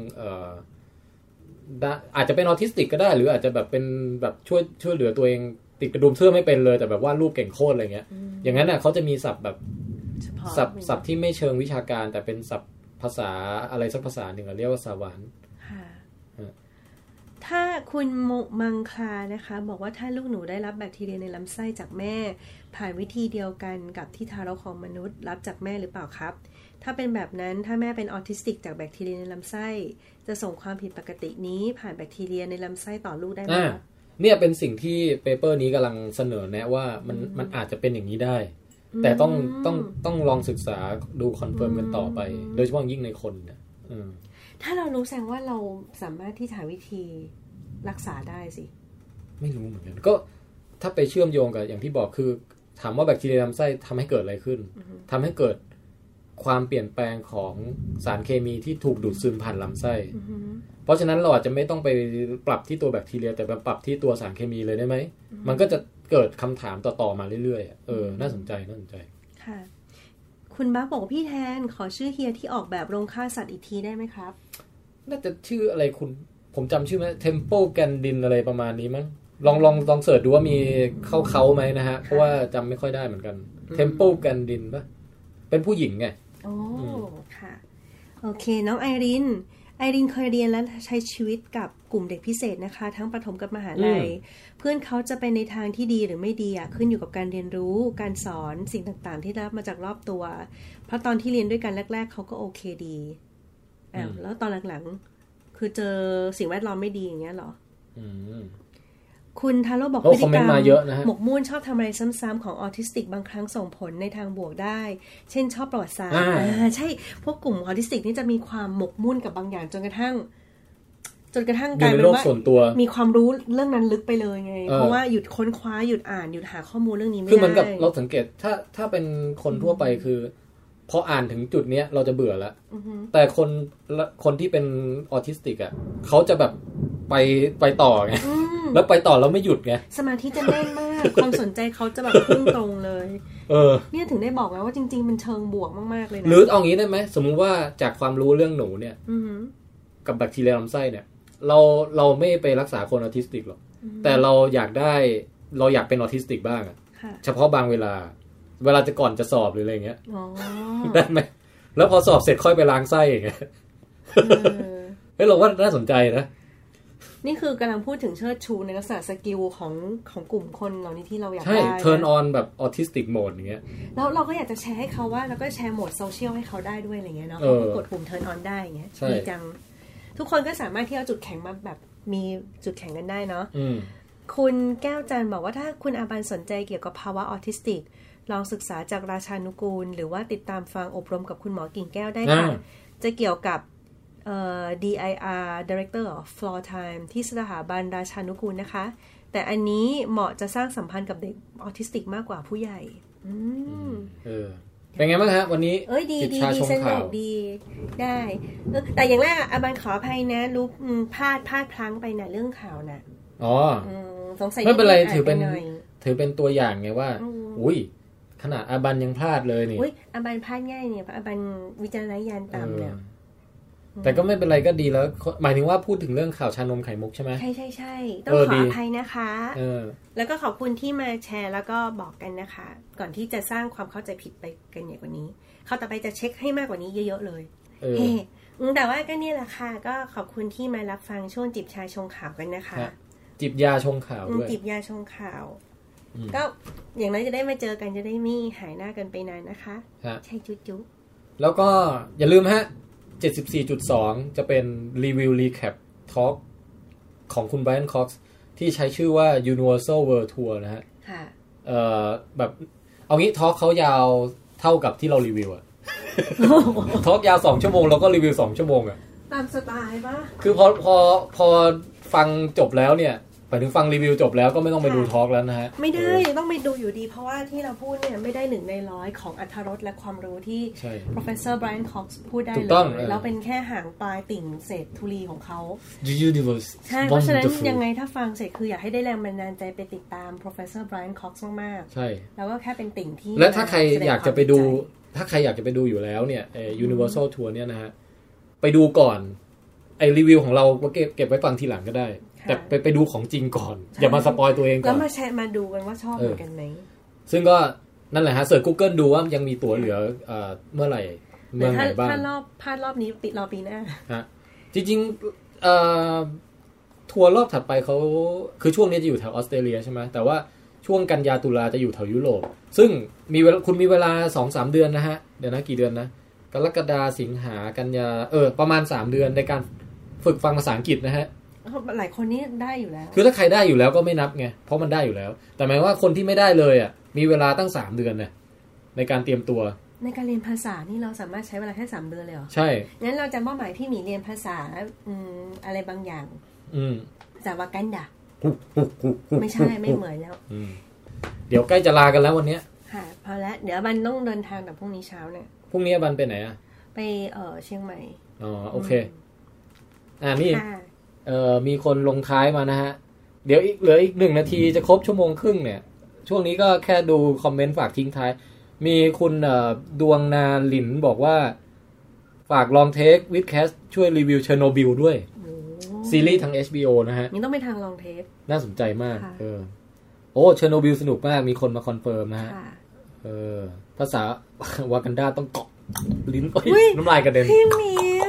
อาจจะเป็นออทิสติกก็ได้หรืออาจจะแบบเป็นแบบช่วยเหลือตัวเองติดกระดุมเสื้อไม่เป็นเลยแต่แบบว่ารูปเก่งโคตรอะไรเงี้ยอย่างนั้นน่ะเขาจะมีศัพท์แบบศัพท์ที่ไม่เชิงวิชาการแต่เป็นศัพท์ภาษาอะไรสักภาษาหนึ่งเรียกว่าซาวันถ้าคุณมังคลานะคะบอกว่าถ้าลูกหนูได้รับแบคทีเรียในลำไส้จากแม่ผ่านวิธีเดียวกันกับที่ทารกของมนุษย์รับจากแม่หรือเปล่าครับถ้าเป็นแบบนั้นถ้าแม่เป็นออทิสติกจากแบคทีเรียในลำไส้จะส่งความผิดปกตินี้ผ่านแบคทีเรียในลำไส้ต่อลูกได้ไหมครับเนี่ยเป็นสิ่งที่เปเปอร์นี้กำลังเสนอแนะว่ามันอาจจะเป็นอย่างนี้ได้แต่ต้องลองศึกษาดูคอนเฟิร์มกันต่อไปโดยเฉพาะยิ่งในคนเนี่ยถ้าเรารู้แสดงว่าเราสามารถที่จะหาวิธีรักษาได้สิไม่รู้เหมือนกันก็ถ้าไปเชื่อมโยงกับอย่างที่บอกคือถามว่าแบคทีเรียลำไส้ทำให้เกิดอะไรขึ้นทำให้เกิดความเปลี่ยนแปลงของสารเคมีที่ถูกดูดซึมผ่านลำไส้เพราะฉะนั้นเราอาจจะไม่ต้องไปปรับที่ตัวแบคทีเรียแต่ไปปรับที่ตัวสารเคมีเลยได้ไหมมันก็จะเกิดคำถามต่อๆมาเรื่อยๆน่าสนใจค่ะคุณบั๊กบอกพี่แทนขอชื่อเฮียที่ออกแบบโรงฆ่าสัตว์อีกทีได้ไหมครับน่าจะชื่ออะไรผมจำชื่อไหม Temple Grandin อะไรประมาณนี้มั้งลองเสิร์ชดูว่ามีเข้าไหมนะฮะเพราะว่าจำไม่ค่อยได้เหมือนกัน Temple Grandin ป่ะเป็นผู้หญิงไงโอ้ค่ะโอเคน้องไอรินเคยเรียนและใช้ชีวิตกับกลุ่มเด็กพิเศษนะคะทั้งประถมกับมหาลัยเพื่อนเขาจะไปในทางที่ดีหรือไม่ดีขึ้นอยู่กับการเรียนรู้การสอนสิ่งต่างๆที่รับมาจากรอบตัวเพราะตอนที่เรียนด้วยกันแรกๆเขาก็โอเคดีแล้วตอนหลังๆคือเจอสิ่งแวดล้อมไม่ดีอย่างเงี้ยหรอคุณทาโร่บอกพฤติกรรมหมกมุ่นชอบทำอะไรซ้ำๆของออทิสติกบางครั้งส่งผลในทางบวกได้เช่นชอบประวัติศาสตร์ใช่พวกกลุ่มออทิสติกนี่จะมีความหมกมุ่นกับบางอย่างจนกระทั่งกลายเป็นว่ามีความรู้เรื่องนั้นลึกไปเลยไงเพราะว่าหยุดค้นคว้าหยุดอ่านหยุดหาข้อมูลเรื่องนี้ไม่ได้คือเหมือนกับเราสังเกตถ้าเป็นคนทั่วไปคือพออ่านถึงจุดนี้เราจะเบื่อแล้วแต่คนที่เป็นออทิสติกอ่ะเขาจะแบบไปต่อไงแล้วไปต่อแล้วไม่หยุดไงสมาธิจะแน่นมากความสนใจเขาจะแบบพุ่งตรงเลยเนี่ยถึงได้บอกไงว่าจริงๆมันเชิงบวกมากๆเลยนะหรือเอางี้ได้ไหมสมมุติว่าจากความรู้เรื่องหนูเนี่ยกับแบคทีเรียลำไส้เนี่ยเราไม่ไปรักษาคนออทิสติกหรอกแต่เราอยากเป็นออทิสติกบ้างเฉพาะบางเวลาจะก่อนจะสอบหรืออะไรเงี้ยได้ไหมแล้วพอสอบเสร็จค่อยไปล้างไส้อย่างเงี้ยเราว่าน่าสนใจนะนี่คือกำลังพูดถึงเชิดชูในลักษณะสกิลของกลุ่มคนเหล่านี้ที่เราอยากได้ใช่ turn on แบบ autistic mode อย่างเงี้ยแล้วเราก็อยากจะแชร์ให้เขาว่าแล้วก็แชร์โหมดโซเชียลให้เขาได้ด้วยอะไรเงี้ยเนาะเขาก็กดปุ่ม turn on ได้อย่างเงี้ยดีจังทุกคนก็สามารถที่เอาจุดแข็งมาแบบมีจุดแข็งกันได้เนาะคุณแก้วจันบอกว่าถ้าคุณอาบันสนใจเกี่ยวกับภาวะออทิสติกลองศึกษาจากราชานุกูลหรือว่าติดตามฟังอบรมกับคุณหมอกิ่งแก้วได้ค่ะจะเกี่ยวกับDIR Director of Floor Time ที่สถาบันราชานุกูลนะคะแต่อันนี้เหมาะจะสร้างสัมพันธ์กับเด็กออทิสติกมากกว่าผู้ใหญ่เป็นไงบ้างฮะวันนี้ดีสนุกดีได้แต่อย่างแรกอาบันขออภัยนะรู้พลาดพลั้งไปนะเรื่องข่าวนะสงสัยไม่เป็นไรถือเป็นตัวอย่างไงว่าอุ้ยขนาดอาบันยังพลาดเลยนี่อาบันพลาดง่ายเนี่ยอาบันวิจารณญาณต่ำเนี่ยแต่ก็ไม่เป็นไรก็ดีแล้วหมายถึงว่าพูดถึงเรื่องข่าวชานมไข่มุกใช่ไหมใช่ต้องขออภัยนะคะแล้วก็ขอบคุณที่มาแชร์แล้วก็บอกกันนะคะก่อนที่จะสร้างความเข้าใจผิดไปกันใหญ่กว่านี้เขาต่อไปจะเช็คให้มากกว่านี้เยอะๆเลยแต่ว่าก็นี่แหละค่ะก็ขอบคุณที่มารับฟังช่วงจิบชาชงข่าวกันนะคะจิบยาชงข่าวด้วยจิบยาชงข่าวก็อย่างน้อยจะได้มาเจอกันจะได้ไม่หายหน้ากันไปนานนะคะใช่จุ๊บแล้วก็อย่าลืมฮะ74.2 จะเป็นรีวิวรีแคปทอล์กของคุณ Brian Cox ที่ใช้ชื่อว่า Universal World Tour นะฮะค่ะแบบเอางี้ทอล์กเขายาวเท่ากับที่เรารีวิวอะทอล์กยาว2ชั่วโมงแล้วก็รีวิว2ชั่วโมงอะตามสไตล์ป่ะคือพอฟังจบแล้วเนี่ยไปถึงฟังรีวิวจบแล้วก็ไม่ต้องไปดูทอล์กแล้วนะฮะไม่ได้ต้องไปดูอยู่ดีเพราะว่าที่เราพูดเนี่ยไม่ได้1ใน100ของอรรถรสและความรู้ที่ Professor Brian Cox พูดได้เลยแล้วเป็นแค่หางปลายติ่งเศษธุลีของเขาใช่เพราะฉะนั้นยังไงถ้าฟังเสร็จคืออยากให้ได้แรงบันดาลใจไปติดตาม Professor Brian Cox มากๆใช่แล้วก็แค่เป็นติ่งที่และถ้าใครอยากจะไปดูอยู่แล้วเนี่ยUniversal Tour เนี่ยนะฮะไปดูก่อนไอรีวิวของเราก็เก็บไว้ฟังทีหลังก็ได้แต่ไปดูของจริงก่อนอย่ามาสปอยตัวเองก่อนแล้วมาแชร์มาดูกันว่าชอบเหมือนกันไหมซึ่งก็นั่นแหละฮะเสิร์ช Google ดูว่ายังมีตั๋วเหลือเมื่อไหร่เมืองไหนบ้างถ้ารอบนี้รอปีหน้าฮะจริงทัวร์รอบถัดไปเขาคือช่วงนี้จะอยู่แถวออสเตรเลียใช่ไหมแต่ว่าช่วงกันยาตุลาจะอยู่แถวยุโรปซึ่งคุณมีเวลา 2-3 เดือนนะฮะเดี๋ยวนะกี่เดือนนะกรกฎาสิงหากันยาประมาณ3เดือนในการฝึกฟังภาษาอังกฤษนะฮะหลายคนนี่ได้อยู่แล้วคือถ้าใครได้อยู่แล้วก็ไม่นับไงเพราะมันได้อยู่แล้วแต่หมายว่าคนที่ไม่ได้เลยอ่ะมีเวลาตั้ง3เดือนนะในการเตรียมตัวในการเรียนภาษานี่เราสามารถใช้เวลาแค่3เดือนเลยเหรอใช่งั้นเราจะมอบหมายพี่หมีเรียนภาษาอะไรบางอย่างภาษาวากันดาไม่ใช่ไม่เหมือนแล้วเดี๋ยวใกล้จะลากันแล้ววันนี้ค่ะพอแล้วเดี๋ยวบันต้องเดินทางแต่พรุ่งนี้เช้าเนี่ยพรุ่งนี้บันไปไหนอ่ะไปเชียงใหม่อ๋อโอเคนี่มีคนลงท้ายมานะฮะเดี๋ยวเหลืออีก1 นาทีจะครบชั่วโมงครึ่งเนี่ยช่วงนี้ก็แค่ดูคอมเมนต์ฝากทิ้งท้ายมีคุณดวงนาหลินบอกว่าฝากลองเทควิดแคสช่วยรีวิวเชอร์โนบิลด้วยซีรีส์ทาง HBO นะฮะนี่ต้องไปทางลองเทคน่าสนใจมากโอ้เชอร์โนบิลสนุกมากมีคนมาคอนเฟิร์มนะฮะภาษาวากันดาต้องเกาะลิ้นน้ำลายกระเด็นพี่เมีย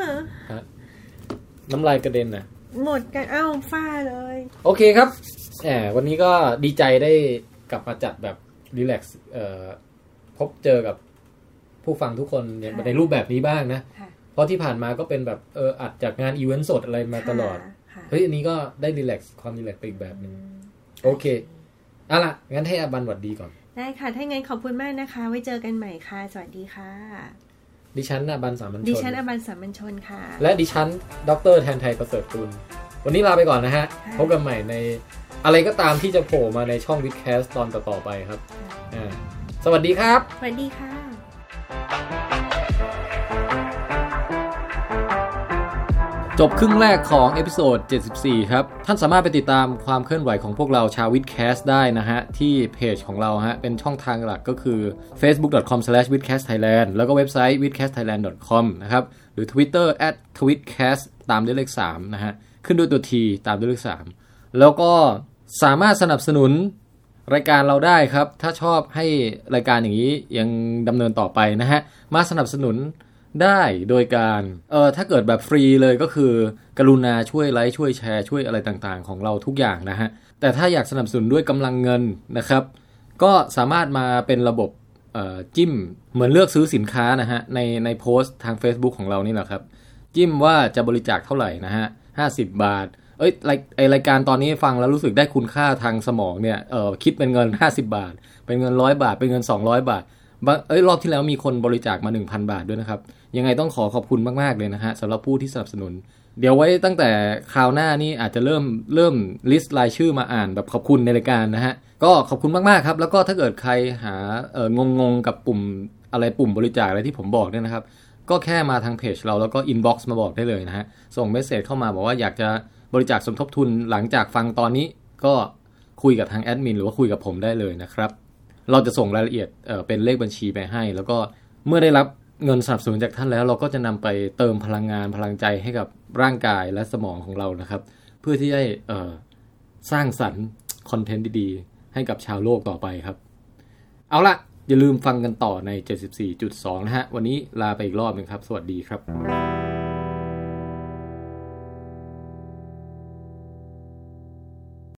น้ำลายกระเด็นนะหมดกันฝ้าเลยโอเคครับวันนี้ก็ดีใจได้กลับมาจัดแบบรีแลกซ์พบเจอกับผู้ฟังทุกคนในรูปแบบนี้บ้างนะเพราะที่ผ่านมาก็เป็นแบบอัดจากงานอีเวนต์สดอะไรมาตลอดเฮ้ยอันนี้ก็ได้รีแลกซ์ความรีแลกซ์ไปอีกแบบนึงโอเคเอาล่ะงั้นให้อาบันหวัดดีก่อนได้ค่ะถ้างั้นขอบคุณมากนะคะไว้เจอกันใหม่ค่ะสวัสดีค่ะดิฉันอาบันสามัญชนดิฉันอาบันสามัญชนค่ะและดิฉันดร.แทนไทยประเสริฐกุลวันนี้ลาไปก่อนนะฮะพบกันใหม่ในอะไรก็ตามที่จะโผล่มาในช่องวิดแคสตอนต่อๆไปครับสวัสดีครับสวัสดีค่ะจบครึ่งแรกของเอพิโซด74ครับท่านสามารถไปติดตามความเคลื่อนไหวของพวกเราชาววิดแคสได้นะฮะที่เพจของเราฮะเป็นช่องทางหลักก็คือ facebook.com/widcastthailand แล้วก็เว็บไซต์ widcastthailand.com นะครับหรือ Twitter @twitcast ตามด้วยเลข3นะฮะขึ้นด้วยตัว T ตามด้วยเลข3แล้วก็สามารถสนับสนุนรายการเราได้ครับถ้าชอบให้รายการอย่างนี้ยังดำเนินต่อไปนะฮะมาสนับสนุนได้โดยการถ้าเกิดแบบฟรีเลยก็คือกรุณาช่วยไลค์ช่วยแชร์ช่วยอะไรต่างๆของเราทุกอย่างนะฮะแต่ถ้าอยากสนับสนุนด้วยกำลังเงินนะครับก็สามารถมาเป็นระบบจิ้มเหมือนเลือกซื้อสินค้านะฮะในโพสต์ทาง Facebook ของเรานี่แหละครับจิ้มว่าจะบริจาคเท่าไหร่นะฮะ50 บาทรายการตอนนี้ฟังแล้วรู้สึกได้คุณค่าทางสมองเนี่ยคิดเป็นเงิน50 บาทเป็นเงิน100 บาทเป็นเงิน200 บาทรอบที่แล้วมีคนบริจาคมา 1,000 บาทด้วยนะครับยังไงต้องขอบคุณมากๆเลยนะฮะสำหรับผู้ที่สนับสนุนเดี๋ยวไว้ตั้งแต่คราวหน้านี่อาจจะเริ่มลิสต์รายชื่อมาอ่านแบบขอบคุณในรายการนะฮะก็ขอบคุณมากๆครับแล้วก็ถ้าเกิดใครหางงกับปุ่มบริจาคอะไรที่ผมบอกเนี่ยนะครับก็แค่มาทางเพจเราแล้วก็อินบ็อกซ์มาบอกได้เลยนะฮะส่งเมสเสจเข้ามาบอกว่าอยากจะบริจาคสมทบทุนหลังจากฟังตอนนี้ก็คุยกับทางแอดมินหรือว่าคุยกับผมได้เลยนะครับเราจะส่งรายละเอียดเป็นเลขบัญชีไปให้แล้วก็เมื่อได้รับเงินสนับสนุนจากท่านแล้วเราก็จะนำไปเติมพลังงานพลังใจให้กับร่างกายและสมองของเรานะครับเพื่อที่จะสร้างสรรค์คอนเทนต์ดีๆให้กับชาวโลกต่อไปครับเอาล่ะอย่าลืมฟังกันต่อใน 74.2 นะฮะวันนี้ลาไปอีกรอบนึงครับสวัสดีครับ